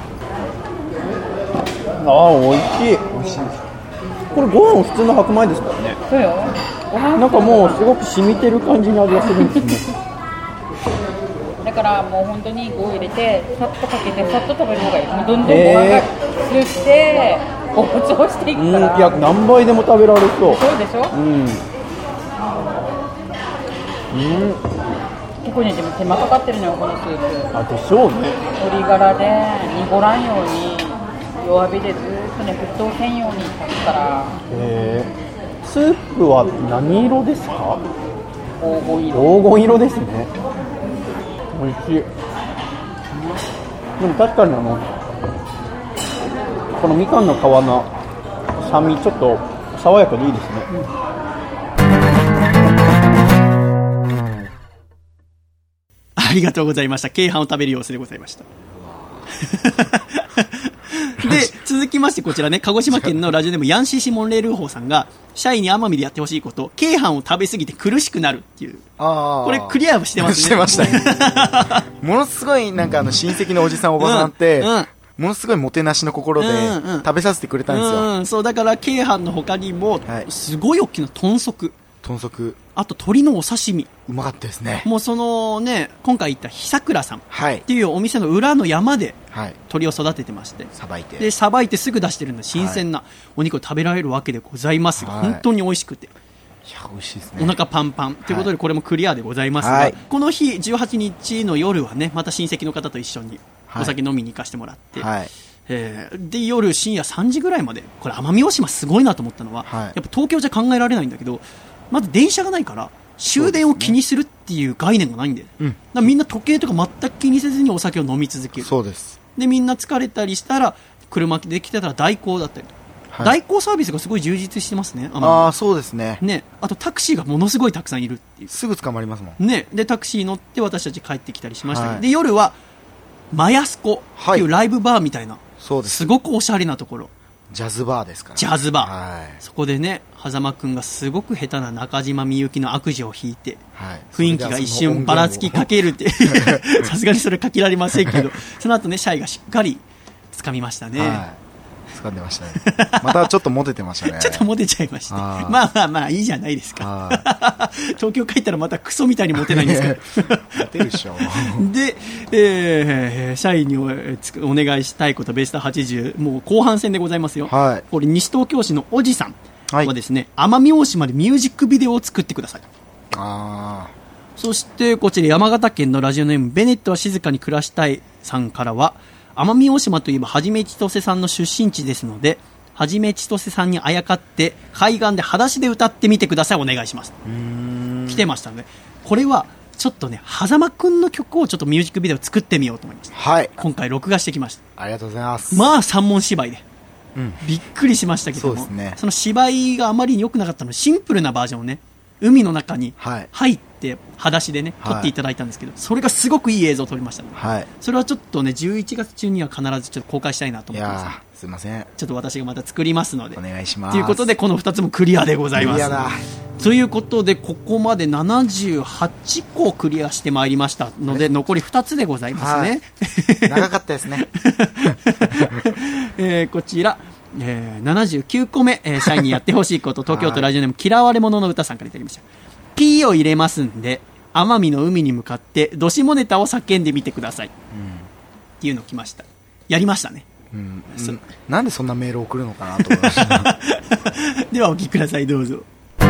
ああ、美味しい。美味しい。これご飯普通の白米ですからね。 そうよ。 なんかもうすごく染みてる感じの味がするんですね。 だからもう本当に具を入れてさっとかけてさっと食べる方がいい。もうどんどんご飯が吸ってごちそうしていくから。 うん、いや何倍でも食べられそう。 そうでしょ。 うん。うん。 結構ねでも手間かかってるのよこのスープ。 あでしょうね。 鶏ガラで濁らんように弱火でずっとね沸騰せんように炊くから。 えー、スープは何色ですか？ 黄金色。 黄金色ですね。美味しい。でも確かにあのこのみかんの皮の酸味ちょっと爽やかでいいですね。 ありがとうございました。鶏飯を食べる様子でございました。で、続きましてこちらね、鹿児島県のラジオネームヤンシーシモンレールーホーさんが、社員に奄美でやってほしいこと、鶏飯を食べ過ぎて苦しくなるっていう。あこれクリアしてますね。 してましたね。ものすごいなんかあの親戚のおじさんおばさんって、うんうん、ものすごいもてなしの心で食べさせてくれたんですよ。 うんうん、そうだから鶏飯の他にも、はい、すごい大きな豚足。 豚足。 あと鶏のお刺身。 うまかったですね。 もうそのね、今回行ったひさくらさんっていうお店の裏の山で鶏を育ててまして、 さばいてでさばいてすぐ出してるので新鮮なお肉を食べられるわけでございますが、はい、本当に美味しくて、いや美味しいですね。 お腹パンパンということでこれもクリアでございますが、はい、この日じゅうはちにちの夜はねまた親戚の方と一緒にお酒飲みに行かせてもらって、はい、えー、で夜深夜さんじぐらいまで、これ奄美大島すごいなと思ったのは、はい、やっぱ東京じゃ考えられないんだけど、まず電車がないから終電を気にするっていう概念がないんで、うん、だからみんな時計とか全く気にせずにお酒を飲み続ける。 そうです。 でみんな疲れたりしたら車で来てたら代行だったりと、はい、代行サービスがすごい充実してますね。 ああそうですね。 ね、あとタクシーがものすごいたくさんいるっていう。 すぐ捕まりますもんね。でタクシー乗って私たち帰ってきたりしましたけど、はい、で夜はマヤスコっていうライブバーみたいな、はい、そうです。すごくおしゃれなところ、 ジャズバーですから、ね、 ジャズバー、はい、そこでね狭間くんがすごく下手な中島みゆきの悪事を弾いて、はい、雰囲気が一瞬ばらつきかけるってさすがにそれかけられませんけどその後ねシャイがしっかり掴みましたね。はい、 掴んでましたね。またちょっとモテてましたね。 ちょっとモテちゃいました。まあまあまあいいじゃないですか。東京帰ったらまたクソみたいにモテないんですけど。 モテるでしょ。 で、えー、社員に お, お願いしたいことベストはちじゅう、もう後半戦でございますよ。はい、これ西東京市のおじさんはですね、はい、奄美大島でミュージックビデオを作ってください。あそしてこちら山形県のラジオネームベネットは静かに暮らしたいさんからは、奄美大島といえばはじめちとせさんの出身地ですので、はじめちとせさんにあやかって海岸で裸足で歌ってみてください、お願いします。うーん来てましたので、これはちょっとね狭間くんの曲をちょっとミュージックビデオ作ってみようと思いました。はい、今回録画してきました。 ありがとうございます。 まあ三文芝居で、うん、びっくりしましたけども、 そうですね、その芝居があまりに良くなかったのでシンプルなバージョンをね海の中に入って裸足でね撮っていただいたんですけど、それがすごくいい映像を撮りましたので、はい、それはちょっとねじゅういちがつ中には必ずちょっと公開したいなと思ってます。いやすいません、 ちょっと私がまた作りますのでお願いします。 ということでこのふたつもクリアでございます。 クリアだということでここまでななじゅうはちこクリアしてまいりましたので残りふたつでございますね。 長かったですね。 えー、こちらえー、ななじゅうきゅうこめ、えー、社員にやってほしいこと東京都ラジオネーム嫌われ者の歌さんからいただきました。 P を入れますんで奄美の海に向かってどしもネタを叫んでみてください、うん、っていうの来ました。やりましたね、 うんうん、なんでそんなメール送るのかなと思いましたではお聞きください、どうぞ。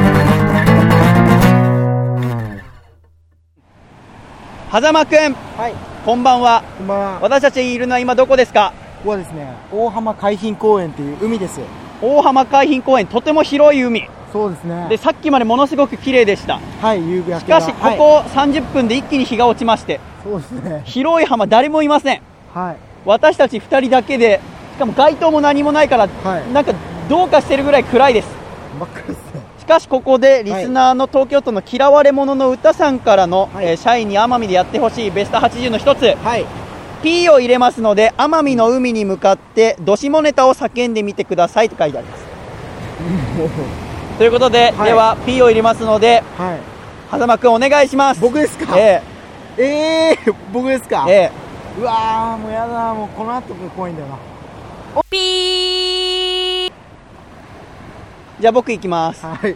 狭間くん、はい、こんばんは。 こんばんは。 私たちいるのは今どこですか？ ここはですね、大浜海浜公園という海です。 大浜海浜公園、とても広い海。 そうですね。 で、さっきまでものすごく綺麗でした。 はい、夕焼けが。 しかし、ここさんじゅっぷんで一気に日が落ちまして、 そうですね。 広い浜、誰もいません。 はい。 私たちふたりだけで、しかも街灯も何もないから、はい、なんかどうかしてるぐらい暗いです。 真っ暗ですね。 しかし、ここでリスナーの東京都の嫌われ者の歌さんからの、はい、えー、社員に奄美でやってほしいベストはちじゅうの一つ。はい。P を入れますので奄美の海に向かってどしもネタを叫んでみてくださいと書いてありますということで、はい、では P を入れますので、はい、狭間くんお願いします。 僕ですか？えー、えー、僕ですか？えー、うわーもうやだ、もうこの後が怖いんだよな。 おピー。じゃあ僕行きます。はい。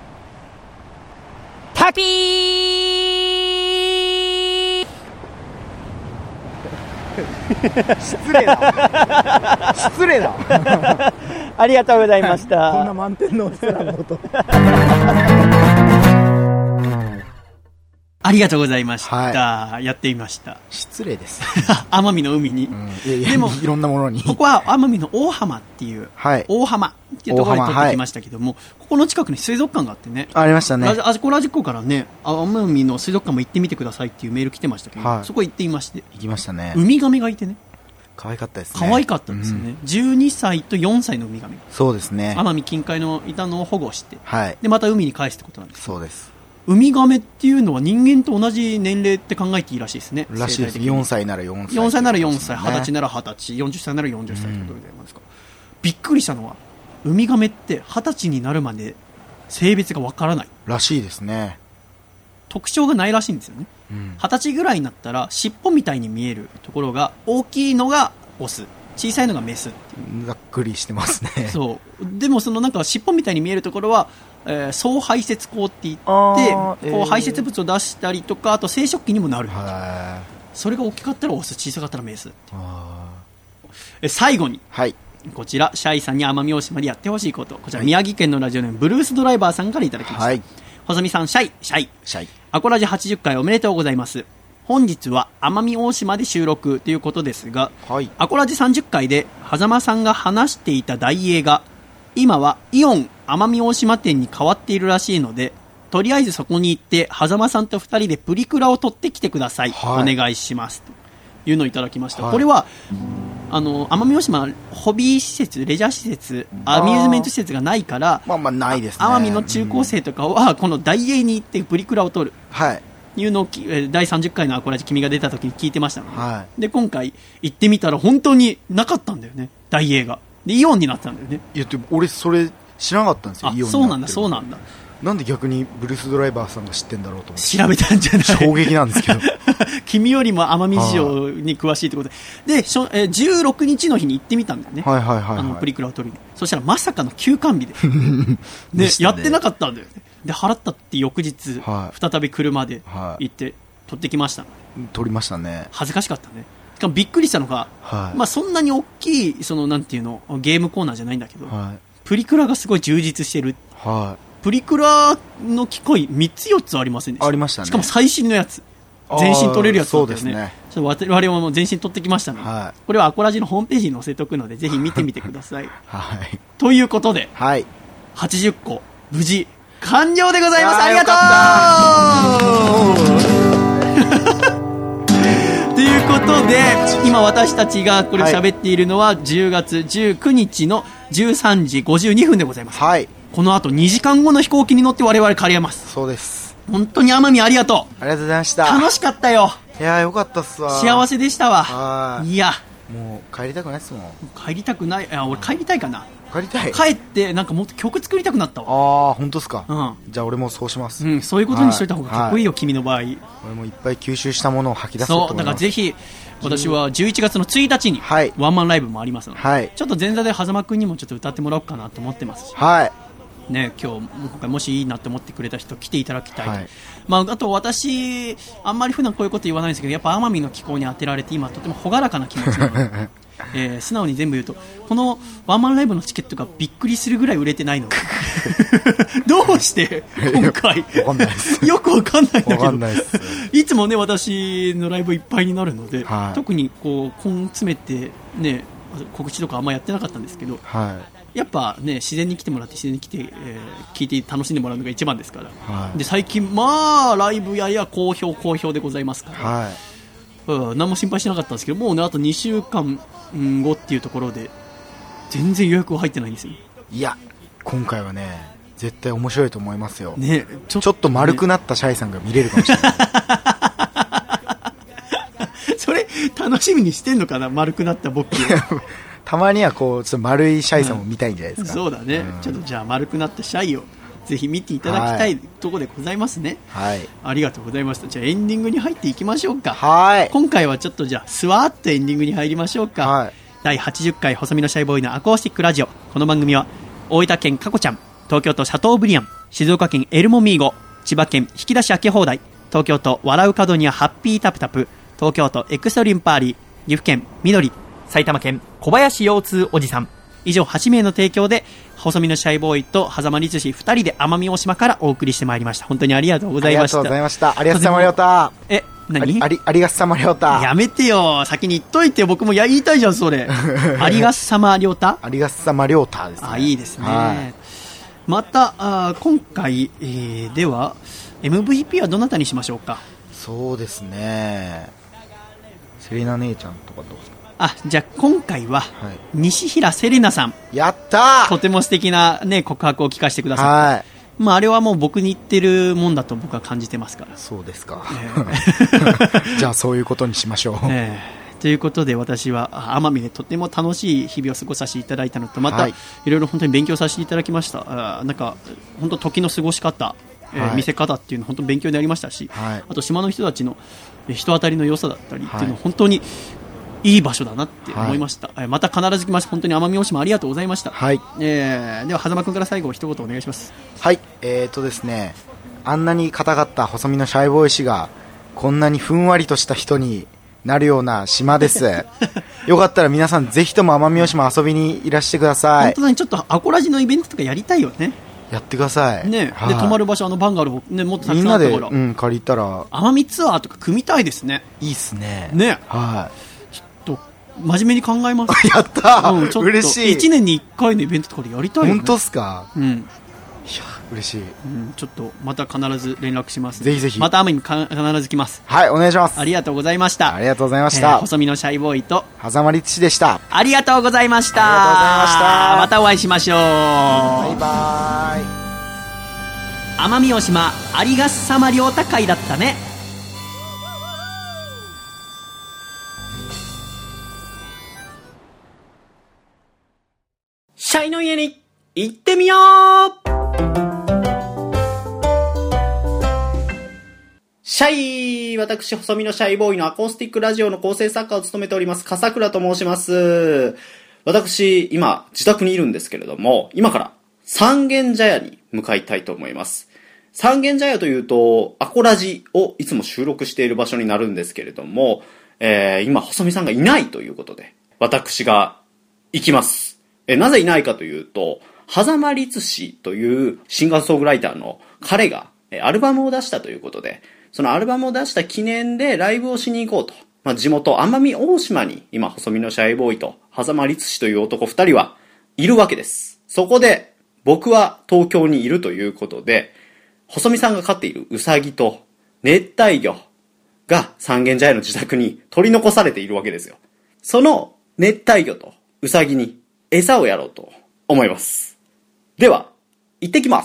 タピー。 失礼だ失礼だありがとうございましたこんな満点のお世話のことありがとうございました。はい、やってみました。 失礼です。 奄美の海に。 うん、いやいやでも、いろんなものに。 ここは奄美の大浜っていう、はい、大浜っていうところに撮ってきましたけども、はい、ここの近くに水族館があってね。 ありましたね。 あそこラジコからね、奄美の水族館も行ってみてくださいっていうメール来てましたけど、はい、そこ行ってみまして。 行きましたね。 ウミガメがいてね。 可愛かったですね。 可愛かったですよね、うん、じゅうにさいとよんさいのウミガメ。 そうですね。 奄美近海のいたのを保護して、 はい、 でまた海に返すってことなんです。 そうです。 ウミガメっていうのは人間と同じ年齢って考えていいらしいですね。 らしいです。よんさいならよんさい、 よんさいならよんさい、はたちならはたち、よんじゅっさいならよんじゅっさいということでございますか、うん、びっくりしたのはウミガメってはたちになるまで性別がわからないらしいですね。 特徴がないらしいんですよね。はたちぐらいになったら尻尾みたいに見えるところが大きいのがオス、小さいのがメスっていう。 ざっくりしてますね。 そうでもそのなんか尻尾みたいに見えるところは、えー、総排泄口って言って、こう排泄物を出したりとか、あと生殖器にもなる。それが大きかったらオス、小さかったらメスって。え最後に、 はい、 こちらシャイさんに奄美大島でやってほしいこと、こちら宮城県のラジオネームブルースドライバーさんからいただきました。はい、細見さん、シャイシャイシャイアコラジはちじゅっかいおめでとうございます。本日は奄美大島で収録ということですが、はい、アコラジさんじゅっかいで狭間さんが話していた大映が今はイオン奄美大島店に変わっているらしいので、とりあえずそこに行って狭間さんとふたりでプリクラを撮ってきてください、はい、お願いしますというのをいただきました。はい、これはあの奄美大島ホビー施設、レジャー施設、アミューズメント施設がないから、 まあまあないですね。 奄美の中高生とかはこの大映に行ってプリクラを撮る、 はい、 いうのをだいさんじゅっかいのアコラジ君が出た時に聞いてましたので、はい、で今回行ってみたら本当になかったんだよね、大映が。でイオンになってたんだよね。 いやでも俺それ知らなかったんですよ。 あ、 イオンになってる。 そうなんだそうなんだ。 なんで逆にブルースドライバーさんが知ってんだろうと思って調べたんじゃない。 衝撃なんですけど君よりも奄美事情に詳しいということで、でしょ、えー、じゅうろくにちの日に行ってみたんだよね、 はいはいはいはい、 あのプリクラを撮りに。そしたらまさかの休館日で、ねね、やってなかったんだよね。で払ったって翌日、はい、再び車で行って撮ってきました。 撮りましたね。 恥ずかしかったね。しかもびっくりしたのが、はい、まあ、そんなに大きいそのなんていうのゲームコーナーじゃないんだけど、はい、プリクラがすごい充実してる、はい、プリクラの機械みっつよっつありませんでした？ ありましたね。 しかも最新のやつ、全身撮れるやつだったよね。そうですね。ちょっと我々も全身撮ってきましたので、はい、これはアコラジのホームページに載せておくのでぜひ見てみてください、はい、ということで、はい、はちじゅっこ無事完了でございます。ありがとうということで今私たちがこれ喋っているのはじゅうがつじゅうくにちのじゅうさんじごじゅうにふんでございます、はい、この後にじかんごの飛行機に乗って我々帰ります。 そうです。 本当に奄美ありがとう。 ありがとうございました。 楽しかったよ。 いやーよかったっすわ。 幸せでしたわ。はい。いやもう帰りたくないっすもん。 帰りたくない。いや俺帰りたいかな。 帰りたい。 帰ってなんかもっと曲作りたくなったわ。 ああ本当っすか、うん、じゃあ俺もそうします、 うん、そういうことにしといた方がかっこいいよ、はい、君の場合。俺もいっぱい吸収したものを吐き出そうと思います。 そうだからぜひ今年はじゅういちがつのついたちにワンマンライブもありますので、はい、ちょっと前座で狭間くんにもちょっと歌ってもらおうかなと思ってますし、はいね、今日今回もしいいなって思ってくれた人来ていただきたい、はい、まあ、あと私あんまり普段こういうこと言わないんですけどやっぱ奄美の気候に当てられて今とても朗らかな気持ちなのでえー、素直に全部言うとこのワンマンライブのチケットがびっくりするぐらい売れてないのどうして今回わかんないですよくわかんないんだけどわかんないです、 いつもね私のライブいっぱいになるので、はい、特にこう根詰めてね告知とかあんまやってなかったんですけど、はい、やっぱね自然に来てもらって自然に来て、えー、聞いて楽しんでもらうのが一番ですから、はい、で最近まあライブやや好評好評でございますから、はい、うん、何も心配してなかったんですけどもうねあとにしゅうかんごっていうところで全然予約は入ってないんですよ。 いや今回はね絶対面白いと思いますよ、 ね、 ちょ、ちょっと丸くなったシャイさんが見れるかもしれないそれ楽しみにしてんのかな、丸くなった僕たまにはこうちょっと丸いシャイさんも見たいんじゃないですか、 うん、そうだね、うん、ちょっとじゃあ丸くなったシャイをぜひ見ていただきたい、はい、ところでございますね、はい、ありがとうございました。じゃあエンディングに入っていきましょうか。はい、今回はちょっとじゃあスワーッとエンディングに入りましょうか、はい、だいはちじゅっかい細身のシャイボーイのアコースティックラジオ。この番組は大分県かこちゃん、東京都シャトーブリアン、静岡県エルモミーゴ、千葉県引き出し開け放題、東京都笑う角にはハッピータプタプ、東京都エクストリームパーリー、岐阜県緑、 埼玉県小林腰痛おじさん、 以上はち名の提供で細身のシャイボーイと狭間律師ふたりで奄美大島からお送りしてまいりました。本当にありがとうございました。 ありがとうございました。ありがとうございました。 え、何？ あり、ありがっさまりょうた。 やめてよ、先に言っといてよ。僕もや言いたいじゃんそれ。ありがっさまりょうた。 ありがっさまりょうたですね。 あ、いいですね。 はい、 またあ今回、えー、では エムブイピー はどなたにしましょうか。 そうですね、セレナ姉ちゃんとかどうですか。 あ、じゃあ今回は、はい、西平セレナさん。 やったー。 とても素敵な、ね、告白を聞かせてください。 はい、 まあ、あれはもう僕に言ってるもんだと僕は感じてますから。 そうですか、えー、じゃあそういうことにしましょう、 えー、ということで私は奄美でとても楽しい日々を過ごさせていただいたのと、また、はい、いろいろ本当に勉強させていただきました。あ、なんか本当時の過ごし方、えーはい、見せ方っていうの本当に勉強になりましたし、はい、あと島の人たちの人当たりの良さだったりっていうのは本当にいい場所だなって思いました、はい、また必ず来ます。本当に奄美大島ありがとうございました、 はい、 えー、では狭間君から最後一言お願いします。 はい、えーとですね、あんなに硬かった細身のシャイボーイ氏がこんなにふんわりとした人になるような島ですよかったら皆さんぜひとも奄美大島遊びにいらしてください。 本当にちょっとアコラジのイベントとかやりたいよね。 やってください、 ね、 はい、 で泊まる場所あのバンガロー、ね、もっとたくさんあったからみんなで、うん、借りたら奄美ツアーとか組みたいですね。 いいっすね。 ね、 はい、 ちょっと真面目に考えます。 やったー、うん、 ちょっと嬉しい。 いちねんにいっかいのイベントとかでやりたいよね。 本当っすか。 うん、いや嬉しい、 うん、ちょっとまた必ず連絡します。 ぜひぜひまた奄美にか必ず来ます。 はい、お願いします。 ありがとうございました。 ありがとうございました、 えー、細身のシャイボーイと狭間律師でした。 ありがとうございました。 ありがとうございました。 またお会いしましょう。 バイバーイ。 奄美大島ありがっさまりょうた会だったね。シャイの家に行ってみよう。シャイ、私細身のシャイボーイのアコースティックラジオの構成作家を務めております笠倉と申します。私今自宅にいるんですけれども、今から三軒茶屋に向かいたいと思います。三軒茶屋というとアコラジをいつも収録している場所になるんですけれども、えー、今細見さんがいないということで私が行きます。えー、なぜいないかというと、狭間律師というシンガーソングライターの彼がアルバムを出したということで、そのアルバムを出した記念でライブをしに行こうと、まあ、地元奄美大島に今細身のシャイボーイと狭間律師という男二人はいるわけです。そこで僕は東京にいるということで、細見さんが飼っているウサギと熱帯魚が三軒茶屋の自宅に取り残されているわけですよ。その熱帯魚とウサギに餌をやろうと思います。では、行ってきます。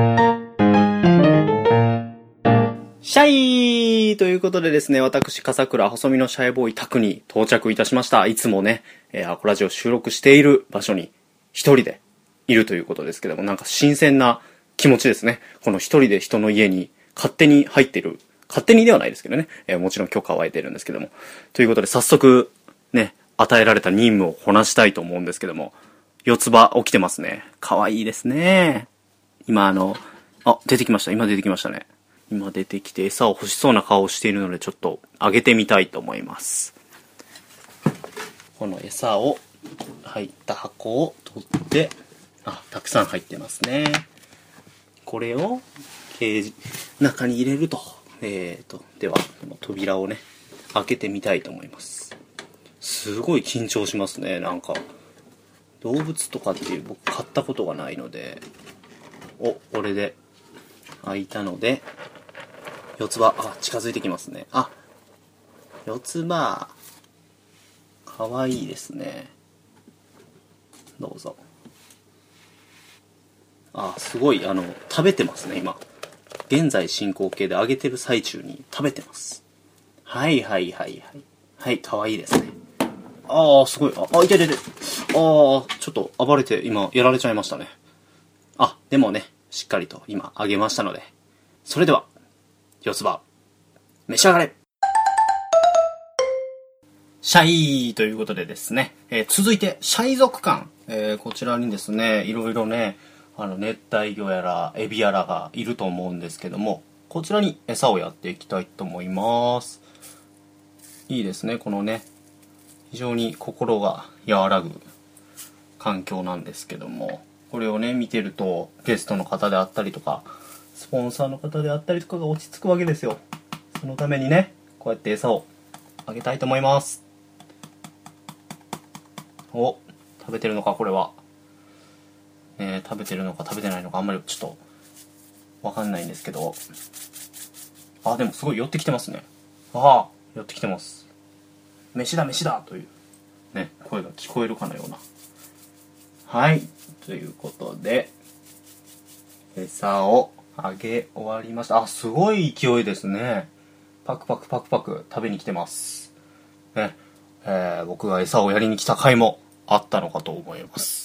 シャイということでですね、私、笠倉細身のシャイボーイ宅に到着いたしました。いつもね、えー、アコラジを収録している場所に一人でいるということですけども、なんか新鮮な気持ちですね。この一人で人の家に勝手に入っている、勝手にではないですけどね、えー、もちろん許可を得ているんですけども、ということで早速ね、与えられた任務をこなしたいと思うんですけども、四つ葉起きてますね。かわいいですね。今あのあ出てきました。今出てきましたね。今出てきて餌を欲しそうな顔をしているので、ちょっとあげてみたいと思います。この餌を入った箱を取って、あ、たくさん入ってますね。これをケージ中に入れると、えーとではこの扉をね開けてみたいと思います。すごい緊張しますね。なんか動物とかっていう僕買ったことがないので、お、これで開いたので、四つ葉、あ、近づいてきますね。あ、四つ葉かわいいですね。どうぞ。あ、すごい、あの食べてますね。今現在進行形で揚げてる最中に食べてます。はいはいはいはいはい、かわいいですね。ああ、すごい。あ、あ、いててて。ああ、ちょっと暴れて今やられちゃいましたね。あ、でもね、しっかりと今揚げましたので、それでは四つ葉召し上がれ。シャイということでですね、えー、続いてシャイ族館、えー、こちらにですね、いろいろね、あの熱帯魚やらエビやらがいると思うんですけども、こちらに餌をやっていきたいと思います。いいですね、このね、非常に心が和らぐ環境なんですけども、これをね見てるとゲストの方であったりとかスポンサーの方であったりとかが落ち着くわけですよ。そのためにねこうやって餌をあげたいと思います。お、食べてるのかこれは、えー、食べてるのか食べてないのかあんまりちょっとわかんないんですけど、あ、でもすごい寄ってきてますね。ああ、寄ってきてます。飯だ飯だというね声が聞こえるかのような。はい、ということで餌をあげ終わりました。あ、すごい勢いですね。パクパクパクパク食べに来てますね。えー、僕が餌をやりに来た回もあったのかと思います。